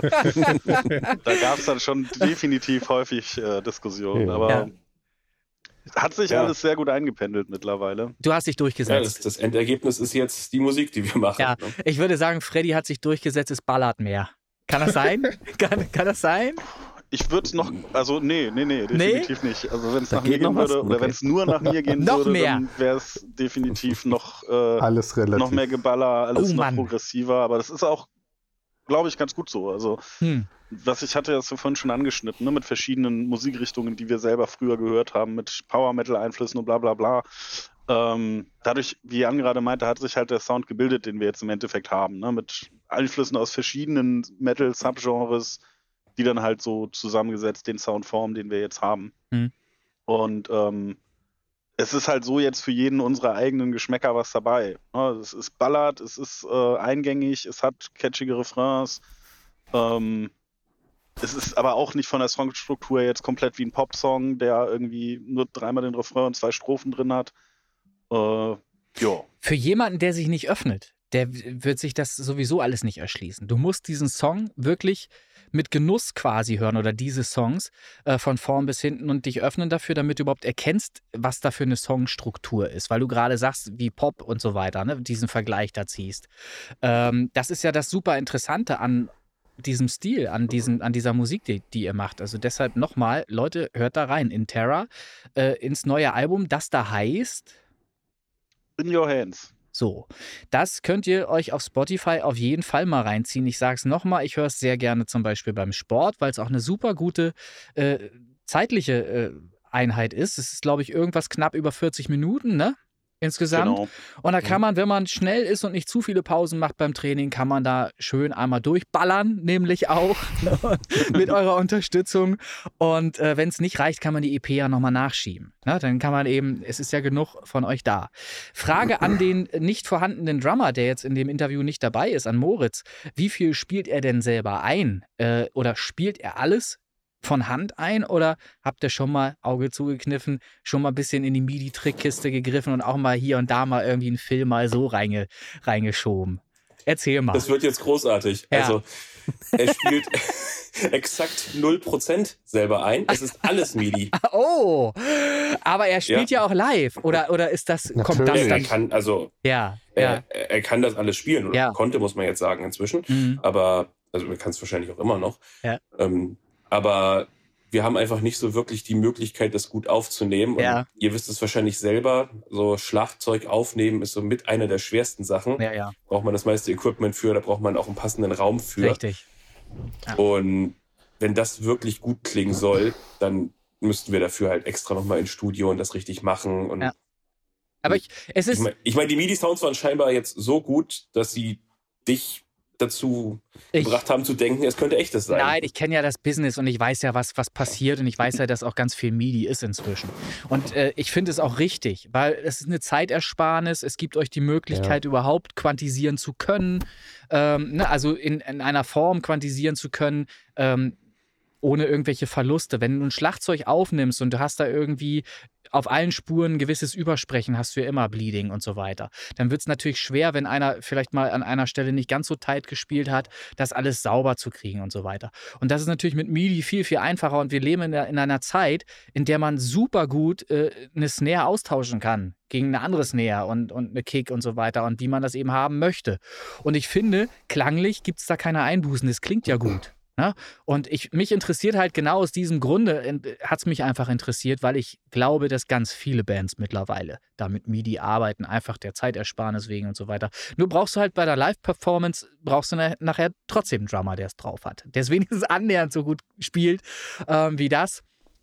C: da gab es dann schon definitiv häufig Diskussionen, aber hat sich alles sehr gut eingependelt mittlerweile.
B: Du hast dich durchgesetzt.
D: Ja, das Endergebnis ist jetzt die Musik, die wir machen.
B: Ja,
D: ne?
B: Ich würde sagen, Freddy hat sich durchgesetzt, es ballert mehr. Kann das sein? kann das sein?
C: Ich würde es noch, also nee, definitiv nicht. Also wenn es nach mir gehen würde, oder wenn es nur nach mir gehen würde, dann wäre es definitiv noch
F: alles relativ.
C: Noch mehr Geballer, alles noch progressiver. Aber das ist auch, glaube ich, ganz gut so. Also was ich hatte, das vorhin schon angeschnitten, ne, mit verschiedenen Musikrichtungen, die wir selber früher gehört haben, mit Power-Metal-Einflüssen und bla bla bla. Dadurch, wie Jan gerade meinte, hat sich halt der Sound gebildet, den wir jetzt im Endeffekt haben, ne, mit Einflüssen aus verschiedenen Metal-Subgenres, die dann halt so zusammengesetzt den Sound formen, den wir jetzt haben. Und es ist halt so jetzt für jeden unserer eigenen Geschmäcker was dabei. Ne? Es ist ballert, es ist eingängig, es hat catchige Refrains. Es ist aber auch nicht von der Songstruktur jetzt komplett wie ein Popsong, der irgendwie nur 3-mal den Refrain und 2 Strophen drin hat.
B: Für jemanden, der sich nicht öffnet, der wird sich das sowieso alles nicht erschließen. Du musst diesen Song wirklich mit Genuss quasi hören oder diese Songs von vorn bis hinten und dich öffnen dafür, damit du überhaupt erkennst, was da für eine Songstruktur ist, weil du gerade sagst, wie Pop und so weiter, ne, diesen Vergleich da ziehst. Das ist ja das super Interessante an diesem Stil, an dieser Musik, die ihr macht. Also deshalb nochmal, Leute, hört da rein in Terror, ins neue Album, das da heißt
C: In Your Hands.
B: So, das könnt ihr euch auf Spotify auf jeden Fall mal reinziehen. Ich sage es nochmal, ich höre es sehr gerne zum Beispiel beim Sport, weil es auch eine super gute zeitliche Einheit ist. Es ist, glaube ich, irgendwas knapp über 40 Minuten, ne? Insgesamt. Genau. Und da kann man, wenn man schnell ist und nicht zu viele Pausen macht beim Training, kann man da schön einmal durchballern, nämlich auch mit eurer Unterstützung. Und wenn es nicht reicht, kann man die EP ja nochmal nachschieben. Na, dann kann man eben, es ist ja genug von euch da. Frage an den nicht vorhandenen Drummer, der jetzt in dem Interview nicht dabei ist, an Moritz. Wie viel spielt er denn selber ein? Oder spielt er alles von Hand ein oder habt ihr schon mal Auge zugekniffen, schon mal ein bisschen in die MIDI-Trickkiste gegriffen und auch mal hier und da mal irgendwie einen Film mal so reingeschoben? Erzähl mal.
D: Das wird jetzt großartig. Ja. Also er spielt exakt 0% selber ein. Es ist alles MIDI.
B: Oh, aber er spielt ja auch live. Oder ist das, kommt das dann?
D: Er kann, also er kann das alles spielen. Oder konnte, muss man jetzt sagen, inzwischen. Aber, also man kann es wahrscheinlich auch immer noch.
B: Ja.
D: Aber wir haben einfach nicht so wirklich die Möglichkeit, das gut aufzunehmen. Und ihr wisst es wahrscheinlich selber, so Schlagzeug aufnehmen ist so mit einer der schwersten Sachen.
B: Ja.
D: Braucht man das meiste Equipment für, da braucht man auch einen passenden Raum für.
B: Richtig.
D: Ja. Und wenn das wirklich gut klingen soll, dann müssten wir dafür halt extra nochmal ins Studio und das richtig machen. Und
B: aber ich
D: meine, die MIDI-Sounds waren scheinbar jetzt so gut, dass sie dich dazu gebracht haben zu denken, es könnte echtes sein.
B: Nein, ich kenne ja das Business und ich weiß ja, was passiert und ich weiß ja, dass auch ganz viel MIDI ist inzwischen. Und ich finde es auch richtig, weil es ist eine Zeitersparnis, es gibt euch die Möglichkeit, überhaupt quantisieren zu können, also in einer Form quantisieren zu können, ohne irgendwelche Verluste. Wenn du ein Schlagzeug aufnimmst und du hast da irgendwie auf allen Spuren ein gewisses Übersprechen, hast du ja immer Bleeding und so weiter. Dann wird es natürlich schwer, wenn einer vielleicht mal an einer Stelle nicht ganz so tight gespielt hat, das alles sauber zu kriegen und so weiter. Und das ist natürlich mit MIDI viel, viel einfacher und wir leben in einer Zeit, in der man super gut eine Snare austauschen kann gegen eine andere Snare und eine Kick und so weiter und wie man das eben haben möchte. Und ich finde, klanglich gibt es da keine Einbußen. Es klingt ja gut. Ne? Und mich interessiert halt genau aus diesem Grunde, hat es mich einfach interessiert, weil ich glaube, dass ganz viele Bands mittlerweile da mit MIDI arbeiten, einfach der Zeitersparnis wegen und so weiter. Nur brauchst du halt bei der Live-Performance, brauchst du nachher trotzdem einen Drummer, der es drauf hat, der es wenigstens annähernd so gut spielt wie das,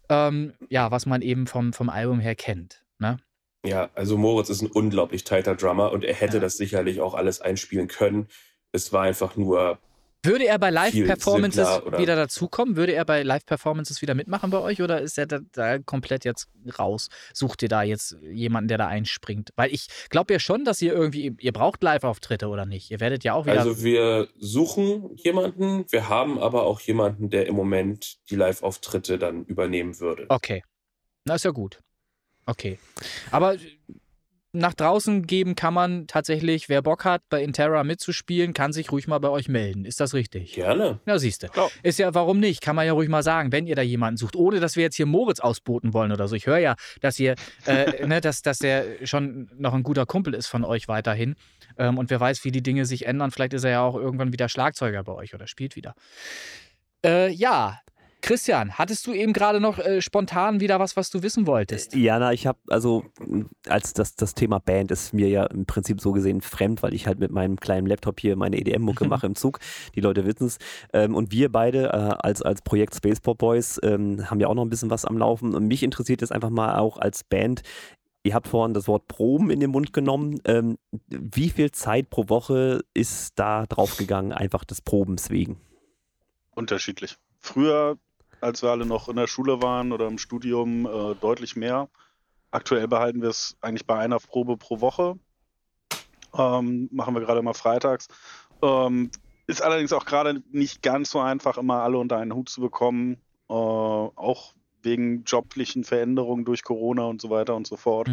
B: was man eben vom Album her kennt. Ne?
D: Ja, also Moritz ist ein unglaublich tighter Drummer und er hätte das sicherlich auch alles einspielen können. Es war einfach nur...
B: Würde er bei Live-Performances wieder dazukommen? Würde er bei Live-Performances wieder mitmachen bei euch? Oder ist er da komplett jetzt raus? Sucht ihr da jetzt jemanden, der da einspringt? Weil ich glaube ja schon, dass ihr braucht Live-Auftritte oder nicht? Ihr werdet ja auch wieder...
D: Also wir suchen jemanden, wir haben aber auch jemanden, der im Moment die Live-Auftritte dann übernehmen würde.
B: Okay, na ist ja gut. Okay, aber... Nach draußen geben kann man tatsächlich, wer Bock hat, bei Interra mitzuspielen, kann sich ruhig mal bei euch melden. Ist das richtig?
D: Gerne.
B: Ja, siehst du.
D: Klar.
B: Ist ja, warum nicht? Kann man ja ruhig mal sagen, wenn ihr da jemanden sucht. Ohne, dass wir jetzt hier Moritz ausboten wollen oder so. Ich höre ja, dass ihr, dass der schon noch ein guter Kumpel ist von euch weiterhin. Und wer weiß, wie die Dinge sich ändern. Vielleicht ist er ja auch irgendwann wieder Schlagzeuger bei euch oder spielt wieder. Christian, hattest du eben gerade noch spontan wieder was du wissen wolltest?
A: Ja, ich habe, als das Thema Band ist mir ja im Prinzip so gesehen fremd, weil ich halt mit meinem kleinen Laptop hier meine EDM-Mucke mache im Zug. Die Leute wissen es. Und wir beide als Projekt Space Pop Boys haben ja auch noch ein bisschen was am Laufen. Und mich interessiert jetzt einfach mal auch als Band, ihr habt vorhin das Wort Proben in den Mund genommen. Wie viel Zeit pro Woche ist da draufgegangen, einfach des Probens wegen?
C: Unterschiedlich. Früher, als wir alle noch in der Schule waren oder im Studium, deutlich mehr. Aktuell behalten wir es eigentlich bei einer Probe pro Woche. Machen wir gerade mal freitags. Ist allerdings auch gerade nicht ganz so einfach, immer alle unter einen Hut zu bekommen. Auch wegen joblichen Veränderungen durch Corona und so weiter und so fort.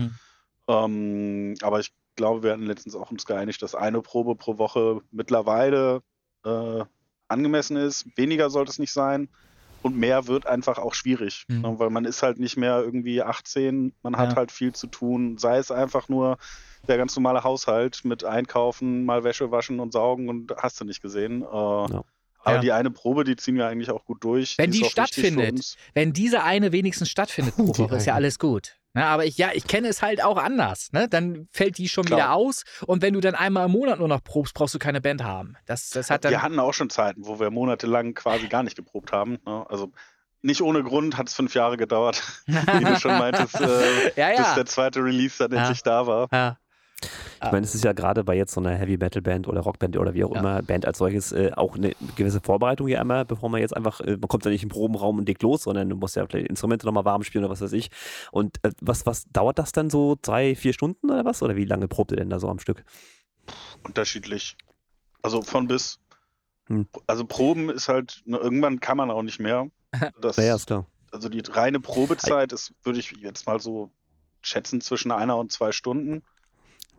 C: Aber ich glaube, wir hatten letztens auch uns geeinigt, dass eine Probe pro Woche mittlerweile angemessen ist. Weniger sollte es nicht sein. Und mehr wird einfach auch schwierig, weil man ist halt nicht mehr irgendwie 18, man hat halt viel zu tun, sei es einfach nur der ganz normale Haushalt mit Einkaufen, mal Wäsche waschen und saugen und hast du nicht gesehen. Aber die eine Probe, die ziehen wir eigentlich auch gut durch.
B: Wenn die stattfindet, wenn diese eine wenigstens stattfindet pro Woche, ist ja alles gut. Ne, aber ich kenne es halt auch anders. Ne? Dann fällt die schon wieder aus und wenn du dann einmal im Monat nur noch probst, brauchst du keine Band haben. Das hat dann
C: wir hatten auch schon Zeiten, wo wir monatelang quasi gar nicht geprobt haben. Ne? Also nicht ohne Grund hat es 5 Jahre gedauert, wie du schon meintest, bis der zweite Release dann endlich da war.
B: Ja.
A: Ich meine, es ist ja gerade bei jetzt so einer Heavy-Metal-Band oder Rockband oder wie auch immer, Band als solches, auch eine gewisse Vorbereitung hier einmal, bevor man jetzt einfach, man kommt ja nicht im Probenraum und legt los, sondern du musst ja vielleicht Instrumente nochmal warm spielen oder was weiß ich. Und was dauert das dann so 3-4 Stunden oder was? Oder wie lange probt ihr denn da so am Stück?
C: Unterschiedlich. Also von bis. Also Proben ist halt, irgendwann kann man auch nicht mehr.
A: Ja, ist klar.
C: Also die reine Probezeit ist, würde ich jetzt mal so schätzen, zwischen 1 und 2 Stunden.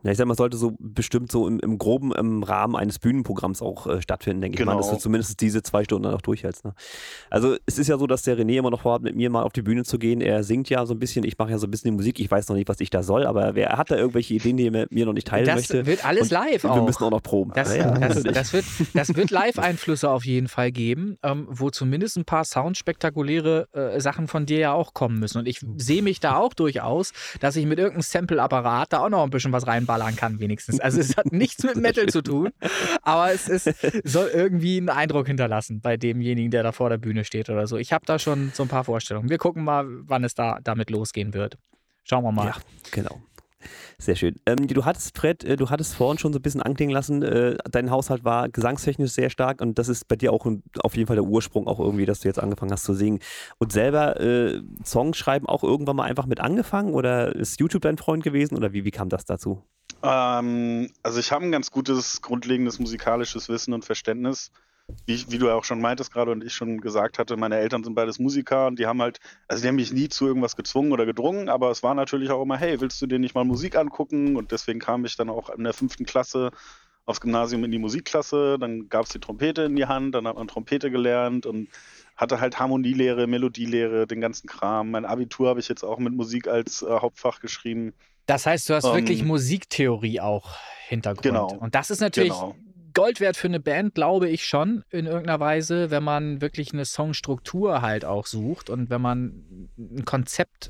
A: Ja, ich sag mal, sollte so bestimmt so im groben im Rahmen eines Bühnenprogramms auch stattfinden, denke ich mal, dass du zumindest diese 2 Stunden dann auch durchhältst. Ne? Also es ist ja so, dass der René immer noch vorhat, mit mir mal auf die Bühne zu gehen. Er singt ja so ein bisschen, ich mache ja so ein bisschen die Musik. Ich weiß noch nicht, was ich da soll, aber er hat da irgendwelche Ideen, die er mir noch nicht teilen möchte.
B: Das wird alles live auch.
A: Wir müssen auch noch proben.
B: Das wird Live-Einflüsse auf jeden Fall geben, wo zumindest ein paar soundspektakuläre Sachen von dir ja auch kommen müssen. Und ich sehe mich da auch durchaus, dass ich mit irgendeinem Sample-Apparat da auch noch ein bisschen was reinballern kann wenigstens. Also es hat nichts mit Metal zu tun, aber es soll irgendwie einen Eindruck hinterlassen bei demjenigen, der da vor der Bühne steht oder so. Ich habe da schon so ein paar Vorstellungen. Wir gucken mal, wann es damit losgehen wird. Schauen wir mal.
A: Ja, genau. Sehr schön. Du hattest, Fred, vorhin schon so ein bisschen anklingen lassen, dein Haushalt war gesangstechnisch sehr stark und das ist bei dir auch auf jeden Fall der Ursprung auch irgendwie, dass du jetzt angefangen hast zu singen. Und selber Songs schreiben auch irgendwann mal einfach mit angefangen oder ist YouTube dein Freund gewesen oder wie kam das dazu?
C: Also ich habe ein ganz gutes, grundlegendes musikalisches Wissen und Verständnis. Wie du ja auch schon meintest gerade und ich schon gesagt hatte, meine Eltern sind beides Musiker und die haben mich nie zu irgendwas gezwungen oder gedrungen, aber es war natürlich auch immer, hey, willst du dir nicht mal Musik angucken? Und deswegen kam ich dann auch in der 5. Klasse aufs Gymnasium in die Musikklasse, dann gab es die Trompete in die Hand, dann hat man Trompete gelernt und hatte halt Harmonielehre, Melodielehre, den ganzen Kram. Mein Abitur habe ich jetzt auch mit Musik als Hauptfach geschrieben.
B: Das heißt, du hast wirklich Musiktheorie auch Hintergrund.
C: Genau.
B: Und das ist natürlich Gold wert für eine Band, glaube ich schon, in irgendeiner Weise, wenn man wirklich eine Songstruktur halt auch sucht und wenn man ein Konzept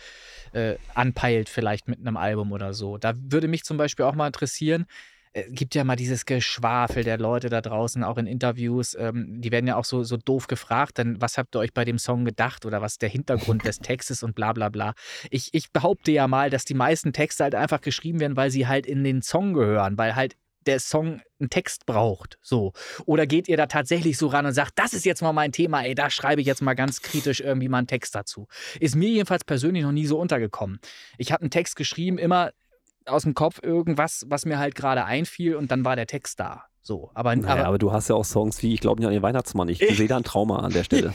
B: anpeilt vielleicht mit einem Album oder so. Da würde mich zum Beispiel auch mal interessieren, gibt ja mal dieses Geschwafel der Leute da draußen, auch in Interviews, die werden ja auch so doof gefragt, dann was habt ihr euch bei dem Song gedacht oder was ist der Hintergrund des Textes und bla bla bla. Ich behaupte ja mal, dass die meisten Texte halt einfach geschrieben werden, weil sie halt in den Song gehören, weil halt der Song einen Text braucht, so. Oder geht ihr da tatsächlich so ran und sagt, das ist jetzt mal mein Thema, ey, da schreibe ich jetzt mal ganz kritisch irgendwie mal einen Text dazu. Ist mir jedenfalls persönlich noch nie so untergekommen. Ich habe einen Text geschrieben, immer aus dem Kopf irgendwas, was mir halt gerade einfiel und dann war der Text da. So, aber
A: du hast ja auch Songs wie, ich glaube nicht an den Weihnachtsmann, ich sehe da ein Trauma an der Stelle.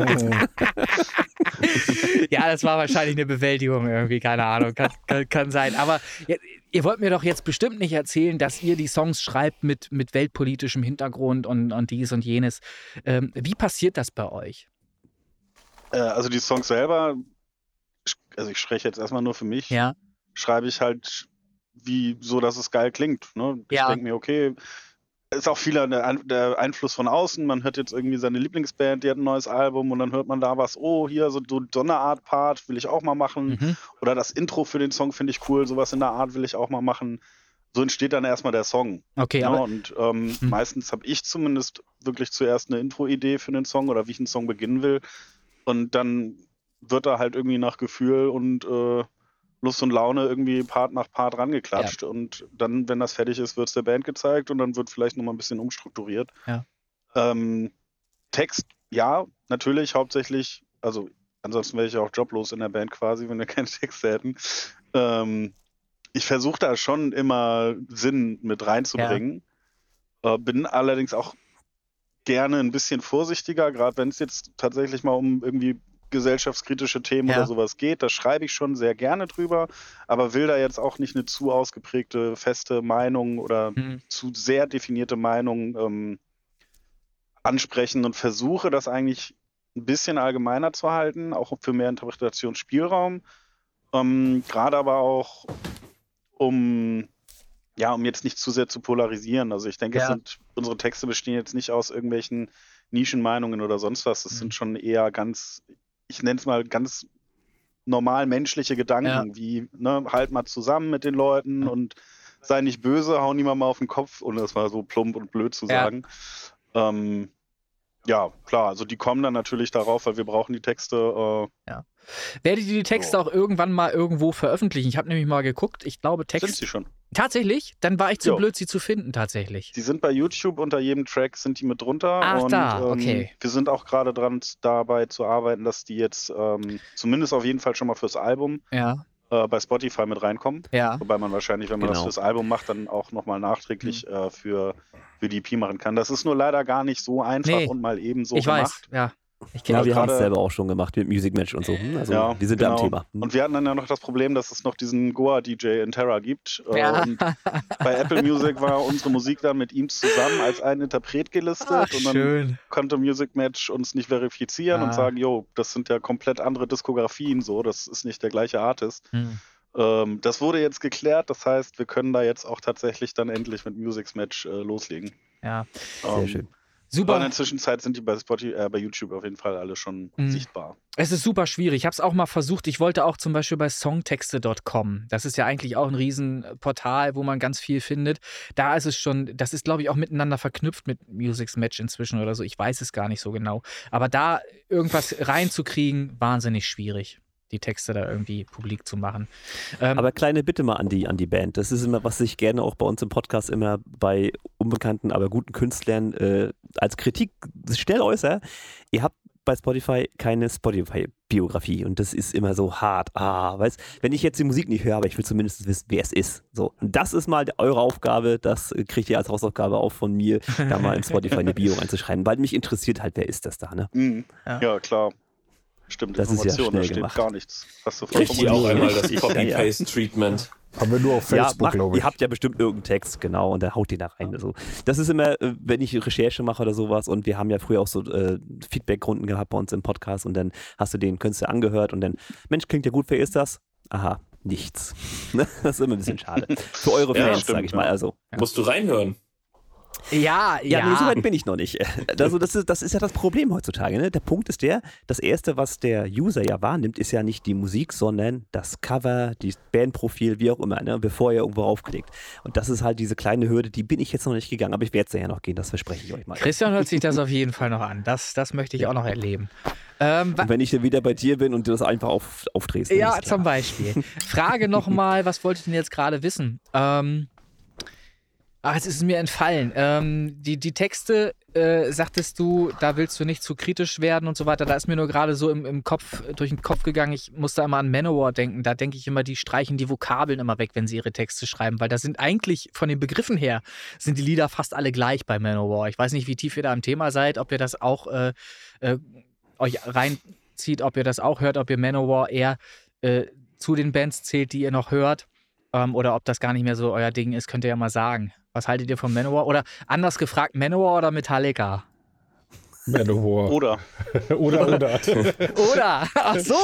B: Ja, das war wahrscheinlich eine Bewältigung irgendwie, keine Ahnung, kann sein. Aber ihr wollt mir doch jetzt bestimmt nicht erzählen, dass ihr die Songs schreibt mit weltpolitischem Hintergrund und dies und jenes. Wie passiert das bei euch?
C: Also die Songs selber, also ich spreche jetzt erstmal nur für mich, schreibe ich halt so, dass es geil klingt. Ne? Ich denke mir, okay, ist auch viel der Einfluss von außen. Man hört jetzt irgendwie seine Lieblingsband, die hat ein neues Album und dann hört man da was, hier so eine Art Part will ich auch mal machen. Mhm. Oder das Intro für den Song finde ich cool, sowas in der Art will ich auch mal machen. So entsteht dann erstmal der Song.
B: Okay,
C: ja, und meistens habe ich zumindest wirklich zuerst eine Intro-Idee für den Song oder wie ich einen Song beginnen will. Und dann wird da halt irgendwie nach Gefühl und Lust und Laune irgendwie Part nach Part rangeklatscht und dann, wenn das fertig ist, wird es der Band gezeigt und dann wird vielleicht nochmal ein bisschen umstrukturiert.
B: Ja.
C: Text, ja, natürlich, hauptsächlich, also ansonsten wäre ich ja auch joblos in der Band quasi, wenn wir keine Texte hätten. Ich versuche da schon immer Sinn mit reinzubringen, bin allerdings auch gerne ein bisschen vorsichtiger, gerade wenn es jetzt tatsächlich mal um irgendwie gesellschaftskritische Themen oder sowas geht, da schreibe ich schon sehr gerne drüber, aber will da jetzt auch nicht eine zu ausgeprägte, feste Meinung oder zu sehr definierte Meinung ansprechen und versuche das eigentlich ein bisschen allgemeiner zu halten, auch für mehr Interpretationsspielraum, gerade aber auch um jetzt nicht zu sehr zu polarisieren. Also ich denke, unsere Texte bestehen jetzt nicht aus irgendwelchen Nischenmeinungen oder sonst was, das sind schon eher ich nenne es mal ganz normal menschliche Gedanken, wie, halt mal zusammen mit den Leuten und sei nicht böse, hau niemand mal auf den Kopf, und das war so plump und blöd zu sagen. Ja, klar, also die kommen dann natürlich darauf, weil wir brauchen die Texte.
B: Werdet ihr die Texte auch irgendwann mal irgendwo veröffentlichen? Ich habe nämlich mal geguckt, ich glaube Texte...
C: Sind sie schon.
B: Tatsächlich? Dann war ich zu blöd, sie zu finden, tatsächlich.
C: Die sind bei YouTube, unter jedem Track sind die mit drunter.
B: Ach, da, okay.
C: Wir sind auch gerade dabei zu arbeiten, dass die jetzt zumindest auf jeden Fall schon mal fürs Album bei Spotify mit reinkommen.
B: Ja.
C: Wobei man wahrscheinlich, wenn man das fürs Album macht, dann auch nochmal nachträglich für die EP machen kann. Das ist nur leider gar nicht so einfach und mal eben so gemacht.
B: Weiß,
A: Ja, wir haben es selber auch schon gemacht mit Music Match und so. Also
C: ja,
A: wir sind da am Thema.
C: Und wir hatten dann ja noch das Problem, dass es noch diesen Goa-DJ in Terra gibt. Ja. Und bei Apple Music war unsere Musik dann mit ihm zusammen als ein Interpret gelistet.
B: Ach,
C: und dann konnte Music Match uns nicht verifizieren und sagen, jo, das sind ja komplett andere Diskografien, so, das ist nicht der gleiche Artist. Das wurde jetzt geklärt, das heißt, wir können da jetzt auch tatsächlich dann endlich mit Music Match loslegen.
B: Ja,
A: sehr schön.
B: Super.
C: Aber in der Zwischenzeit sind die bei YouTube auf jeden Fall alle schon sichtbar.
B: Es ist super schwierig. Ich habe es auch mal versucht. Ich wollte auch zum Beispiel bei songtexte.com. Das ist ja eigentlich auch ein Riesenportal, wo man ganz viel findet. Da ist es schon, das ist, glaube ich, auch miteinander verknüpft mit Music Match inzwischen oder so. Ich weiß es gar nicht so genau. Aber da irgendwas reinzukriegen, wahnsinnig schwierig, die Texte da irgendwie publik zu machen.
A: Aber kleine Bitte mal an die Band. Das ist immer, was ich gerne auch bei uns im Podcast immer bei unbekannten, aber guten Künstlern als Kritik schnell äußere. Ihr habt bei Spotify keine Spotify-Biografie und das ist immer so hart. Weißt, wenn ich jetzt die Musik nicht höre, aber ich will zumindest wissen, wer es ist. So. Und das ist mal eure Aufgabe, das kriegt ihr als Hausaufgabe auch von mir, da mal in Spotify eine Bio reinzuschreiben, weil mich interessiert halt, wer ist das da, ne?
C: Ja, klar. Stimmt,
A: das
C: Information,
A: ist ja
C: da steht
A: gemacht.
C: gar nichts. Hast du
D: Kriegt ihr auch einmal das Copy-Paste-Treatment?
F: Haben wir nur auf Facebook, glaube ich.
A: Ihr habt ja bestimmt irgendeinen Text, genau, und der haut den da rein. Also, das ist immer, wenn ich Recherche mache oder sowas, und wir haben ja früher auch so Feedback-Runden gehabt bei uns im Podcast, und dann hast du den Künstler angehört und dann, Mensch, klingt ja gut, wer ist das? Aha, nichts. Das ist immer ein bisschen schade. Für eure Fans, sage ich mal. Also.
D: Musst du reinhören.
B: Ja.
A: Nee, so weit bin ich noch nicht. Also das ist ja das Problem heutzutage. Ne? Der Punkt ist das Erste, was der User ja wahrnimmt, ist ja nicht die Musik, sondern das Cover, das Bandprofil, wie auch immer, ne? Bevor er irgendwo raufklickt. Und das ist halt diese kleine Hürde, die bin ich jetzt noch nicht gegangen, aber ich werde es ja noch gehen, das verspreche ich euch mal.
B: Christian hört sich das auf jeden Fall noch an. Das möchte ich auch noch erleben.
A: Und wenn ich dann wieder bei dir bin und du das einfach aufdrehst.
B: Ja, zum Beispiel. Frage nochmal, was wolltet ihr denn jetzt gerade wissen? Jetzt ist es mir entfallen. Die Texte, sagtest du, da willst du nicht zu kritisch werden und so weiter. Da ist mir nur gerade so im Kopf, durch den Kopf gegangen, ich musste immer an Manowar denken. Da denke ich immer, die streichen die Vokabeln immer weg, wenn sie ihre Texte schreiben, weil da sind eigentlich von den Begriffen her, sind die Lieder fast alle gleich bei Manowar. Ich weiß nicht, wie tief ihr da im Thema seid, ob ihr das auch euch reinzieht, ob ihr das auch hört, ob ihr Manowar eher zu den Bands zählt, die ihr noch hört. Oder ob das gar nicht mehr so euer Ding ist, könnt ihr ja mal sagen. Was haltet ihr von Manowar? Oder anders gefragt, Manowar oder Metallica?
E: Manowar.
C: Oder.
B: Oder. Ach so.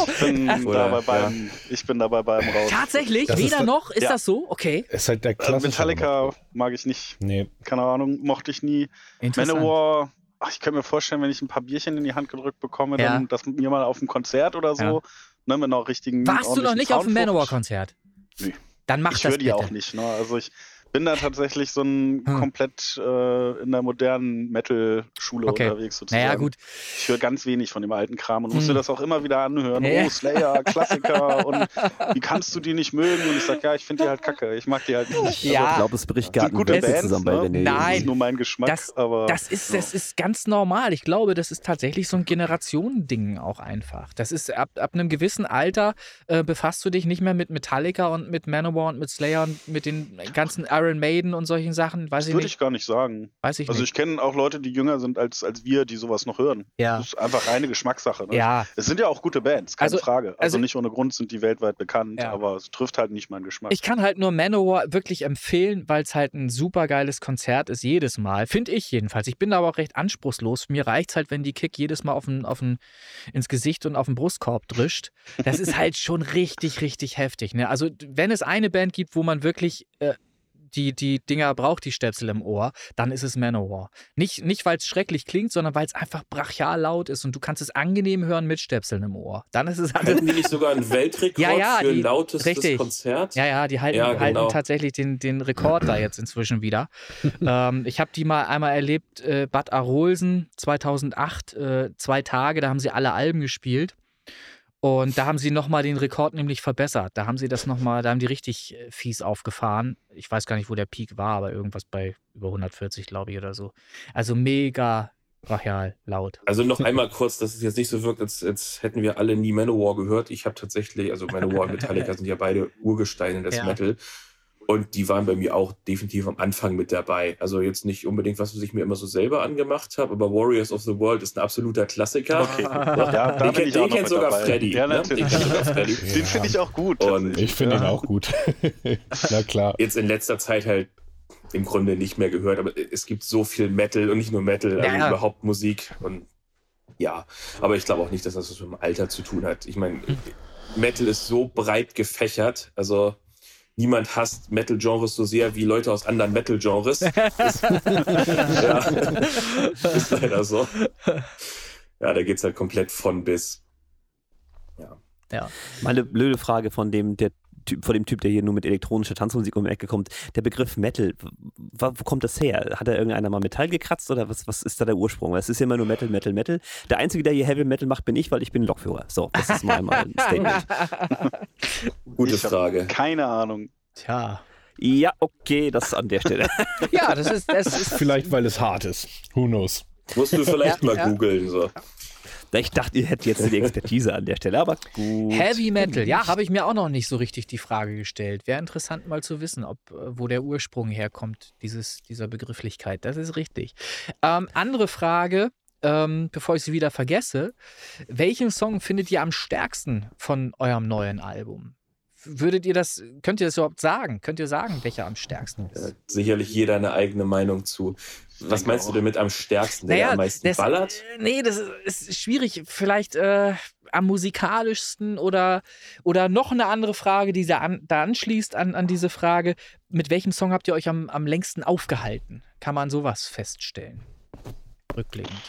C: Ich bin dabei beim raus.
B: Tatsächlich? Weder noch? Ist das so? Okay.
E: Ist halt der Klassiker.
C: Metallica mag ich nicht.
E: Nee.
C: Keine Ahnung, mochte ich nie. Manowar, ich kann mir vorstellen, wenn ich ein paar Bierchen in die Hand gedrückt bekomme, dann das mit mir mal auf einem Konzert oder so. Ne, mit einer richtigen.
B: Warst du noch nicht auf einem Manowar-Konzert?
C: Nee.
B: Dann mach
C: das
B: bitte.
C: Ich höre die auch nicht. Ne? Also ich bin da tatsächlich so ein komplett in der modernen Metal-Schule unterwegs sozusagen.
B: Naja, gut.
C: Ich höre ganz wenig von dem alten Kram und muss mir das auch immer wieder anhören. Oh, Slayer, Klassiker und wie kannst du die nicht mögen? Und ich sage, ja, ich finde die halt kacke. Ich mag die halt nicht.
A: Ja. Ich glaube, es bricht gerade
C: gute Bands
A: zusammen bei
C: René. Nein. Das ist nur mein Geschmack.
B: Das ist ganz normal. Ich glaube, das ist tatsächlich so ein Generationending auch einfach. Das ist ab einem gewissen Alter befasst du dich nicht mehr mit Metallica und mit Manowar und mit Slayer und mit den ganzen Iron Maiden und solchen Sachen.
C: Das würde ich gar nicht sagen.
B: Weiß ich
C: also
B: nicht.
C: Ich kenne auch Leute, die jünger sind als wir, die sowas noch hören.
B: Ja.
C: Das ist einfach reine Geschmackssache. Ne?
B: Ja.
C: Es sind ja auch gute Bands, keine Frage. Also nicht ohne Grund sind die weltweit bekannt, aber es trifft halt nicht meinen Geschmack.
B: Ich kann halt nur Manowar wirklich empfehlen, weil es halt ein super geiles Konzert ist, jedes Mal. Finde ich jedenfalls. Ich bin da aber auch recht anspruchslos. Mir reicht es halt, wenn die Kick jedes Mal ins Gesicht und auf den Brustkorb drischt. Das ist halt schon richtig, richtig heftig. Ne? Also wenn es eine Band gibt, wo man wirklich die Dinger braucht, die Stöpsel im Ohr, dann ist es Manowar. Nicht weil es schrecklich klingt, sondern weil es einfach brachial laut ist und du kannst es angenehm hören mit Stöpseln im Ohr. Dann ist es
D: Halten die nicht sogar einen Weltrekord für lautestes Konzert?
B: Ja, die halten tatsächlich den Rekord da jetzt inzwischen wieder. Ich habe die mal einmal erlebt, Bad Arolsen 2008, 2 Tage, da haben sie alle Alben gespielt. Und da haben sie nochmal den Rekord nämlich verbessert. Da haben sie die richtig fies aufgefahren. Ich weiß gar nicht, wo der Peak war, aber irgendwas bei über 140, glaube ich, oder so. Also mega brachial laut.
D: Also noch einmal kurz, dass es jetzt nicht so wirkt, als hätten wir alle nie Manowar gehört. Ich habe tatsächlich, also Manowar und Metallica sind ja beide Urgesteine des Metal. Und die waren bei mir auch definitiv am Anfang mit dabei. Also jetzt nicht unbedingt, was ich mir immer so selber angemacht habe, aber Warriors of the World ist ein absoluter Klassiker.
C: Okay. Ja,
D: den kennt sogar Freddy.
C: Ja,
D: natürlich. Ne? Den kennt sogar Freddy.
C: Den finde ich auch gut.
E: Und ich finde ihn auch gut. Na klar.
D: Jetzt in letzter Zeit halt im Grunde nicht mehr gehört, aber es gibt so viel Metal und nicht nur Metal, also überhaupt Musik. Und ja, aber ich glaube auch nicht, dass das was mit dem Alter zu tun hat. Ich meine, Metal ist so breit gefächert, also niemand hasst Metal-Genres so sehr wie Leute aus anderen Metal-Genres. Ist leider so. Ja, da geht's halt komplett von bis.
A: Ja. Meine blöde Frage von dem Typ, der hier nur mit elektronischer Tanzmusik um die Ecke kommt. Der Begriff Metal, wo kommt das her? Hat da irgendeiner mal Metall gekratzt oder was ist da der Ursprung? Es ist ja immer nur Metal, Metal, Metal. Der Einzige, der hier Heavy Metal macht, bin ich, weil ich bin Lokführer. So, das ist mal ein Statement.
D: Gute Frage.
C: Keine Ahnung.
B: Tja.
A: Ja, okay, das an der Stelle.
B: Ja, das ist
E: vielleicht, weil es hart ist. Who knows?
D: Musst du vielleicht mal googeln. So.
A: Ich dachte, ihr hättet jetzt die Expertise an der Stelle, aber gut.
B: Heavy Metal, ja, habe ich mir auch noch nicht so richtig die Frage gestellt. Wäre interessant mal zu wissen, wo der Ursprung herkommt, dieser Begrifflichkeit. Das ist richtig. Andere Frage, bevor ich sie wieder vergesse. Welchen Song findet ihr am stärksten von eurem neuen Album? Könnt ihr das überhaupt sagen? Könnt ihr sagen, welcher am stärksten ist?
D: Sicherlich jeder eine eigene Meinung zu. Was meinst du denn mit am stärksten, der am meisten ballert?
B: Nee, das ist schwierig. Vielleicht am musikalischsten oder noch eine andere Frage, die da anschließt an diese Frage. Mit welchem Song habt ihr euch am längsten aufgehalten? Kann man sowas feststellen? Rückblickend.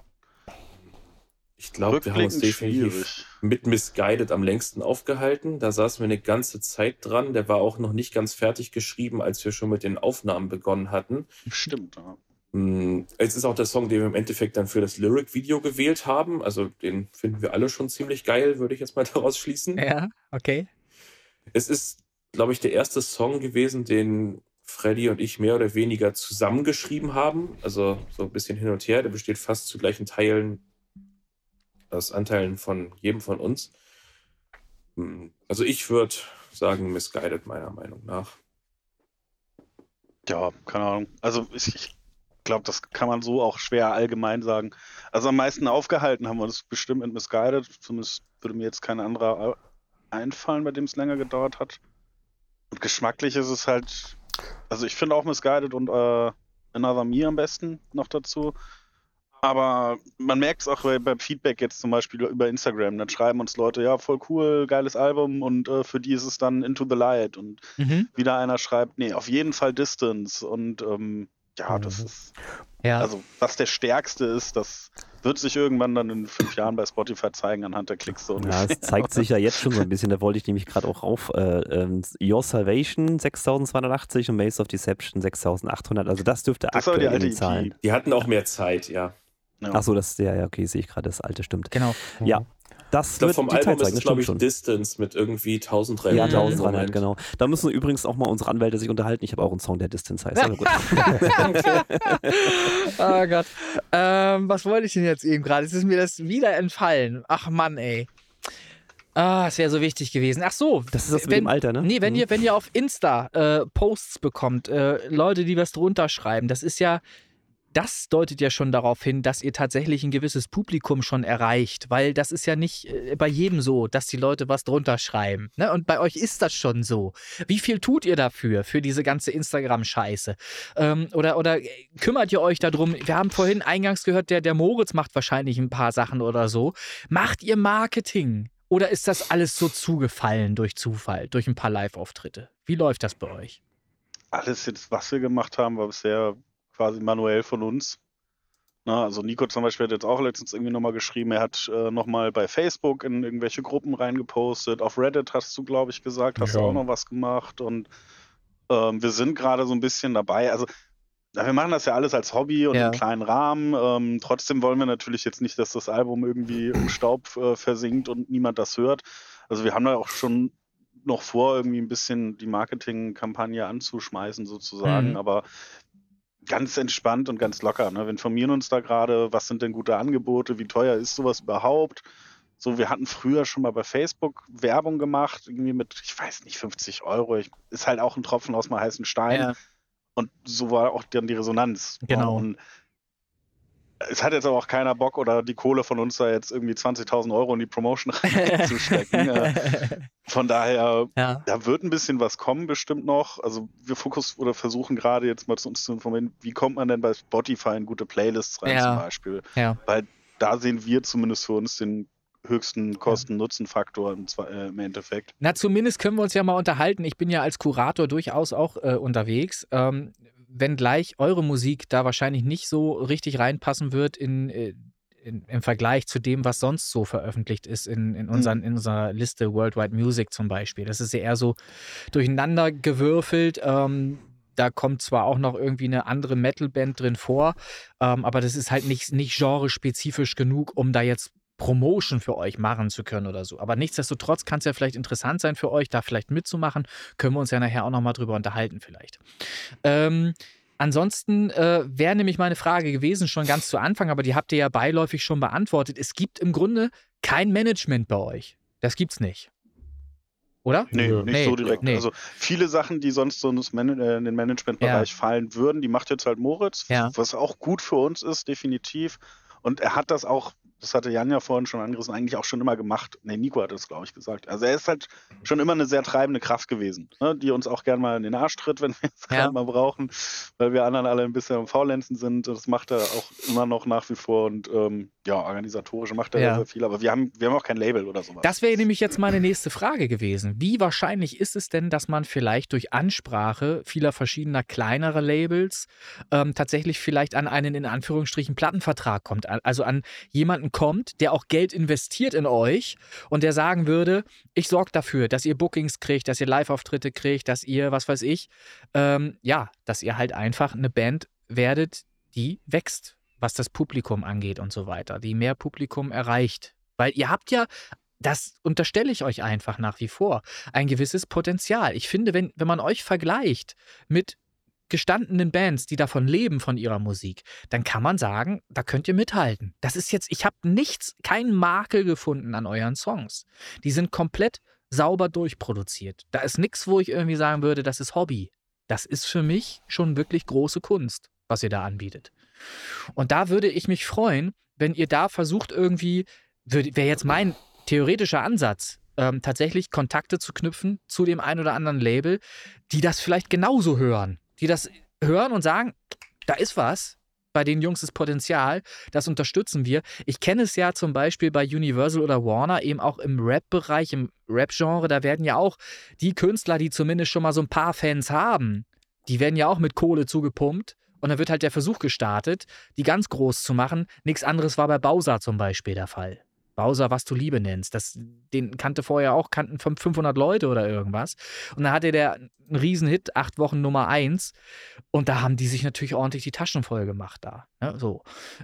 D: Ich glaube, wir haben uns definitiv mit Misguided am längsten aufgehalten. Da saßen wir eine ganze Zeit dran. Der war auch noch nicht ganz fertig geschrieben, als wir schon mit den Aufnahmen begonnen hatten.
C: Stimmt, ja.
D: Es ist auch der Song, den wir im Endeffekt dann für das Lyric-Video gewählt haben. Also den finden wir alle schon ziemlich geil, würde ich jetzt mal daraus schließen.
B: Ja, okay.
D: Es ist, glaube ich, der erste Song gewesen, den Freddy und ich mehr oder weniger zusammengeschrieben haben. Also so ein bisschen hin und her. Der besteht fast zu gleichen Teilen aus Anteilen von jedem von uns. Also ich würde sagen Misguided, meiner Meinung nach.
C: Ja, keine Ahnung. Also ich glaube, das kann man so auch schwer allgemein sagen. Also am meisten aufgehalten haben wir uns bestimmt mit Misguided. Zumindest würde mir jetzt kein anderer einfallen, bei dem es länger gedauert hat. Und geschmacklich ist es halt, also ich finde auch Misguided und Another Me am besten noch dazu. Aber man merkt es auch beim Feedback jetzt zum Beispiel über Instagram. Dann schreiben uns Leute, ja, voll cool, geiles Album und für die ist es dann Into the Light. Und wieder einer schreibt, nee, auf jeden Fall Distance. Und das ist, also was der Stärkste ist, das wird sich irgendwann dann in 5 Jahren bei Spotify zeigen anhand der Klicks. So
A: ja, es zeigt sich ja jetzt schon so ein bisschen, da wollte ich nämlich gerade auch rauf. Your Salvation 6280 und Maze of Deception 6800, also das dürfte aktuell in den Zahlen.
D: Die hatten auch mehr Zeit, ja.
A: Achso, das ist ja, okay, sehe ich gerade, das alte stimmt.
B: Genau.
A: Ja. Das
D: wird vom Album ist es, glaube ich, Distance mit irgendwie 1300.
A: Ja, 1300, genau. Da müssen übrigens auch mal unsere Anwälte sich unterhalten. Ich habe auch einen Song, der Distance heißt. Aber gut.
B: Oh Gott. Was wollte ich denn jetzt eben gerade? Jetzt ist mir das wieder entfallen. Ach Mann, ey. Es wäre so wichtig gewesen. Ach so.
A: Das ist das mit dem Alter, ne?
B: Nee, wenn ihr auf Insta Posts bekommt, Leute, die was drunter schreiben, das deutet ja schon darauf hin, dass ihr tatsächlich ein gewisses Publikum schon erreicht, weil das ist ja nicht bei jedem so, dass die Leute was drunter schreiben. Ne? Und bei euch ist das schon so. Wie viel tut ihr dafür, für diese ganze Instagram-Scheiße? Oder kümmert ihr euch darum? Wir haben vorhin eingangs gehört, der Moritz macht wahrscheinlich ein paar Sachen oder so. Macht ihr Marketing? Oder ist das alles so zugefallen durch Zufall, durch ein paar Live-Auftritte? Wie läuft das bei euch?
C: Alles jetzt, was wir gemacht haben, war bisher quasi manuell von uns. Na, also Nico zum Beispiel hat jetzt auch letztens irgendwie nochmal geschrieben, er hat nochmal bei Facebook in irgendwelche Gruppen reingepostet. Auf Reddit hast du, glaube ich, gesagt, hast du auch noch was gemacht. Und wir sind gerade so ein bisschen dabei. Also wir machen das ja alles als Hobby und im kleinen Rahmen. Trotzdem wollen wir natürlich jetzt nicht, dass das Album irgendwie im Staub versinkt und niemand das hört. Also wir haben da auch schon noch vor, irgendwie ein bisschen die Marketingkampagne anzuschmeißen sozusagen. Aber ganz entspannt und ganz locker. Ne? Wir informieren uns da gerade, was sind denn gute Angebote, wie teuer ist sowas überhaupt? So, wir hatten früher schon mal bei Facebook Werbung gemacht, irgendwie mit, ich weiß nicht, 50 €. Ist halt auch ein Tropfen aus dem heißen Stein. Ja. Und so war auch dann die Resonanz.
B: Genau.
C: Und es hat jetzt aber auch keiner Bock oder die Kohle von uns da jetzt irgendwie 20.000 € in die Promotion reinzustecken. Von daher, da wird ein bisschen was kommen bestimmt noch. Also wir versuchen gerade jetzt mal uns zu informieren, wie kommt man denn bei Spotify in gute Playlists rein zum Beispiel. Ja. Weil da sehen wir zumindest für uns den höchsten Kosten-Nutzen-Faktor im Endeffekt.
B: Na, zumindest können wir uns ja mal unterhalten. Ich bin ja als Kurator durchaus auch unterwegs. Wenngleich eure Musik da wahrscheinlich nicht so richtig reinpassen wird im Vergleich zu dem, was sonst so veröffentlicht ist in unserer Liste Worldwide Music zum Beispiel. Das ist ja eher so durcheinander gewürfelt. Da kommt zwar auch noch irgendwie eine andere Metal-Band drin vor, aber das ist halt nicht genrespezifisch genug, um da jetzt Promotion für euch machen zu können oder so. Aber nichtsdestotrotz kann es ja vielleicht interessant sein für euch, da vielleicht mitzumachen. Können wir uns ja nachher auch nochmal drüber unterhalten vielleicht. Ansonsten wäre nämlich meine Frage gewesen, schon ganz zu Anfang, aber die habt ihr ja beiläufig schon beantwortet. Es gibt im Grunde kein Management bei euch. Das gibt's nicht. Oder?
C: Nee, nicht so direkt. Nee. Also viele Sachen, die sonst so in den Managementbereich fallen würden, die macht jetzt halt Moritz, was auch gut für uns ist, definitiv. Und er hat das auch, das hatte Jan ja vorhin schon angerissen, eigentlich auch schon immer gemacht. Nee, Nico hat das, glaube ich, gesagt. Also er ist halt schon immer eine sehr treibende Kraft gewesen, ne, die uns auch gerne mal in den Arsch tritt, wenn wir es gerade mal brauchen, weil wir anderen alle ein bisschen am Faulenzen sind. Das macht er auch immer noch nach wie vor und organisatorisch macht er sehr viel. Aber wir haben auch kein Label oder sowas.
B: Das wäre nämlich jetzt meine nächste Frage gewesen. Wie wahrscheinlich ist es denn, dass man vielleicht durch Ansprache vieler verschiedener kleinerer Labels tatsächlich vielleicht an einen, in Anführungsstrichen, Plattenvertrag kommt? Also an jemanden kommt, der auch Geld investiert in euch und der sagen würde, ich sorge dafür, dass ihr Bookings kriegt, dass ihr Live-Auftritte kriegt, dass ihr, was weiß ich, dass ihr halt einfach eine Band werdet, die wächst, was das Publikum angeht und so weiter, die mehr Publikum erreicht. Weil ihr habt ja, das unterstelle ich euch einfach nach wie vor, ein gewisses Potenzial. Ich finde, wenn man euch vergleicht mit gestandenen Bands, die davon leben, von ihrer Musik, dann kann man sagen, da könnt ihr mithalten. Das ist jetzt, ich habe keinen Makel gefunden an euren Songs. Die sind komplett sauber durchproduziert. Da ist nichts, wo ich irgendwie sagen würde, das ist Hobby. Das ist für mich schon wirklich große Kunst, was ihr da anbietet. Und da würde ich mich freuen, wenn ihr da versucht irgendwie, wäre jetzt mein theoretischer Ansatz, tatsächlich Kontakte zu knüpfen zu dem einen oder anderen Label, die das vielleicht genauso hören. Die das hören und sagen, da ist was, bei den Jungs ist Potenzial, das unterstützen wir. Ich kenne es ja zum Beispiel bei Universal oder Warner, eben auch im Rap-Bereich, im Rap-Genre, da werden ja auch die Künstler, die zumindest schon mal so ein paar Fans haben, die werden ja auch mit Kohle zugepumpt und dann wird halt der Versuch gestartet, die ganz groß zu machen. Nichts anderes war bei Bowser zum Beispiel der Fall. Bowser, was du Liebe nennst. Den kannten 500 Leute oder irgendwas. Und dann hatte der einen Riesenhit, 8 Wochen Nummer 1. Und da haben die sich natürlich ordentlich die Taschen voll gemacht da. Ja, so.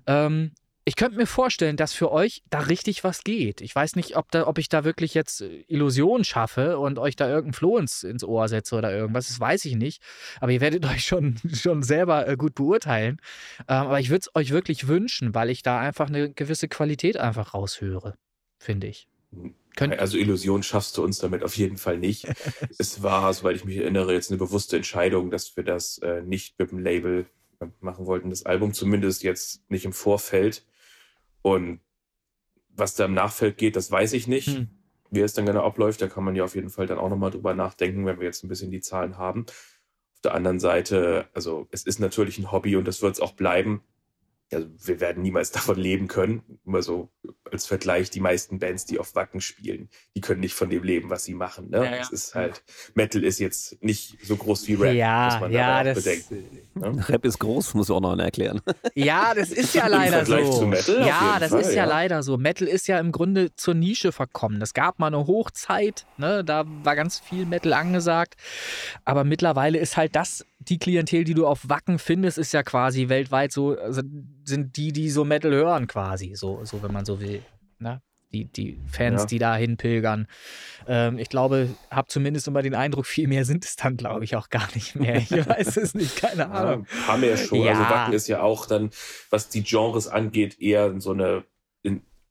B: Ich könnte mir vorstellen, dass für euch da richtig was geht. Ich weiß nicht, ob ich da wirklich jetzt Illusionen schaffe und euch da irgendein Floh ins Ohr setze oder irgendwas. Das weiß ich nicht. Aber ihr werdet euch schon selber gut beurteilen. Aber ich würde es euch wirklich wünschen, weil ich da einfach eine gewisse Qualität einfach raushöre, finde ich.
D: Also Illusion schaffst du uns damit auf jeden Fall nicht. Es war, soweit ich mich erinnere, jetzt eine bewusste Entscheidung, dass wir das nicht mit dem Label machen wollten. Das Album zumindest jetzt nicht im Vorfeld. Und was da im Nachfeld geht, das weiß ich nicht. Wie es dann genau abläuft, da kann man ja auf jeden Fall dann auch nochmal drüber nachdenken, wenn wir jetzt ein bisschen die Zahlen haben. Auf der anderen Seite, also es ist natürlich ein Hobby und das wird es auch bleiben. Also wir werden niemals davon leben können. Immer so als Vergleich, die meisten Bands, die auf Wacken spielen, die können nicht von dem leben, was sie machen. Ne? Ja. Es ist halt, Metal ist jetzt nicht so groß wie Rap, muss man dabei auch bedenken.
A: Ne? Rap ist groß, muss ich auch noch erklären.
B: Ja, das ist ja leider so.
D: Zu Metal
B: ja, das Fall, ist ja leider so. Metal ist ja im Grunde zur Nische verkommen. Es gab mal eine Hochzeit, ne? Da war ganz viel Metal angesagt. Aber mittlerweile ist halt die Klientel, die du auf Wacken findest, ist ja quasi weltweit so, also sind die so Metal hören quasi, so wenn man so will. Ne? Die Fans, die da hinpilgern. Ich glaube, habe zumindest immer den Eindruck, viel mehr sind es dann, glaube ich, auch gar nicht mehr. Ich weiß es nicht, keine Ahnung.
D: Ja, haben wir ja schon. Ja. Also Wacken ist ja auch dann, was die Genres angeht, eher so eine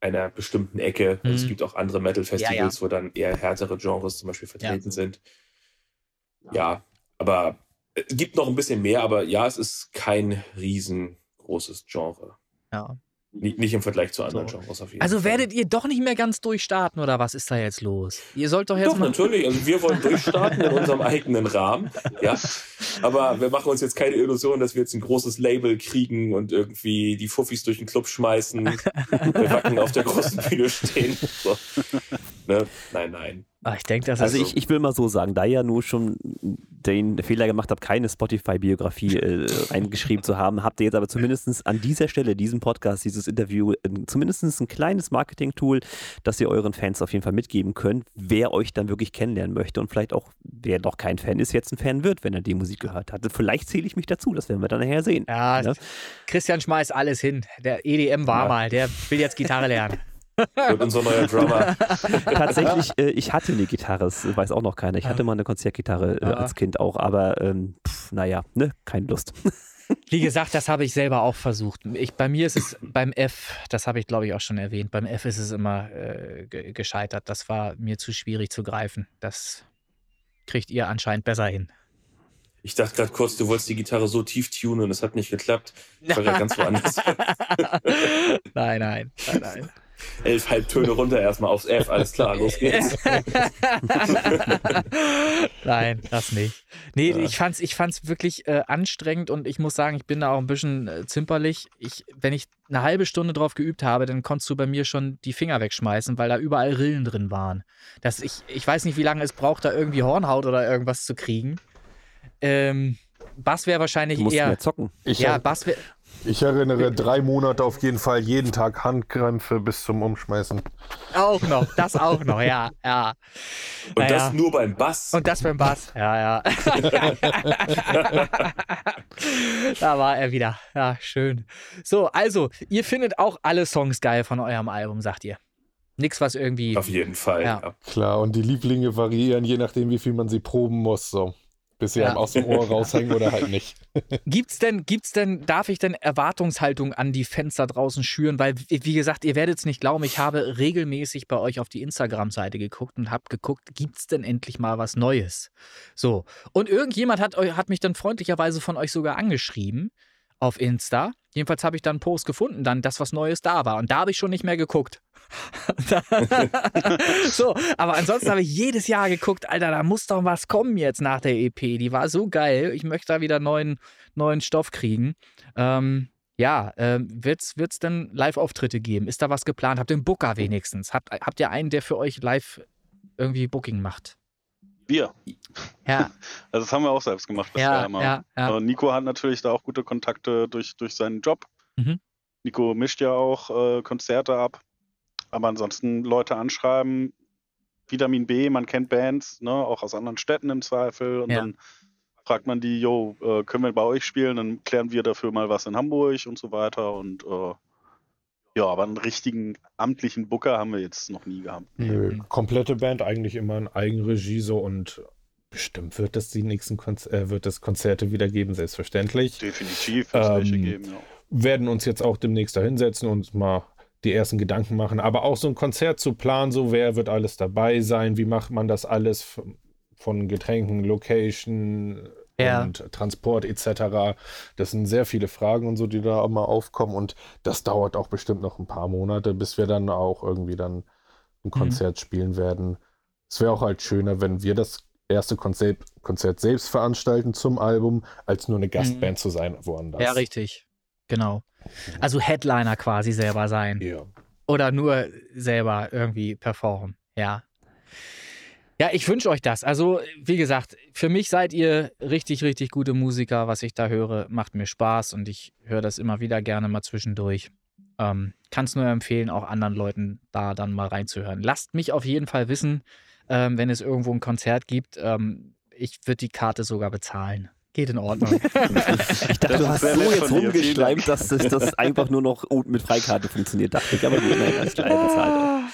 D: einer bestimmten Ecke. Und es gibt auch andere Metal-Festivals, wo dann eher härtere Genres zum Beispiel vertreten sind. Ja, aber es gibt noch ein bisschen mehr, aber ja, es ist kein riesengroßes Genre.
B: Ja.
D: Nicht im Vergleich zu anderen Genres auf jeden Fall.
B: Also werdet ihr doch nicht mehr ganz durchstarten oder was ist da jetzt los? Ihr sollt doch jetzt
D: Doch, natürlich. Also wir wollen durchstarten in unserem eigenen Rahmen. Ja. Aber wir machen uns jetzt keine Illusion, dass wir jetzt ein großes Label kriegen und irgendwie die Fuffis durch den Club schmeißen, wir wacken auf der großen Bühne stehen. So. Ne? Nein.
B: Ich denke, das
A: also ich will mal so sagen, da ihr ja nur schon den Fehler gemacht habt, keine Spotify-Biografie eingeschrieben zu haben, habt ihr jetzt aber zumindest an dieser Stelle, diesem Podcast, dieses Interview, zumindest ein kleines Marketing-Tool, das ihr euren Fans auf jeden Fall mitgeben könnt, wer euch dann wirklich kennenlernen möchte und vielleicht auch, wer noch kein Fan ist, jetzt ein Fan wird, wenn er die Musik gehört hat. Vielleicht zähle ich mich dazu, das werden wir dann nachher sehen.
B: Ja, ne? Christian schmeißt alles hin. Der EDM war mal, der will jetzt Gitarre lernen.
D: Wird unser neuer Drummer.
A: Tatsächlich, ich hatte eine Gitarre, das weiß auch noch keiner. Ich hatte mal eine Konzertgitarre als Kind auch, aber keine Lust.
B: Wie gesagt, das habe ich selber auch versucht. Bei mir ist es beim F, das habe ich glaube ich auch schon erwähnt, beim F ist es immer gescheitert. Das war mir zu schwierig zu greifen. Das kriegt ihr anscheinend besser hin.
D: Ich dachte gerade kurz, du wolltest die Gitarre so tief tunen und es hat nicht geklappt. Ich war gerade ganz woanders.
B: Nein.
D: 11 Halbtöne runter erstmal aufs F, alles klar, los geht's.
B: Nein, das nicht. Nee, ich fand's wirklich anstrengend und ich muss sagen, ich bin da auch ein bisschen zimperlich. Wenn ich eine halbe Stunde drauf geübt habe, dann konntest du bei mir schon die Finger wegschmeißen, weil da überall Rillen drin waren. Ich weiß nicht, wie lange es braucht, da irgendwie Hornhaut oder irgendwas zu kriegen. Bass wäre wahrscheinlich
A: du musst
B: eher...
A: mehr zocken.
B: Bass wäre...
E: Ich erinnere 3 Monate auf jeden Fall, jeden Tag Handkrämpfe bis zum Umschmeißen.
B: Das auch noch, ja.
D: Und das nur beim Bass.
B: Und das beim Bass, ja. Da war er wieder. Ja, schön. So, also, ihr findet auch alle Songs geil von eurem Album, sagt ihr. Nix, was irgendwie...
D: Auf jeden Fall, ja.
E: Klar, und die Lieblinge variieren, je nachdem, wie viel man sie proben muss, so. Bis sie einem aus dem Ohr raushängen oder halt nicht.
B: Gibt's denn, darf ich denn Erwartungshaltung an die Fans da draußen schüren? Weil, wie gesagt, ihr werdet es nicht glauben, ich habe regelmäßig bei euch auf die Instagram-Seite geguckt und habe geguckt, gibt's denn endlich mal was Neues? So. Und irgendjemand hat mich dann freundlicherweise von euch sogar angeschrieben auf Insta. Jedenfalls habe ich dann einen Post gefunden, dann, dass was Neues da war. Und da habe ich schon nicht mehr geguckt. So, aber ansonsten habe ich jedes Jahr geguckt, Alter, da muss doch was kommen jetzt nach der EP. Die war so geil. Ich möchte da wieder neuen Stoff kriegen. Wird's denn Live-Auftritte geben? Ist da was geplant? Habt ihr einen Booker wenigstens? Habt ihr einen, der für euch live irgendwie Booking macht?
C: Wir.
B: Ja.
C: Also das haben wir auch selbst gemacht.
B: Ja.
C: Nico hat natürlich da auch gute Kontakte durch seinen Job. Mhm. Nico mischt ja auch Konzerte ab. Aber ansonsten Leute anschreiben, Vitamin B, man kennt Bands, ne, auch aus anderen Städten im Zweifel. Und dann fragt man die, können wir bei euch spielen? Dann klären wir dafür mal was in Hamburg und so weiter. Und aber einen richtigen amtlichen Booker haben wir jetzt noch nie gehabt.
E: Nö, komplette Band eigentlich immer in Eigenregie so und bestimmt wird es wird es Konzerte wieder geben, selbstverständlich.
C: Definitiv wird es welche geben, ja.
E: Werden uns jetzt auch demnächst da hinsetzen und mal die ersten Gedanken machen, aber auch so ein Konzert zu planen, so wer wird alles dabei sein, wie macht man das alles von Getränken, Location und Transport etc. Das sind sehr viele Fragen und so, die da auch mal aufkommen und das dauert auch bestimmt noch ein paar Monate, bis wir dann auch irgendwie dann ein Konzert spielen werden. Es wäre auch halt schöner, wenn wir das erste Konzert selbst veranstalten zum Album, als nur eine Gastband zu sein woanders.
B: Ja, richtig. Genau. Also Headliner quasi selber sein.
E: Ja.
B: Oder nur selber irgendwie performen. Ja. Ja, ich wünsche euch das. Also, wie gesagt, für mich seid ihr richtig, richtig gute Musiker. Was ich da höre, macht mir Spaß und ich höre das immer wieder gerne mal zwischendurch. Kann es nur empfehlen, auch anderen Leuten da dann mal reinzuhören. Lasst mich auf jeden Fall wissen, wenn es irgendwo ein Konzert gibt. Ich würde die Karte sogar bezahlen. Geht in Ordnung.
A: Ich dachte, du hast so jetzt rumgeschleimt, dass das einfach nur noch mit Freikarte funktioniert. Dachte ich, aber gut, nein, alles klar,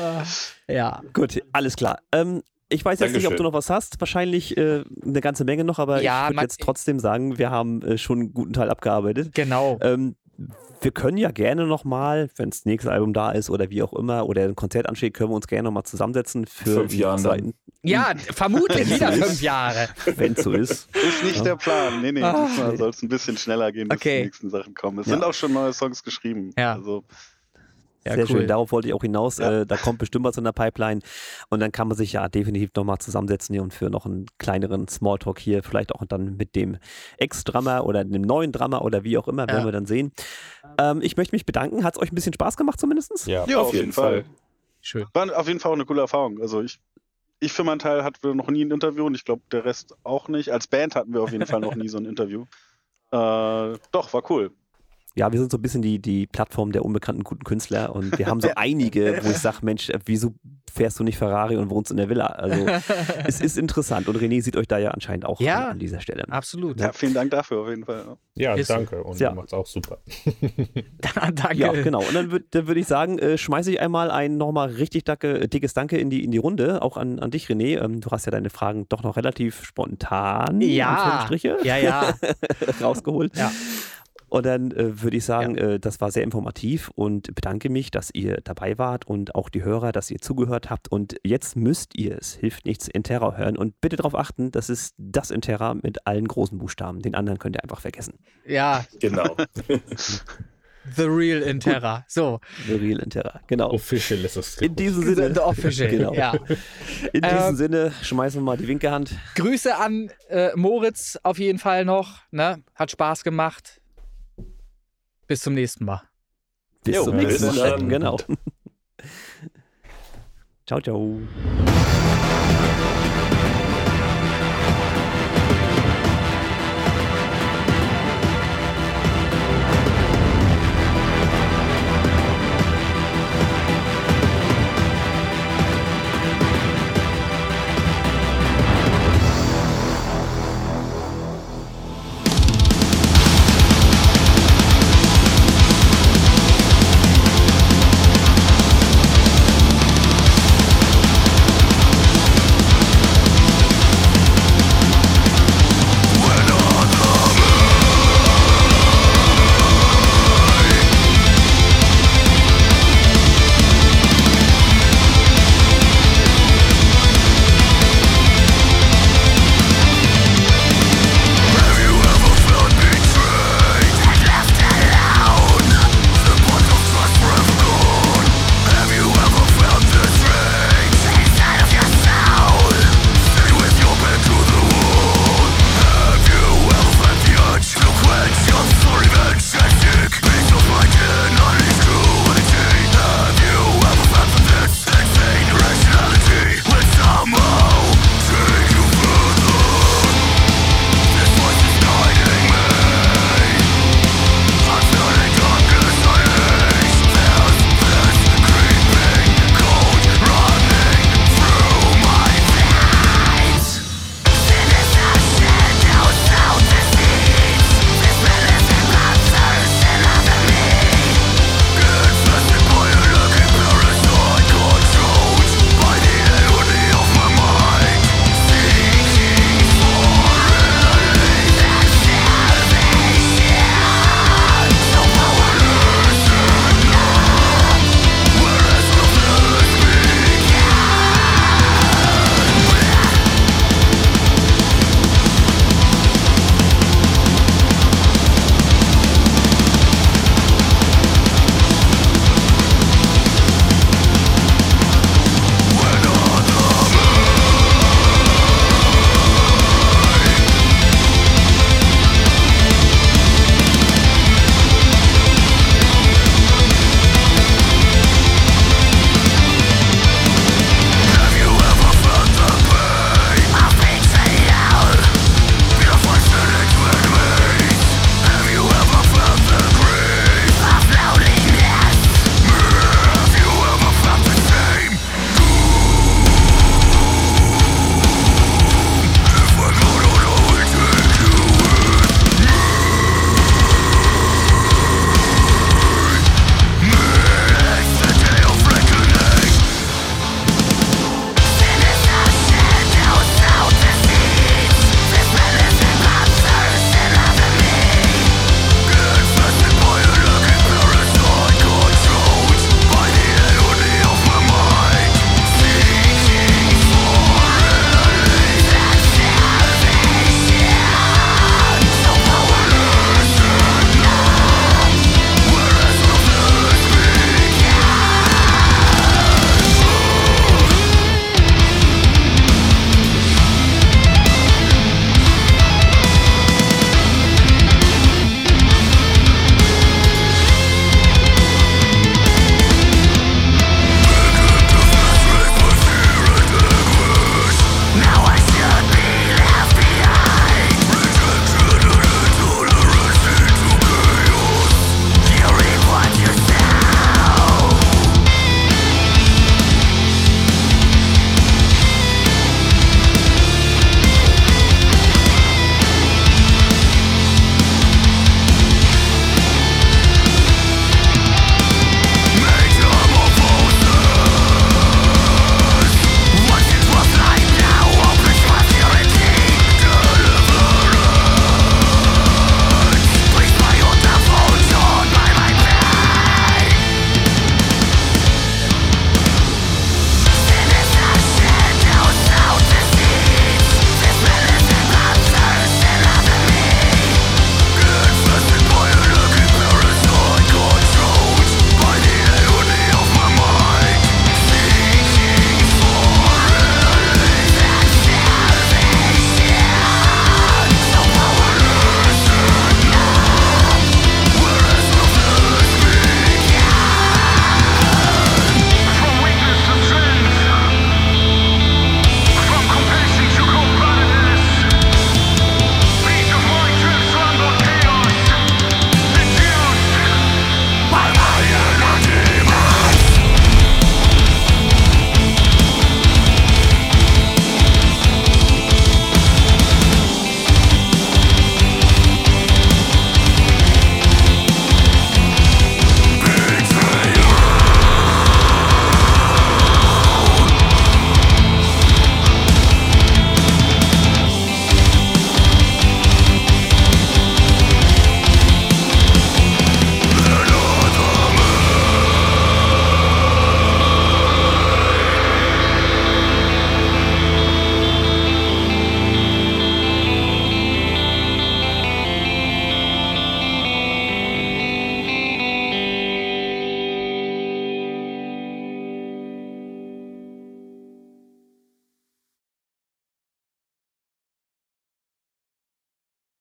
B: ja.
A: Gut, alles klar. Ich weiß jetzt nicht, ob du noch was hast. Wahrscheinlich eine ganze Menge noch, aber ich würde jetzt trotzdem sagen, wir haben schon einen guten Teil abgearbeitet.
B: Genau.
A: wir können ja gerne nochmal, wenn das nächste Album da ist oder wie auch immer, oder ein Konzert ansteht, können wir uns gerne nochmal zusammensetzen für
D: 5 Jahren
A: zweiten.
B: Ja, vermutlich wieder 5 Jahre.
A: Wenn es so ist.
C: Ist nicht der Plan. Nee, diesmal soll es ein bisschen schneller gehen, bis die nächsten Sachen kommen. Es sind auch schon neue Songs geschrieben.
B: Ja.
C: Also,
A: Sehr schön, darauf wollte ich auch hinaus. Da kommt bestimmt was in der Pipeline und dann kann man sich ja definitiv nochmal zusammensetzen hier und für noch einen kleineren Smalltalk hier, vielleicht auch dann mit dem Ex-Drummer oder dem neuen Drummer oder wie auch immer, werden wir dann sehen. Ich möchte mich bedanken. Hat es euch ein bisschen Spaß gemacht zumindest?
C: Ja, auf jeden Fall.
B: Schön.
C: War auf jeden Fall auch eine coole Erfahrung. Also ich für meinen Teil hatte noch nie ein Interview und ich glaube der Rest auch nicht. Als Band hatten wir auf jeden Fall noch nie so ein Interview. Doch, war cool.
A: Ja, wir sind so ein bisschen die Plattform der unbekannten guten Künstler und wir haben so einige, wo ich sage, Mensch, wieso fährst du nicht Ferrari und wohnst in der Villa? Also es ist interessant und René sieht euch da ja anscheinend auch an dieser Stelle.
B: Absolut.
C: Ja, vielen Dank dafür auf jeden Fall.
E: Ja, danke und ihr macht's auch super.
B: Danke.
A: Ja, genau. Und dann würde ich sagen, schmeiße ich einmal ein nochmal richtig dickes Danke in die Runde, auch an dich, René. Du hast ja deine Fragen doch noch relativ spontan rausgeholt. Ja. Und dann würde ich sagen, das war sehr informativ und bedanke mich, dass ihr dabei wart und auch die Hörer, dass ihr zugehört habt. Und jetzt müsst ihr es, hilft nichts, Enterra hören. Und bitte darauf achten, das ist das Enterra mit allen großen Buchstaben. Den anderen könnt ihr einfach vergessen.
B: Ja.
D: Genau.
B: The Real Enterra. So.
A: The Real Enterra, genau.
E: Official ist es.
A: In diesem Sinne.
B: The Official,
A: genau.
B: ja.
A: In diesem Sinne schmeißen wir mal die Winkehand.
B: Grüße an Moritz auf jeden Fall noch. Ne? Hat Spaß gemacht. Bis zum nächsten Mal.
A: Bis zum nächsten Mal. Genau. Ciao, ciao.